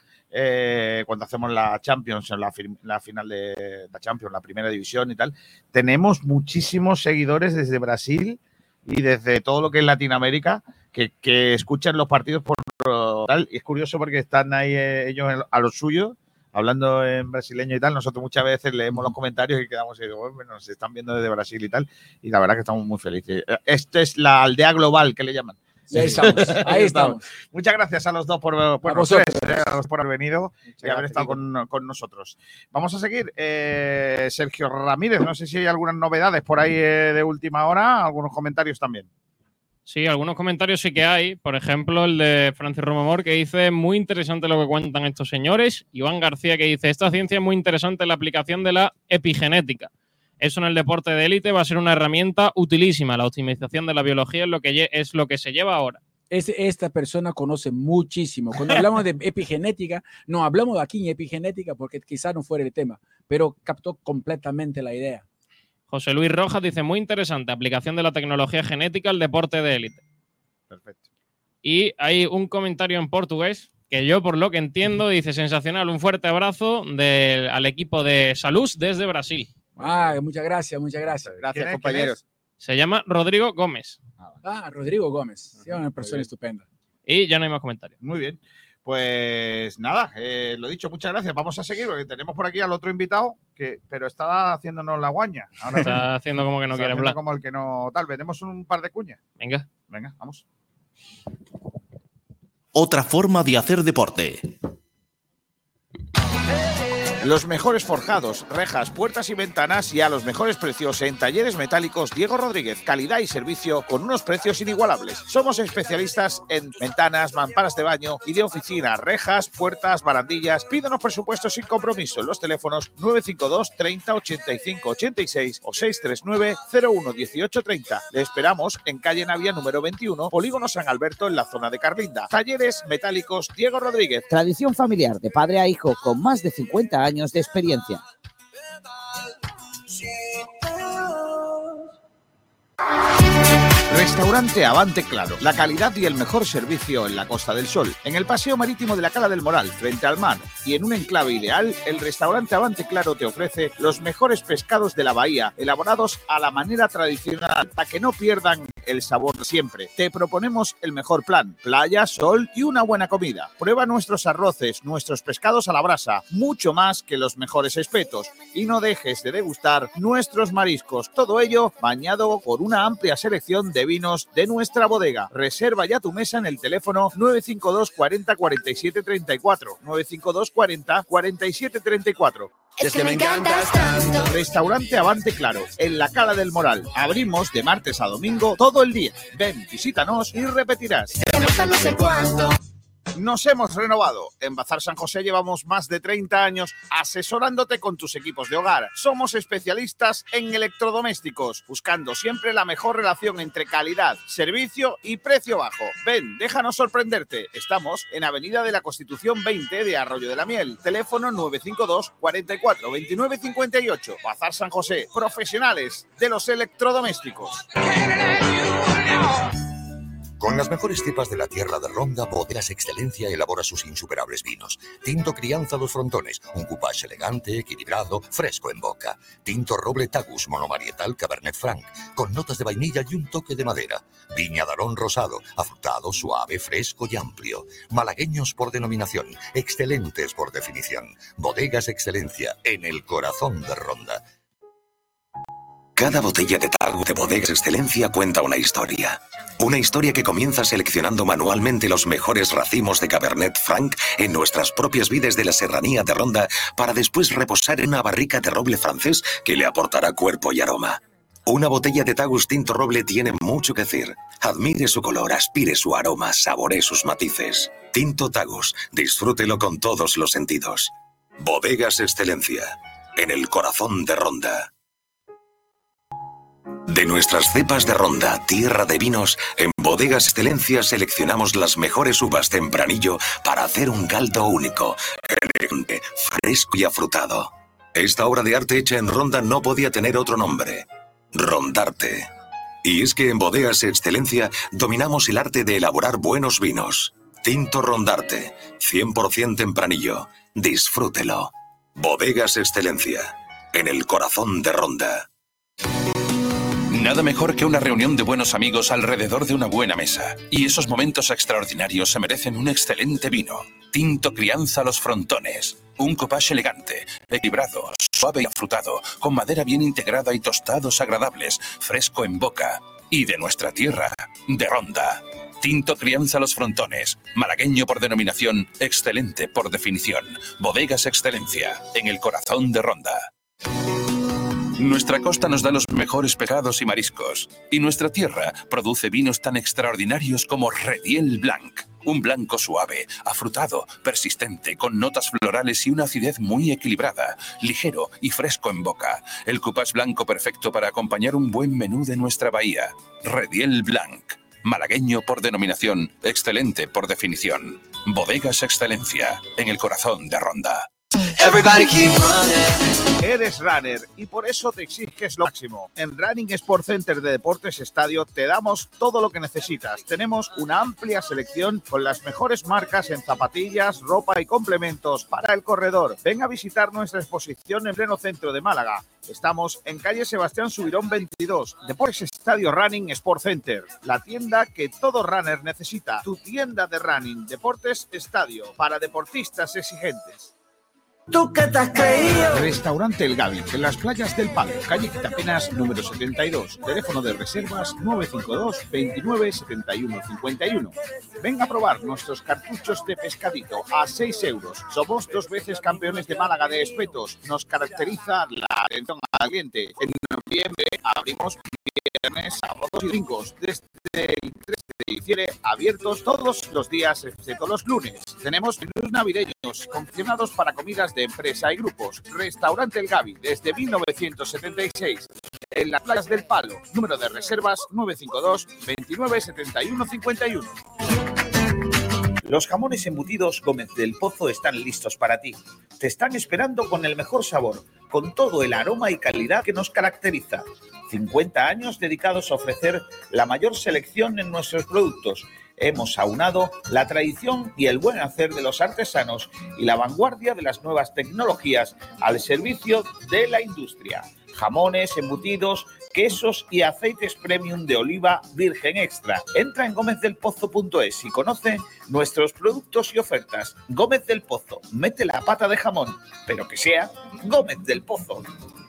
Eh, cuando hacemos la Champions, la, la final de la Champions, la primera división y tal, tenemos muchísimos seguidores desde Brasil y desde todo lo que es Latinoamérica que, que escuchan los partidos por tal, y es curioso porque están ahí eh, ellos a lo suyo, hablando en brasileño y tal. Nosotros muchas veces leemos los comentarios y quedamos y digo, bueno, nos están viendo desde Brasil y tal, y la verdad que estamos muy felices. Esta es la aldea global que le llaman. Sí, ahí estamos, ahí estamos. Muchas gracias a los dos por, por, los tres, eh, a los por haber venido y haber estado con, con nosotros. Vamos a seguir. Eh, Sergio Ramírez, no sé si hay algunas novedades por ahí eh, de última hora, algunos comentarios también. Sí, algunos comentarios sí que hay. Por ejemplo, el de Francis Romamor, que dice, muy interesante lo que cuentan estos señores. Iván García, que dice, esta ciencia es muy interesante, la aplicación de la epigenética. Eso en el deporte de élite va a ser una herramienta utilísima. La optimización de la biología es lo que, es lo que se lleva ahora. Es, esta persona conoce muchísimo. Cuando hablamos de epigenética, no hablamos aquí en epigenética porque quizás no fuera el tema, pero captó completamente la idea. José Luis Rojas dice, muy interesante, aplicación de la tecnología genética al deporte de élite. Perfecto. Y hay un comentario en portugués que yo, por lo que entiendo, dice, sensacional, un fuerte abrazo de, al equipo de Salus desde Brasil. Ah, muchas gracias, muchas gracias. Gracias, compañeros. Se llama Rodrigo Gómez. Ah, Rodrigo Gómez. Sí, una persona estupenda. Y ya no hay más comentarios. Muy bien. Pues nada, eh, lo dicho, muchas gracias. Vamos a seguir porque tenemos por aquí al otro invitado, que pero está haciéndonos la guaña. Ahora está haciendo como que no quiere hablar. Como el que no tal. Tenemos un par de cuñas. Venga. Venga, vamos. Otra forma de hacer deporte. Los mejores forjados, rejas, puertas y ventanas y a los mejores precios en Talleres Metálicos Diego Rodríguez. Calidad y servicio con unos precios inigualables. Somos especialistas en ventanas, mamparas de baño y de oficina, rejas, puertas, barandillas. Pídanos presupuestos sin compromiso en los teléfonos nueve cinco dos, treinta, ochenta y cinco, ochenta y seis o seis tres nueve, cero uno, dieciocho, treinta. Le esperamos en calle Navia número veintiuno, Polígono San Alberto, en la zona de Carlinda. Talleres Metálicos Diego Rodríguez. Tradición familiar de padre a hijo con más de cincuenta años de experiencia. Restaurante Avante Claro, la calidad y el mejor servicio en la Costa del Sol, en el paseo marítimo de la Cala del Moral, frente al mar, y en un enclave ideal, el restaurante Avante Claro te ofrece los mejores pescados de la bahía, elaborados a la manera tradicional, para que no pierdan el sabor de siempre. Te proponemos el mejor plan, playa, sol y una buena comida. Prueba nuestros arroces, nuestros pescados a la brasa, mucho más que los mejores espetos, y no dejes de degustar nuestros mariscos, todo ello bañado por una amplia selección de vinos de nuestra bodega. Reserva ya tu mesa en el teléfono nueve cinco dos, cuarenta, cuarenta y siete, treinta y cuatro, nueve cinco dos, cuarenta, cuarenta y siete, treinta y cuatro. Es que me encantas tanto. Restaurante Avante Claro, en la Cala del Moral. Abrimos de martes a domingo todo el día. Ven, visítanos y repetirás. Me gusta no sé cuánto. Nos hemos renovado. En Bazar San José llevamos más de treinta años asesorándote con tus equipos de hogar. Somos especialistas en electrodomésticos, buscando siempre la mejor relación entre calidad, servicio y precio bajo. Ven, déjanos sorprenderte. Estamos en Avenida de la Constitución veinte de Arroyo de la Miel. Teléfono nueve cinco dos, cuarenta y cuatro, veintinueve cincuenta y ocho. Bazar San José, profesionales de los electrodomésticos. Con las mejores cepas de la tierra de Ronda, Bodegas Excelencia elabora sus insuperables vinos. Tinto Crianza Los Frontones, un cupage elegante, equilibrado, fresco en boca. Tinto Roble Tagus monomarietal Cabernet Franc, con notas de vainilla y un toque de madera. Viña Darón Rosado, afrutado, suave, fresco y amplio. Malagueños por denominación, excelentes por definición. Bodegas Excelencia, en el corazón de Ronda. Cada botella de Tagus de Bodegas Excelencia cuenta una historia. Una historia que comienza seleccionando manualmente los mejores racimos de Cabernet Franc en nuestras propias vides de la serranía de Ronda para después reposar en una barrica de roble francés que le aportará cuerpo y aroma. Una botella de Tagus Tinto Roble tiene mucho que decir. Admire su color, aspire su aroma, saboree sus matices. Tinto Tagus, disfrútelo con todos los sentidos. Bodegas Excelencia, en el corazón de Ronda. De nuestras cepas de Ronda, tierra de vinos, en Bodegas Excelencia seleccionamos las mejores uvas tempranillo para hacer un caldo único, elegante, fresco y afrutado. Esta obra de arte hecha en Ronda no podía tener otro nombre: Rondarte. Y es que en Bodegas Excelencia dominamos el arte de elaborar buenos vinos. Tinto Rondarte, cien por ciento tempranillo. Disfrútelo. Bodegas Excelencia, en el corazón de Ronda. Nada mejor que una reunión de buenos amigos alrededor de una buena mesa. Y esos momentos extraordinarios se merecen un excelente vino. Tinto Crianza Los Frontones. Un cupage elegante, equilibrado, suave y afrutado, con madera bien integrada y tostados agradables, fresco en boca. Y de nuestra tierra, de Ronda. Tinto Crianza Los Frontones. Malagueño por denominación, excelente por definición. Bodegas Excelencia, en el corazón de Ronda. Nuestra costa nos da los mejores pescados y mariscos, y nuestra tierra produce vinos tan extraordinarios como Rediel Blanc, un blanco suave, afrutado, persistente, con notas florales y una acidez muy equilibrada, ligero y fresco en boca. El cupage blanco perfecto para acompañar un buen menú de nuestra bahía. Rediel Blanc, malagueño por denominación, excelente por definición. Bodegas Excelencia, en el corazón de Ronda. Everybody keep running. Eres runner y por eso te exiges lo máximo. En Running Sport Center de Deportes Estadio te damos todo lo que necesitas. Tenemos una amplia selección con las mejores marcas en zapatillas, ropa y complementos para el corredor. Ven a visitar nuestra exposición en pleno centro de Málaga. Estamos en calle Sebastián Subirón veintidós. Deportes Estadio Running Sport Center, la tienda que todo runner necesita. Tu tienda de running, Deportes Estadio, para deportistas exigentes. ¿Tú qué te has creído? Restaurante El Gavi, en las playas del Palo, calle Quitapenas número setenta y dos, teléfono de reservas nueve cinco dos, veintinueve setenta y uno cincuenta y uno. Ven a probar nuestros cartuchos de pescadito a seis euros. Somos dos veces campeones de Málaga de espetos. Nos caracteriza la atención al cliente. En noviembre abrimos viernes, sábados y domingos desde el tres de diciembre, abiertos todos los días excepto los lunes. Tenemos menús navideños confeccionados para comidas de empresa y grupos. Restaurante El Gavi, desde mil novecientos setenta y seis, en las playas del Palo. Número de reservas nueve cinco dos, veintinueve setenta y uno cincuenta y uno. Los jamones embutidos Gómez del Pozo están listos para ti. Te están esperando con el mejor sabor, con todo el aroma y calidad que nos caracteriza. cincuenta años dedicados a ofrecer la mayor selección en nuestros productos. Hemos aunado la tradición y el buen hacer de los artesanos y la vanguardia de las nuevas tecnologías al servicio de la industria. Jamones, embutidos, quesos y aceites premium de oliva virgen extra. Entra en gómez del pozo punto es y conoce nuestros productos y ofertas. Gómez del Pozo, mete la pata de jamón, pero que sea Gómez del Pozo.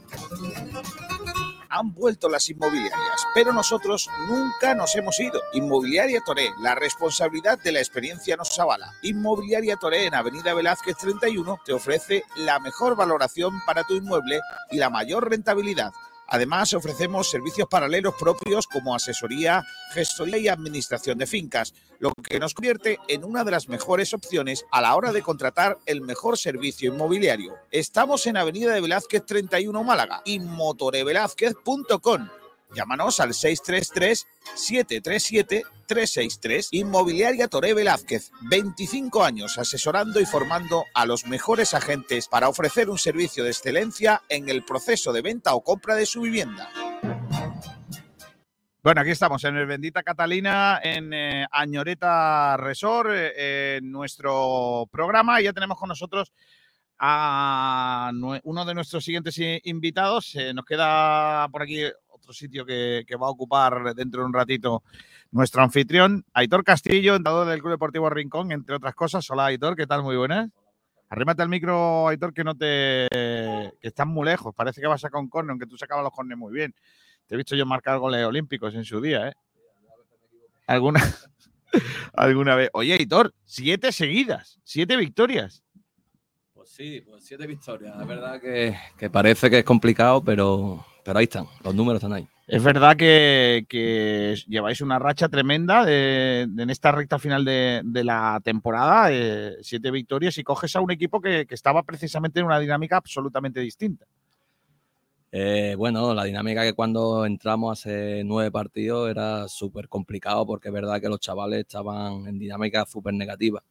Han vuelto las inmobiliarias, pero nosotros nunca nos hemos ido. Inmobiliaria Toré, la responsabilidad de la experiencia nos avala. Inmobiliaria Toré en Avenida Velázquez treinta y uno te ofrece la mejor valoración para tu inmueble y la mayor rentabilidad. Además, ofrecemos servicios paralelos propios como asesoría, gestoría y administración de fincas, lo que nos convierte en una de las mejores opciones a la hora de contratar el mejor servicio inmobiliario. Estamos en Avenida de Velázquez treinta y uno Málaga y motorevelázquez punto com. Llámanos al seis tres tres, siete tres siete, tres seis tres. Inmobiliaria Toré Velázquez, veinticinco años asesorando y formando a los mejores agentes para ofrecer un servicio de excelencia en el proceso de venta o compra de su vivienda. Bueno, aquí estamos en el Bendita Catalina, en eh, Añoreta Resort, eh, en nuestro programa. Y ya tenemos con nosotros a uno de nuestros siguientes invitados. Eh, nos queda por aquí otro sitio que, que va a ocupar dentro de un ratito nuestro anfitrión, Aitor Castillo, entrenador del Club Deportivo Rincón, entre otras cosas. Hola, Aitor, ¿qué tal? Muy buenas. Arrímate al micro, Aitor, que no te que estás muy lejos. Parece que vas a sacar un córner, aunque tú sacabas los córneres muy bien. Te he visto yo marcar goles olímpicos en su día, ¿eh? ¿Alguna, alguna vez? Oye, Aitor, siete seguidas, siete victorias. Pues sí, pues siete victorias. Es verdad que, que parece que es complicado, pero, pero ahí están, los números están ahí. Es verdad que, que lleváis una racha tremenda de, de en esta recta final de, de la temporada, eh, siete victorias, y coges a un equipo que, que estaba precisamente en una dinámica absolutamente distinta. Eh, bueno, la dinámica que cuando entramos hace nueve partidos era súper complicado porque es verdad que los chavales estaban en dinámica súper negativa.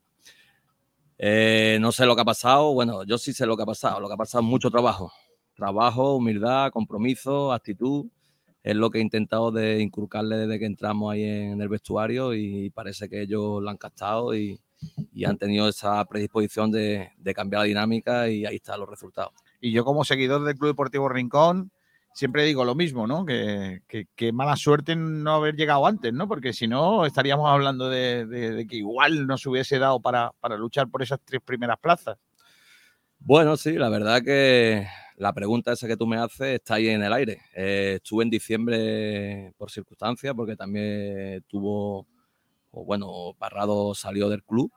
Eh, no sé lo que ha pasado, bueno, yo sí sé lo que ha pasado, lo que ha pasado es mucho trabajo. Trabajo, humildad, compromiso, actitud, es lo que he intentado de inculcarle desde que entramos ahí en el vestuario y parece que ellos lo han captado y, y han tenido esa predisposición de, de cambiar la dinámica y ahí están los resultados. Y yo como seguidor del Club Deportivo Rincón siempre digo lo mismo, ¿no? Que, que, que mala suerte no haber llegado antes, ¿no? Porque si no estaríamos hablando de, de, de que igual nos hubiese dado para, para luchar por esas tres primeras plazas. Bueno, sí, la verdad que la pregunta esa que tú me haces está ahí en el aire. Eh, estuve en diciembre por circunstancias, porque también tuvo, o bueno, Parrado salió del club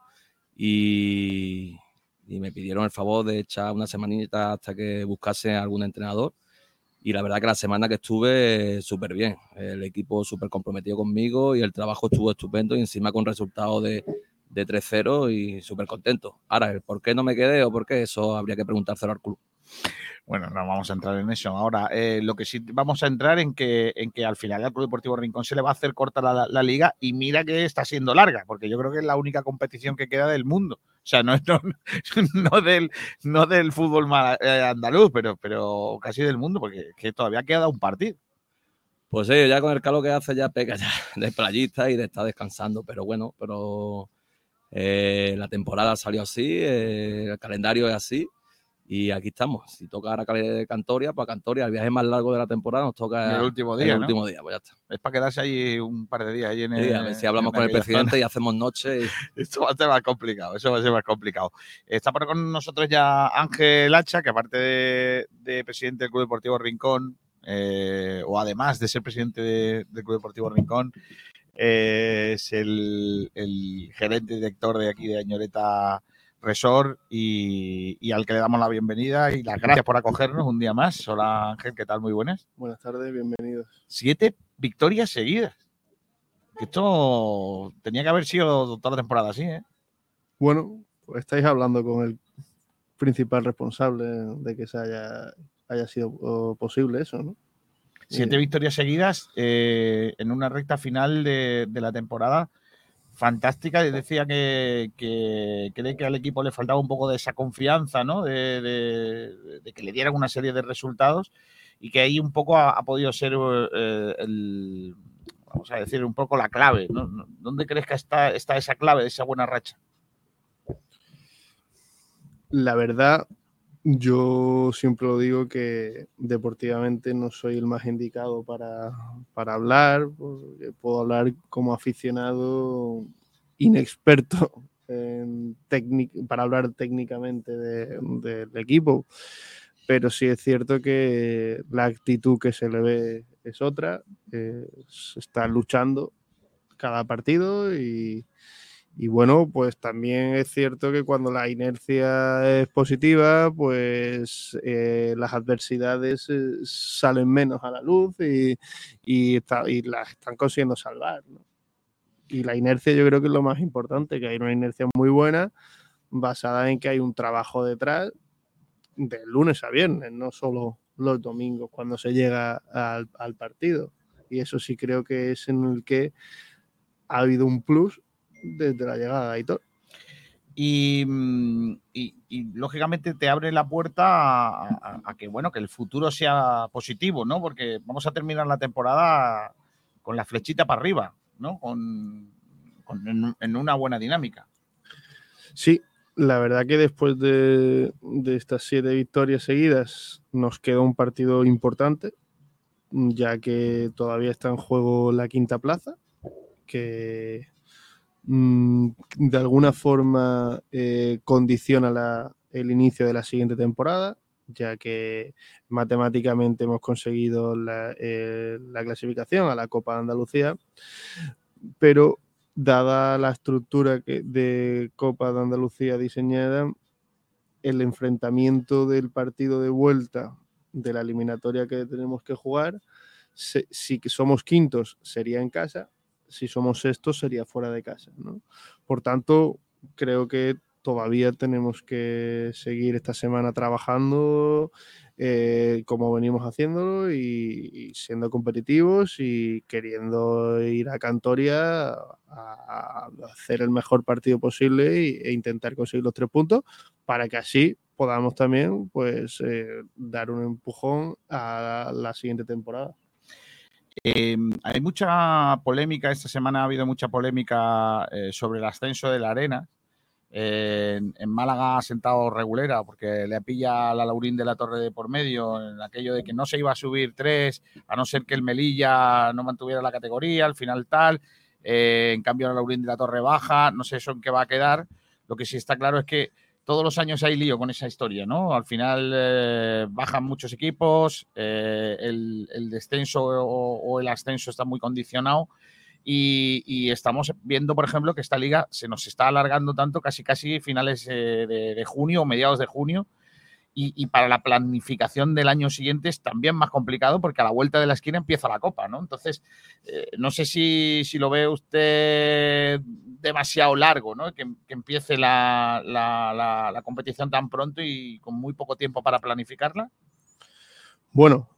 y, y me pidieron el favor de echar una semanita hasta que buscase algún entrenador. Y la verdad que la semana que estuve súper bien. El equipo súper comprometido conmigo y el trabajo estuvo estupendo y encima con resultados de, de tres cero y súper contento. Ahora, el por qué no me quedé o por qué, eso habría que preguntárselo al club. Bueno, no vamos a entrar en eso. Ahora, eh, lo que sí vamos a entrar en que, en que al final al Club Deportivo Rincón se le va a hacer corta la, la, la liga y mira que está siendo larga, porque yo creo que es la única competición que queda del mundo. O sea, no, no, no, del, no del fútbol andaluz, pero, pero casi del mundo, porque que todavía queda un partido. Pues sí, ya con el calor que hace ya pega ya de playista y de estar descansando, pero bueno, pero eh, la temporada salió así, eh, el calendario es así. Y aquí estamos. Si toca ahora Cantoria, para Cantoria, el viaje más largo de la temporada nos toca el último día. El ¿no? último día, pues ya está. Es para quedarse ahí un par de días. Ahí en el, sí, a ver si hablamos con el presidente zona. Y hacemos noche. Y... Esto va a ser más complicado. Eso va a ser más complicado. Está por con nosotros ya Ángel Hacha, que aparte de, de presidente del Club Deportivo Rincón, eh, o además de ser presidente de, del Club Deportivo Rincón, eh, es el, el gerente director de aquí de Añoreta Resort y, y al que le damos la bienvenida y las gracias por acogernos un día más. Hola Ángel, ¿qué tal? Muy buenas. Buenas tardes, bienvenidos. Siete victorias seguidas. Esto tenía que haber sido toda la temporada así, ¿eh? Bueno, pues estáis hablando con el principal responsable de que se haya, haya sido posible eso, ¿no? Siete eh, victorias seguidas eh, en una recta final de, de la temporada. Fantástica, decía que, que cree que al equipo le faltaba un poco de esa confianza, ¿no? De, de, de que le dieran una serie de resultados y que ahí un poco ha, ha podido ser eh, el, vamos a decir, un poco la clave, ¿no? ¿Dónde crees que está, está esa clave de esa buena racha? La verdad, yo siempre lo digo que deportivamente no soy el más indicado para, para hablar, porque puedo hablar como aficionado inexperto en para hablar técnicamente del de, de equipo, pero sí es cierto que la actitud que se le ve es otra, eh, se está luchando cada partido y, Y bueno, pues también es cierto que cuando la inercia es positiva, pues eh, las adversidades eh, salen menos a la luz y, y, está, y las están consiguiendo salvar, ¿no? Y la inercia yo creo que es lo más importante, que hay una inercia muy buena basada en que hay un trabajo detrás de lunes a viernes, no solo los domingos cuando se llega al, al partido. Y eso sí creo que es en el que ha habido un plus desde la llegada de Aitor. Y, y, y lógicamente te abre la puerta a, a, a que bueno que el futuro sea positivo, ¿no? Porque vamos a terminar la temporada con la flechita para arriba, ¿no? Con, con en, en una buena dinámica. Sí, la verdad que después de, de estas siete victorias seguidas nos queda un partido importante, ya que todavía está en juego la quinta plaza, que mmm, de alguna forma eh, condiciona la, el inicio de la siguiente temporada, ya que matemáticamente hemos conseguido la, eh, la clasificación a la Copa de Andalucía, pero dada la estructura que, de Copa de Andalucía diseñada, el enfrentamiento del partido de vuelta de la eliminatoria que tenemos que jugar, se, si somos quintos sería en casa, si somos sextos sería fuera de casa, ¿no? Por tanto, creo que todavía tenemos que seguir esta semana trabajando eh, como venimos haciéndolo y, y siendo competitivos y queriendo ir a Cantoria a, a hacer el mejor partido posible y, e intentar conseguir los tres puntos para que así podamos también pues eh, dar un empujón a la siguiente temporada. Eh, hay mucha polémica, esta semana ha habido mucha polémica eh, sobre el ascenso de la Arena. Eh, en, en Málaga ha sentado regulera porque le pilla a la Laurín de la Torre de por medio en aquello de que no se iba a subir tres, a no ser que el Melilla no mantuviera la categoría, al final tal. Eh, en cambio, la Laurín de la Torre baja, no sé eso en qué va a quedar. Lo que sí está claro es que todos los años hay lío con esa historia, ¿no? Al final eh, bajan muchos equipos, eh, el, el descenso o, o el ascenso está muy condicionado y, y estamos viendo, por ejemplo, que esta liga se nos está alargando tanto, casi casi finales eh, de, de junio o mediados de junio, y, y para la planificación del año siguiente es también más complicado porque a la vuelta de la esquina empieza la Copa, ¿no? Entonces, eh, no sé si, si lo ve usted demasiado largo, ¿no? Que, que empiece la, la, la, la competición tan pronto y con muy poco tiempo para planificarla. Bueno,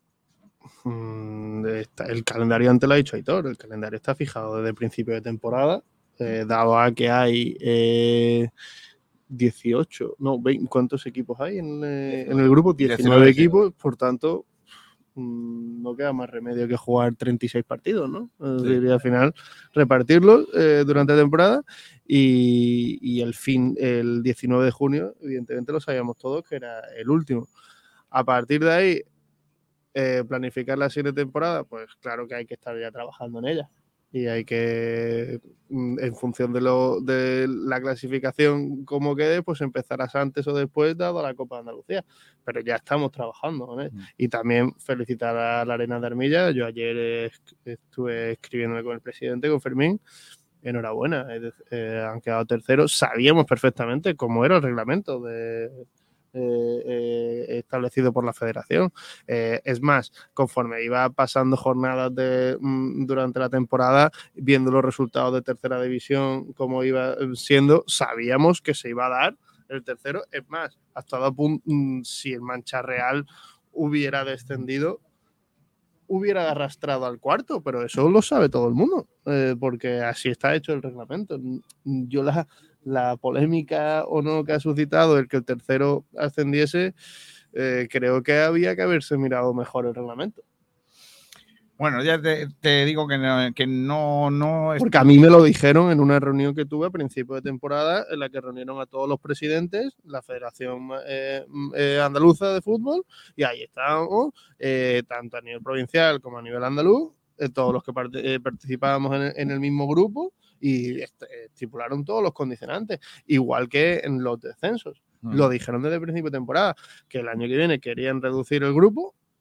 el calendario antes lo ha dicho Aitor, el calendario está fijado desde el principio de temporada, eh, dado a que hay eh, dieciocho, no, veinte, ¿cuántos equipos hay en, eh, en el grupo? diecinueve, diecinueve equipos, por tanto, mmm, no queda más remedio que jugar treinta y seis partidos, ¿no? Sí. Y al final repartirlos eh, durante la temporada y, y el fin, el diecinueve de junio, evidentemente lo sabíamos todos que era el último. A partir de ahí, eh, planificar la siguiente temporada, pues claro que hay que estar ya trabajando en ella. Y hay que, en función de, lo, de la clasificación como quede, pues empezarás antes o después dado a la Copa de Andalucía. Pero ya estamos trabajando con él. Mm. Y también felicitar a la Arena de Armilla. Yo ayer estuve escribiendo con el presidente, con Fermín. Enhorabuena, eh, han quedado terceros. Sabíamos perfectamente cómo era el reglamento de... Eh, eh, establecido por la federación. Eh, es más, conforme iba pasando jornadas de, mm, durante la temporada, viendo los resultados de tercera división, como iba siendo, sabíamos que se iba a dar el tercero. Es más, hasta dado punto, mm, si el Mancha Real hubiera descendido, hubiera arrastrado al cuarto, pero eso lo sabe todo el mundo, eh, porque así está hecho el reglamento. Yo la la polémica o no que ha suscitado el que el tercero ascendiese, eh, creo que había que haberse mirado mejor el reglamento. Bueno, ya te, te digo que no, que no, no es... Porque a mí me lo dijeron en una reunión que tuve a principio de temporada, en la que reunieron a todos los presidentes, la Federación eh, eh, Andaluza de Fútbol, y ahí estábamos, eh, tanto a nivel provincial como a nivel andaluz, eh, todos los que part eh, participábamos en el, en el mismo grupo, y estipularon todos los condicionantes, igual que en los descensos. Mm. Lo dijeron desde el principio de temporada, que el año que viene querían reducir el grupo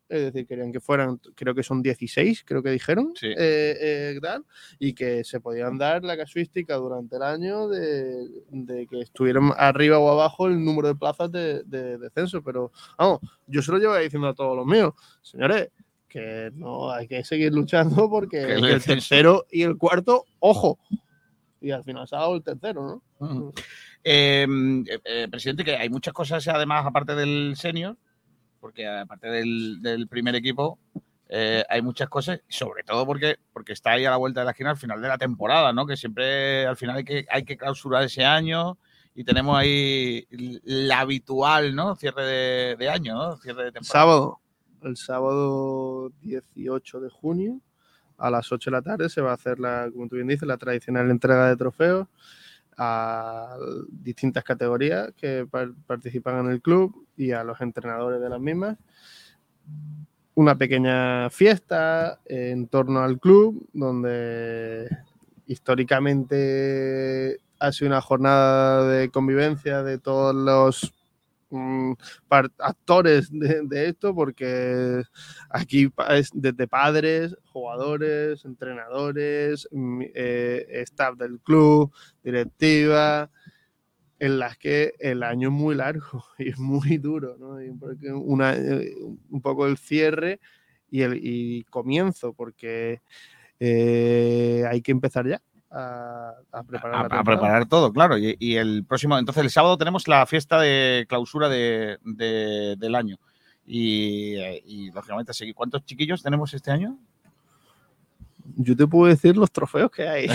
es decir, querían que fueran, creo que son dieciséis, creo que dijeron, sí. eh, eh, tal, y que se podían dar la casuística durante el año de, de que estuvieran arriba o abajo el número de plazas de, de descenso. Pero vamos, yo se lo llevo diciendo a todos los míos, señores, que no hay que seguir luchando porque Que el el descenso- tercero y el cuarto, ojo, y al final se ha dado el tercero, ¿no? Ujú. Eh, eh, presidente, que hay muchas cosas además aparte del senior, porque aparte del, del primer equipo eh, hay muchas cosas, sobre todo porque, porque está ahí a la vuelta de la esquina al final de la temporada, ¿no? Que siempre al final hay que, hay que clausurar ese año y tenemos ahí la habitual, ¿no? Cierre de, de año, ¿no? Cierre de temporada. Sábado, el sábado dieciocho de junio a las ocho de la tarde se va a hacer, la, como tú bien dices, la tradicional entrega de trofeos a distintas categorías que par- participan en el club y a los entrenadores de las mismas. Una pequeña fiesta en torno al club donde históricamente ha sido una jornada de convivencia de todos los mm, par- actores de, de esto, porque aquí pa- es desde padres, jugadores, entrenadores, mm, eh, staff del club, directiva, en las que el año es muy largo y es muy duro, ¿no? Y un poco, una, eh, un poco el cierre y el y comienzo, porque eh, hay que empezar ya a, a preparar A, la a temporada. preparar todo, claro. Y, y el próximo, entonces el sábado tenemos la fiesta de clausura de, de- del año. Y, eh, y lógicamente, seguir. ¿Cuántos chiquillos tenemos este año? Yo te puedo decir los trofeos que hay.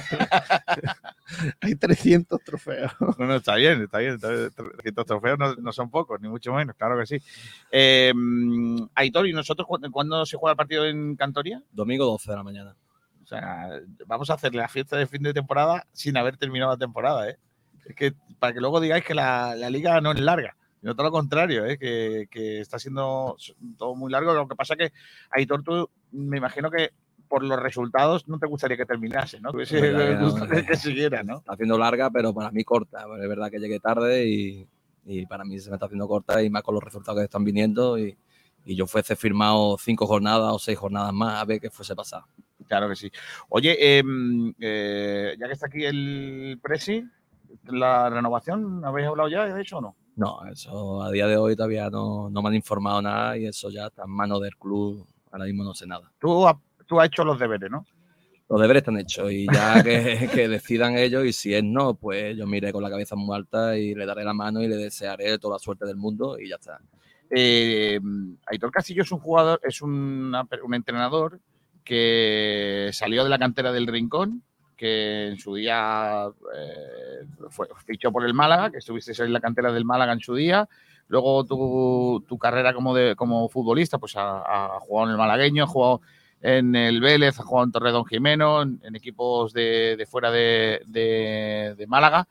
Hay trescientos trofeos. No, no, está bien, está bien. Está bien. trescientos trofeos no, no son pocos, ni mucho menos, claro que sí. Eh, Aitor, ¿y nosotros cu- cuándo se juega el partido en Cantoria? Domingo doce de la mañana. O sea, vamos a hacer la fiesta de fin de temporada sin haber terminado la temporada, ¿eh? Es que para que luego digáis que la, la liga no es larga, sino todo lo contrario, ¿eh? Que, que está siendo todo muy largo. Lo que pasa es que, Aitor, tú me imagino que por los resultados no te gustaría que terminase, ¿no? Te hubiese La verdad que no, gustado que siguiera, ¿no? Está haciendo larga, pero para mí corta. Porque es verdad que llegué tarde y, y para mí se me está haciendo corta y más con los resultados que están viniendo. Y, y yo fuese firmado cinco jornadas o seis jornadas más a ver qué fuese pasar. Claro que sí. Oye, eh, eh, ya que está aquí el Presi, la renovación, ¿habéis hablado ya de hecho o no? No, eso a día de hoy todavía no, no me han informado nada y eso ya está en manos del club. Ahora mismo no sé nada. Tú, ha- tú has hecho los deberes, ¿no? Los deberes están hechos y ya que, que decidan ellos y si es no, pues yo me iré con la cabeza muy alta y le daré la mano y le desearé toda la suerte del mundo y ya está. Eh, Aitor Castillo es un jugador, es una- un entrenador que salió de la cantera del Rincón, que en su día eh, fue, fichó por el Málaga, que estuviste en la cantera del Málaga en su día. Luego tu, tu carrera como, de, como futbolista, pues ha, ha jugado en el malagueño, ha jugado en el Vélez, ha jugado en Torredón Jimeno, en, en equipos de, de fuera de, de, de Málaga.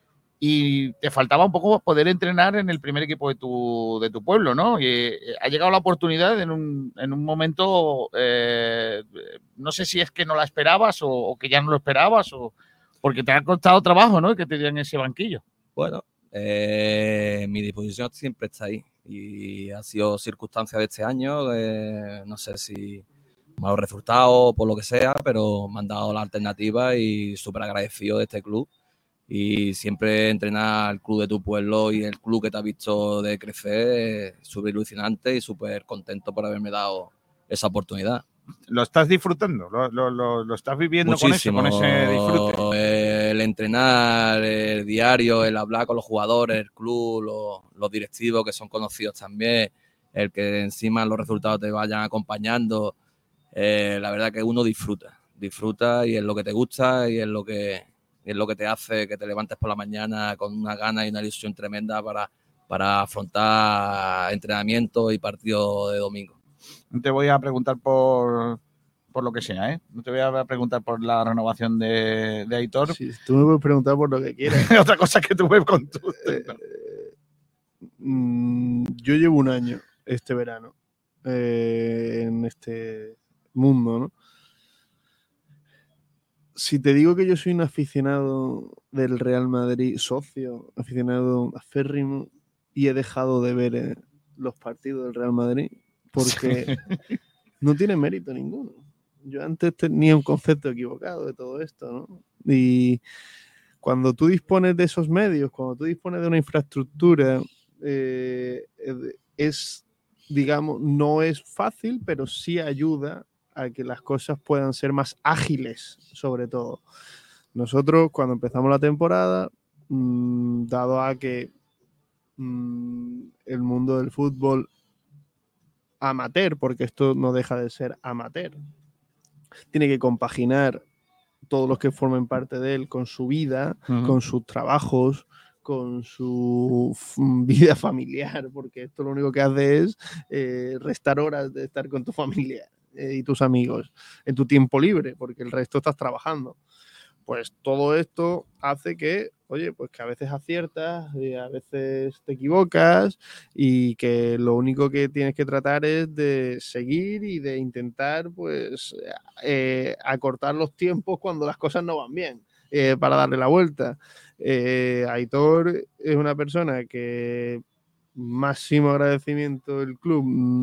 Y te faltaba un poco poder entrenar en el primer equipo de tu, de tu pueblo, ¿no? Y eh, ha llegado la oportunidad en un, en un momento, eh, no sé si es que no la esperabas o, o que ya no lo esperabas, o porque te ha costado trabajo, ¿no? Que te dieran ese banquillo. Bueno, eh, mi disposición siempre está ahí y ha sido circunstancia de este año, eh, no sé si malos resultados por lo que sea, pero me han dado la alternativa y súper agradecido de este club. Y siempre entrenar al club de tu pueblo y el club que te ha visto de crecer, súper ilusionante y súper contento por haberme dado esa oportunidad. ¿Lo estás disfrutando? ¿Lo, lo, lo, lo estás viviendo Muchísimo. con, eso, con ese disfrute? El entrenar, el diario, el hablar con los jugadores, el club, los, los directivos que son conocidos también, el que encima los resultados te vayan acompañando. Eh, la verdad que uno disfruta, disfruta y es lo que te gusta y es lo que... es lo que te hace que te levantes por la mañana con una gana y una ilusión tremenda para, para afrontar entrenamiento y partido de domingo. No te voy a preguntar por, por lo que sea, ¿eh? No te voy a preguntar por la renovación de, de Aitor. Sí, tú me puedes preguntar por lo que quieras. Otra cosa que tú ves con tu... Eh, eh, mm, yo llevo un año este verano eh, en este mundo, ¿no? Si te digo que yo soy un aficionado del Real Madrid, socio, aficionado aférrimo, y he dejado de ver eh, los partidos del Real Madrid, porque no tiene mérito ninguno. Yo antes tenía un concepto equivocado de todo esto, ¿no? Y cuando tú dispones de esos medios, cuando tú dispones de una infraestructura, eh, es, digamos, no es fácil, pero sí ayuda a que las cosas puedan ser más ágiles, sobre todo. Nosotros, cuando empezamos la temporada, mmm, dado a que mmm, el mundo del fútbol amateur, porque esto no deja de ser amateur, tiene que compaginar todos los que formen parte de él con su vida, uh-huh. con sus trabajos, con su vida familiar, porque esto lo único que hace es eh, restar horas de estar con tu familia eh, y tus amigos en tu tiempo libre, porque el resto estás trabajando. Pues todo esto hace que, oye, pues que a veces aciertas, y a veces te equivocas y que lo único que tienes que tratar es de seguir y de intentar, pues, eh, acortar los tiempos cuando las cosas no van bien, eh, para darle la vuelta. Eh, Aitor es una persona que máximo agradecimiento del club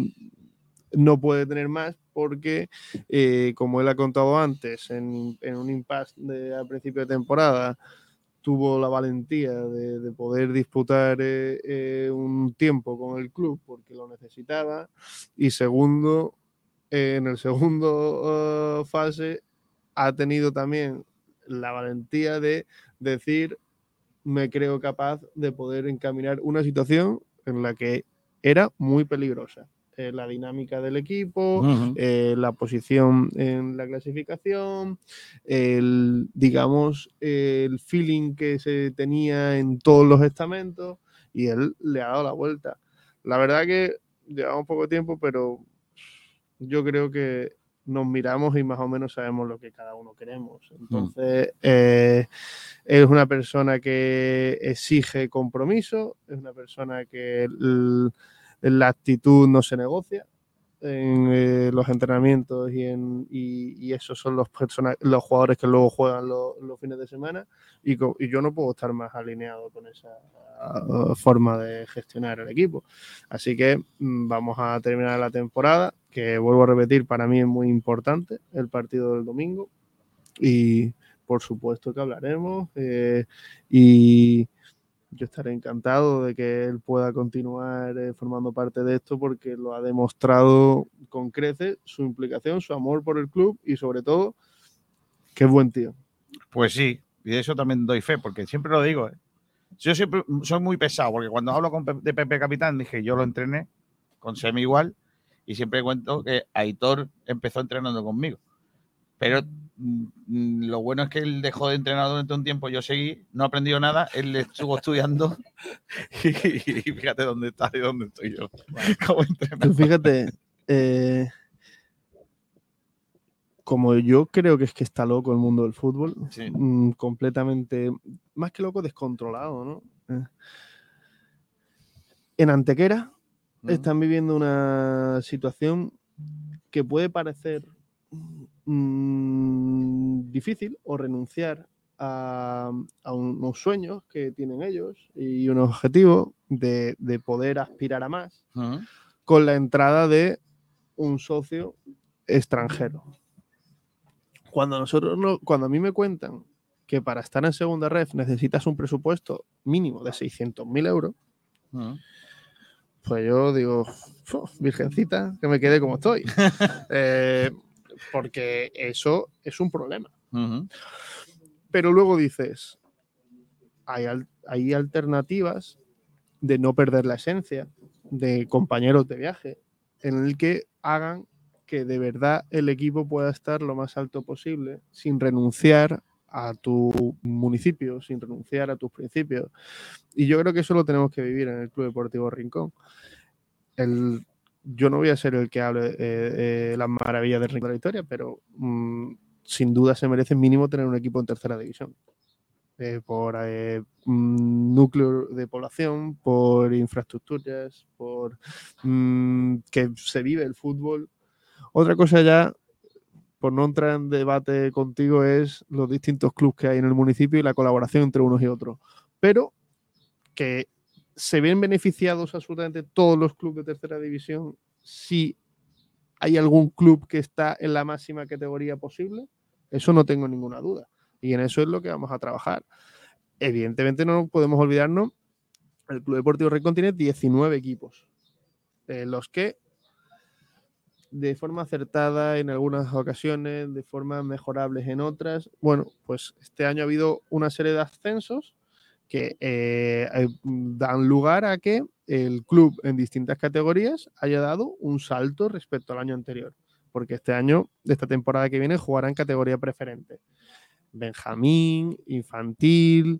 no puede tener más porque, eh, como él ha contado antes, en, en un impasse de, a principio de temporada, tuvo la valentía de, de poder disputar eh, eh, un tiempo con el club porque lo necesitaba. Y segundo, eh, en el segundo uh, fase, ha tenido también la valentía de decir: me creo capaz de poder encaminar una situación en la que era muy peligrosa. Eh, la dinámica del equipo, uh-huh. eh, la posición en la clasificación, el, digamos, el feeling que se tenía en todos los estamentos, y él le ha dado la vuelta. La verdad que llevamos poco tiempo, pero yo creo que nos miramos y más o menos sabemos lo que cada uno queremos. Entonces, uh-huh. eh, es una persona que exige compromiso, es una persona que el, la actitud no se negocia en eh, los entrenamientos y, en, y, y esos son los, persona- los jugadores que luego juegan los, los fines de semana y, co- y yo no puedo estar más alineado con esa uh, forma de gestionar el equipo. Así que mm, vamos a terminar la temporada, que vuelvo a repetir, para mí es muy importante el partido del domingo y por supuesto que hablaremos eh, y yo estaré encantado de que él pueda continuar eh, formando parte de esto porque lo ha demostrado con creces, su implicación, su amor por el club y sobre todo que es buen tío. Pues sí, y de eso también doy fe, porque siempre lo digo, ¿eh? Yo siempre soy muy pesado, porque cuando hablo con Pe- de Pepe Capitán dije, yo lo entrené con Semi igual y siempre cuento que Aitor empezó entrenando conmigo. Pero mm, lo bueno es que él dejó de entrenar durante un tiempo, yo seguí, no he aprendido nada, él estuvo estudiando y, y fíjate dónde está y dónde estoy yo. Como Tú fíjate, eh, como yo creo que es que está loco el mundo del fútbol, sí. mmm, completamente, más que loco, descontrolado, ¿no? Eh. En Antequera uh-huh. están viviendo una situación que puede parecer mmm, difícil o renunciar a, a unos sueños que tienen ellos y unos objetivos de, de poder aspirar a más uh-huh. con la entrada de un socio extranjero. Cuando nosotros no, cuando a mí me cuentan que para estar en segunda ref necesitas un presupuesto mínimo de seiscientos mil euros, uh-huh. pues yo digo, virgencita, que me quede como estoy. eh, porque eso es un problema. Uh-huh. Pero luego dices, hay, al, hay alternativas de no perder la esencia, de compañeros de viaje, en el que hagan que de verdad el equipo pueda estar lo más alto posible sin renunciar a tu municipio, sin renunciar a tus principios. Y yo creo que eso lo tenemos que vivir en el Club Deportivo Rincón. El, yo no voy a ser el que hable eh, eh, las maravillas del Rincón de la Historia, pero mmm, sin duda se merece mínimo tener un equipo en tercera división. Eh, por eh, mmm, núcleo de población, por infraestructuras, por mmm, que se vive el fútbol. Otra cosa ya, por no entrar en debate contigo, es los distintos clubes que hay en el municipio y la colaboración entre unos y otros. Pero que se ven beneficiados absolutamente todos los clubes de tercera división si hay algún club que está en la máxima categoría posible. Eso no tengo ninguna duda. Y en eso es lo que vamos a trabajar. Evidentemente no podemos olvidarnos, el Club Deportivo Rincón tiene diecinueve equipos, eh, los que de forma acertada en algunas ocasiones, de forma mejorables en otras. Bueno, pues este año ha habido una serie de ascensos que eh, dan lugar a que el club en distintas categorías haya dado un salto respecto al año anterior, porque este año, de esta temporada que viene, jugará en categoría preferente. Benjamín, infantil,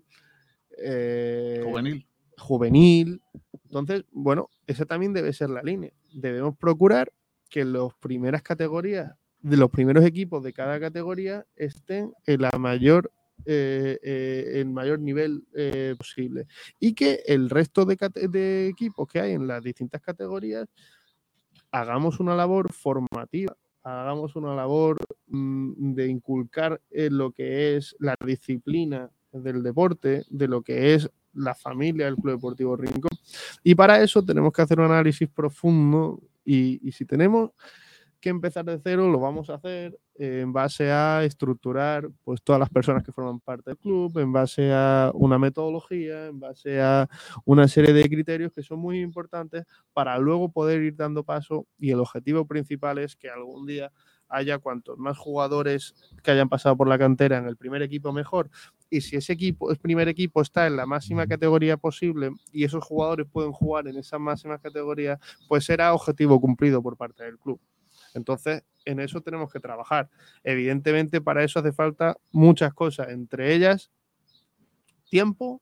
eh, juvenil. juvenil. Entonces, bueno, esa también debe ser la línea. Debemos procurar que las primeras categorías, de los primeros equipos de cada categoría, estén en la mayor Eh, eh, el mayor nivel eh, posible, y que el resto de, de equipos que hay en las distintas categorías hagamos una labor formativa, hagamos una labor mmm, de inculcar en lo que es la disciplina del deporte, de lo que es la familia del Club Deportivo Rincón, y para eso tenemos que hacer un análisis profundo y, y si tenemos que empezar de cero, lo vamos a hacer eh, en base a estructurar pues todas las personas que forman parte del club, en base a una metodología, en base a una serie de criterios que son muy importantes para luego poder ir dando paso, y el objetivo principal es que algún día haya cuantos más jugadores que hayan pasado por la cantera en el primer equipo mejor, y si ese equipo, el primer equipo está en la máxima categoría posible y esos jugadores pueden jugar en esa máxima categoría, pues será objetivo cumplido por parte del club. Entonces, en eso tenemos que trabajar. Evidentemente, para eso hace falta muchas cosas, entre ellas tiempo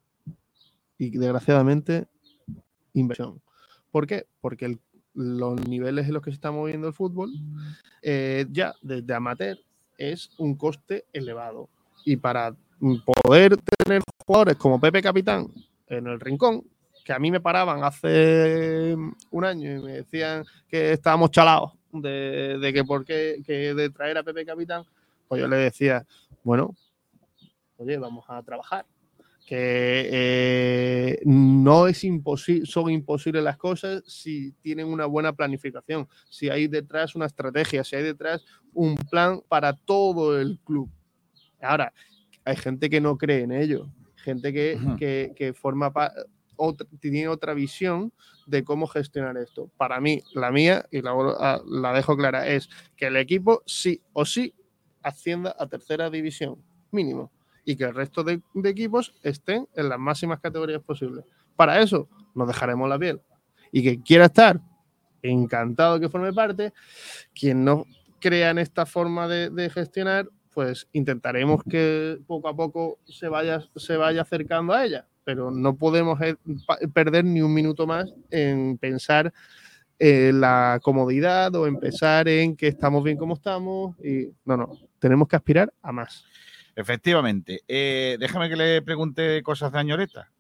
y, desgraciadamente, inversión. ¿Por qué? Porque el, los niveles en los que se está moviendo el fútbol, eh, ya desde amateur, es un coste elevado. Y para poder tener jugadores como Pepe Capitán en el Rincón, que a mí me paraban hace un año y me decían que estábamos chalados de, de que por qué que de traer a Pepe Capitán, pues yo le decía, bueno, oye, vamos a trabajar, que eh, no es imposible, son imposibles las cosas si tienen una buena planificación, si hay detrás una estrategia, si hay detrás un plan para todo el club. Ahora, hay gente que no cree en ello, gente que, uh-huh. que, que forma parte, otra, tiene otra visión de cómo gestionar esto. Para mí, la mía, y la, la dejo clara, es que el equipo sí o sí ascienda a tercera división, mínimo, y que el resto de, de equipos estén en las máximas categorías posibles. Para eso nos dejaremos la piel. Y quien quiera estar, encantado de que forme parte. Quien no crea en esta forma de, de gestionar, pues intentaremos que poco a poco se vaya, se vaya acercando a ella. Pero no podemos perder ni un minuto más en pensar en la comodidad o en pensar en que estamos bien como estamos. Y no, no, tenemos que aspirar a más. Efectivamente. Eh, déjame que le pregunte cosas de Añoreta.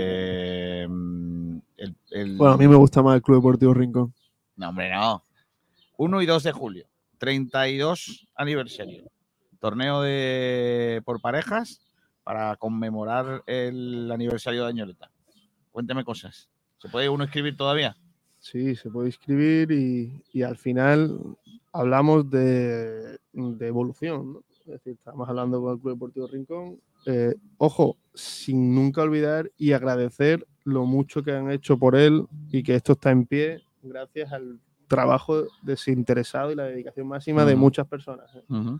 Eh, el, el... Bueno, a mí me gusta más el Club Deportivo Rincón. No, hombre, no. uno y dos de julio. treinta y dos aniversario. Torneo de por parejas para conmemorar el aniversario de Añoreta. Cuénteme cosas. ¿Se puede uno inscribir todavía? Sí, se puede inscribir y, y al final hablamos de, de evolución, ¿no? Es decir, estamos hablando con el Club Deportivo Rincón. Eh, ojo, sin nunca olvidar y agradecer lo mucho que han hecho por él y que esto está en pie gracias al trabajo desinteresado y la dedicación máxima uh-huh. de muchas personas. ¿eh? Uh-huh.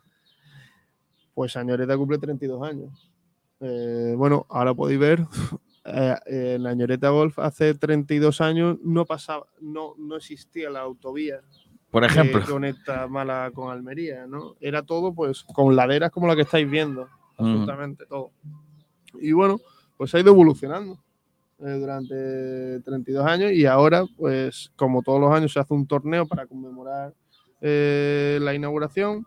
Pues Añoreta cumple treinta y dos años. Eh, bueno, ahora podéis ver, eh, en la Añoreta Golf hace treinta y dos años no pasaba, no, no existía la autovía. Por ejemplo. Que conecta Málaga con Almería, ¿no? Era todo, pues, con laderas como la que estáis viendo. Absolutamente uh-huh. todo. Y bueno, pues ha ido evolucionando eh, durante treinta y dos años y ahora, pues, como todos los años, se hace un torneo para conmemorar eh, la inauguración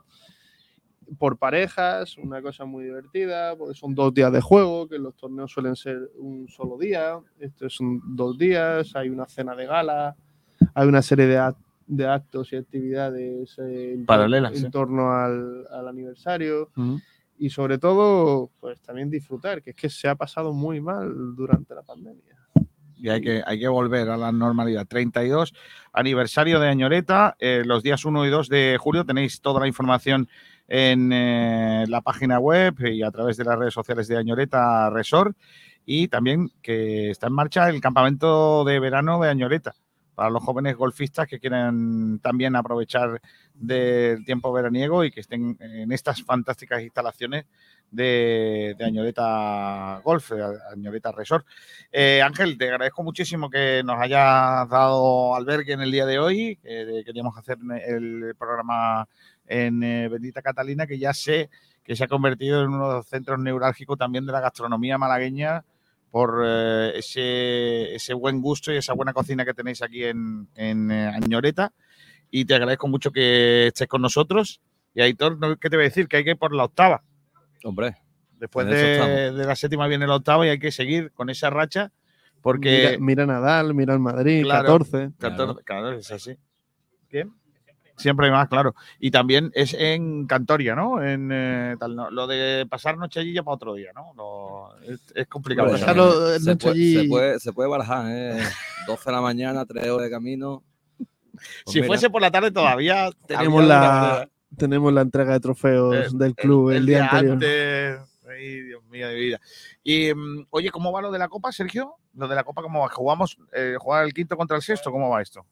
por parejas, una cosa muy divertida, porque son dos días de juego, que los torneos suelen ser un solo día. Estos son dos días, hay una cena de gala, hay una serie de actos de actos y actividades eh, en, paralelas en sí. torno al, al aniversario uh-huh. y sobre todo pues también disfrutar, que es que se ha pasado muy mal durante la pandemia. Y hay que, hay que volver a la normalidad. treinta y dos aniversario de Añoreta. Eh, los días uno y dos de julio tenéis toda la información en eh, la página web y a través de las redes sociales de Añoreta Resort. Y también que está en marcha el campamento de verano de Añoreta para los jóvenes golfistas que quieran también aprovechar del tiempo veraniego y que estén en estas fantásticas instalaciones de, de Añoreta Golf, de Añoreta Resort. Eh, Ángel, te agradezco muchísimo que nos hayas dado albergue en el día de hoy. Eh, queríamos hacer el programa en eh, Bendita Catalina, que ya sé que se ha convertido en uno de los centros neurálgicos también de la gastronomía malagueña por eh, ese, ese buen gusto y esa buena cocina que tenéis aquí en, en eh, Añoreta. Y te agradezco mucho que estés con nosotros. Y Aitor, ¿qué te voy a decir? Que hay que ir por la octava. Hombre. Después de, de la séptima viene la octava y hay que seguir con esa racha porque... Mira, mira Nadal, mira el Madrid, claro, catorce. catorce. Claro, es así. ¿Qué? Siempre hay más, claro. Y también es en Cantoria, ¿no? En eh, tal, no. Lo de pasar noche allí ya para otro día, ¿no? Lo, es, es complicado. Bueno, Pasarlo, se, puede, allí... se, puede, se puede barajar, ¿eh? doce de la mañana, tres horas de camino. Pues si mira, fuese por la tarde todavía tenemos la, tenemos la entrega de trofeos eh, del club el, el, el día, día anterior. Antes. Ay, Dios mío de vida. Y um, oye, ¿cómo va lo de la Copa, Sergio? Lo de la Copa, ¿cómo va? ¿Jugamos eh, jugar el quinto contra el sexto? ¿Cómo va esto?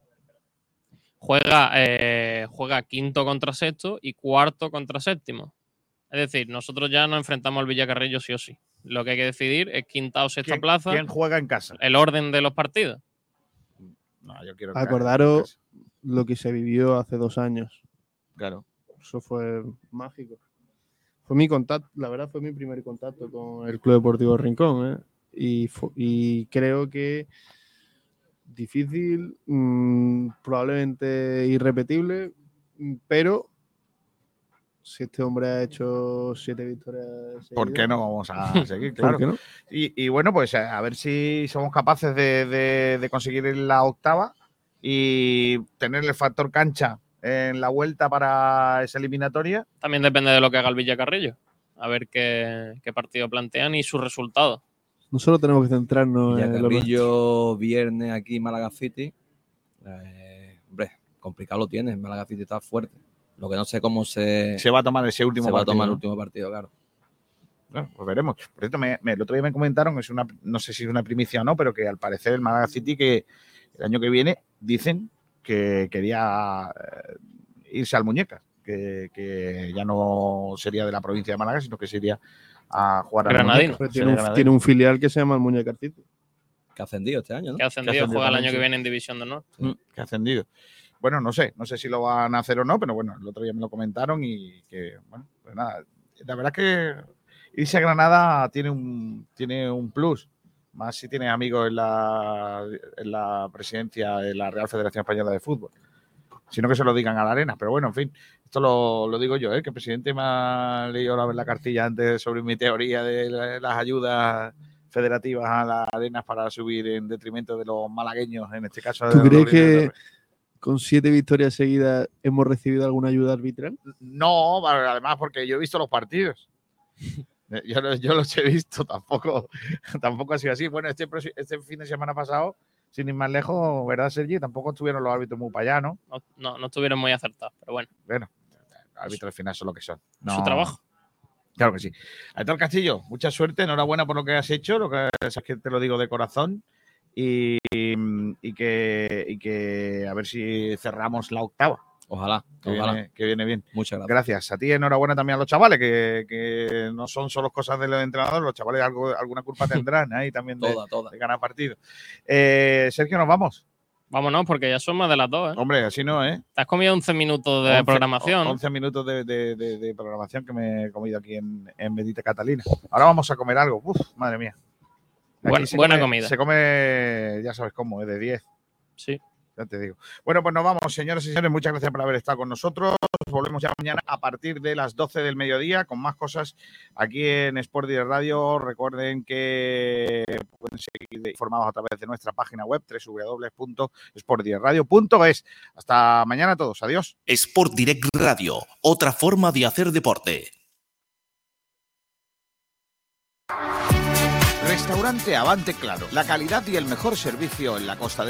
Juega, eh, juega quinto contra sexto y cuarto contra séptimo. Es decir, nosotros ya nos enfrentamos al Villacarrillo sí o sí. Lo que hay que decidir es quinta o sexta ¿Quién, plaza. ¿Quién juega en casa? El orden de los partidos. No, yo quiero Acordaros lo que se vivió hace dos años. Claro. Eso fue mágico. Fue mi contacto, la verdad fue mi primer contacto con el Club Deportivo Rincón, ¿eh? y, fue, y creo que difícil, mmm, probablemente irrepetible, pero si este hombre ha hecho siete victorias seguidas, ¿por qué no vamos a seguir? Claro. ¿Por qué no? Y, y bueno, pues a ver si somos capaces de, de, de conseguir la octava y tener el factor cancha en la vuelta para esa eliminatoria. También depende de lo que haga el Villacarrillo. A ver qué, qué partido plantean y sus resultados. Nosotros tenemos que centrarnos Villacarrillo, en el viernes aquí Málaga City. Eh, hombre, complicado lo tiene. Málaga City está fuerte. Lo que no sé cómo se... Se va a tomar ese último se partido. Se va a tomar el último partido, claro. Bueno, pues veremos. Por cierto, me, me, el otro día me comentaron, es una, no sé si es una primicia o no, pero que al parecer el Málaga City que el año que viene dicen que quería eh, irse al Muñecas, que, que ya no sería de la provincia de Málaga, sino que sería a jugar al Muñecas. Tiene un, tiene un filial que se llama el Muñecas City. Que ha ascendido este año, ¿no? Que ha ascendido, ascendido juega el año sí. que viene en División de Honor. Sí. Que ha ascendido. Bueno, no sé, no sé si lo van a hacer o no, pero bueno, el otro día me lo comentaron y que, bueno, pues nada, la verdad es que irse a Granada tiene un, tiene un plus. Más si tienes amigos en la, en la presidencia de la Real Federación Española de Fútbol. Sino que se lo digan a la arena. Pero bueno, en fin, esto lo, lo digo yo, ¿eh? Que el presidente me ha leído la, la cartilla antes sobre mi teoría de la, las ayudas federativas a las arenas para subir en detrimento de los malagueños, en este caso. ¿Tú crees que con siete victorias seguidas hemos recibido alguna ayuda arbitral? No, además porque yo he visto los partidos. Yo, yo los he visto, tampoco, tampoco ha sido así. Bueno, este, este fin de semana pasado, sin ir más lejos, ¿verdad, Sergi? Tampoco estuvieron los árbitros muy para allá, ¿no? No, no, no estuvieron muy acertados, pero bueno. Bueno, los árbitros al final son lo que son. No, su trabajo. Claro que sí. Aitor Castillo, mucha suerte, enhorabuena por lo que has hecho, lo que es que te lo digo de corazón. Y, y, que, y que a ver si cerramos la octava. Ojalá, que, ojalá. Viene, que viene bien. Muchas gracias. Gracias. A ti, enhorabuena también a los chavales, que, que no son solo cosas del entrenador, los chavales algo, alguna culpa tendrán ahí también de, toda, toda. de ganar partido. Eh, Sergio, ¿nos vamos? Vámonos, porque ya son más de las dos, ¿eh? Hombre, así no, ¿eh? Te has comido once minutos de once, programación. once minutos de, de, de, de programación que me he comido aquí en, en Bendita Catalina. Ahora vamos a comer algo. Uf, madre mía. Buena, buena come, comida. Se come, ya sabes cómo, es de diez. Sí. Ya te digo. Bueno, pues nos vamos, señores y señores. Muchas gracias por haber estado con nosotros. Volvemos ya mañana a partir de las doce del mediodía con más cosas aquí en Sport Direct Radio. Recuerden que pueden seguir informados a través de nuestra página web doble u doble u doble u punto sport direct radio punto es. Hasta mañana a todos. Adiós. Sport Direct Radio, otra forma de hacer deporte. Restaurante Avante Claro. La calidad y el mejor servicio en la Costa de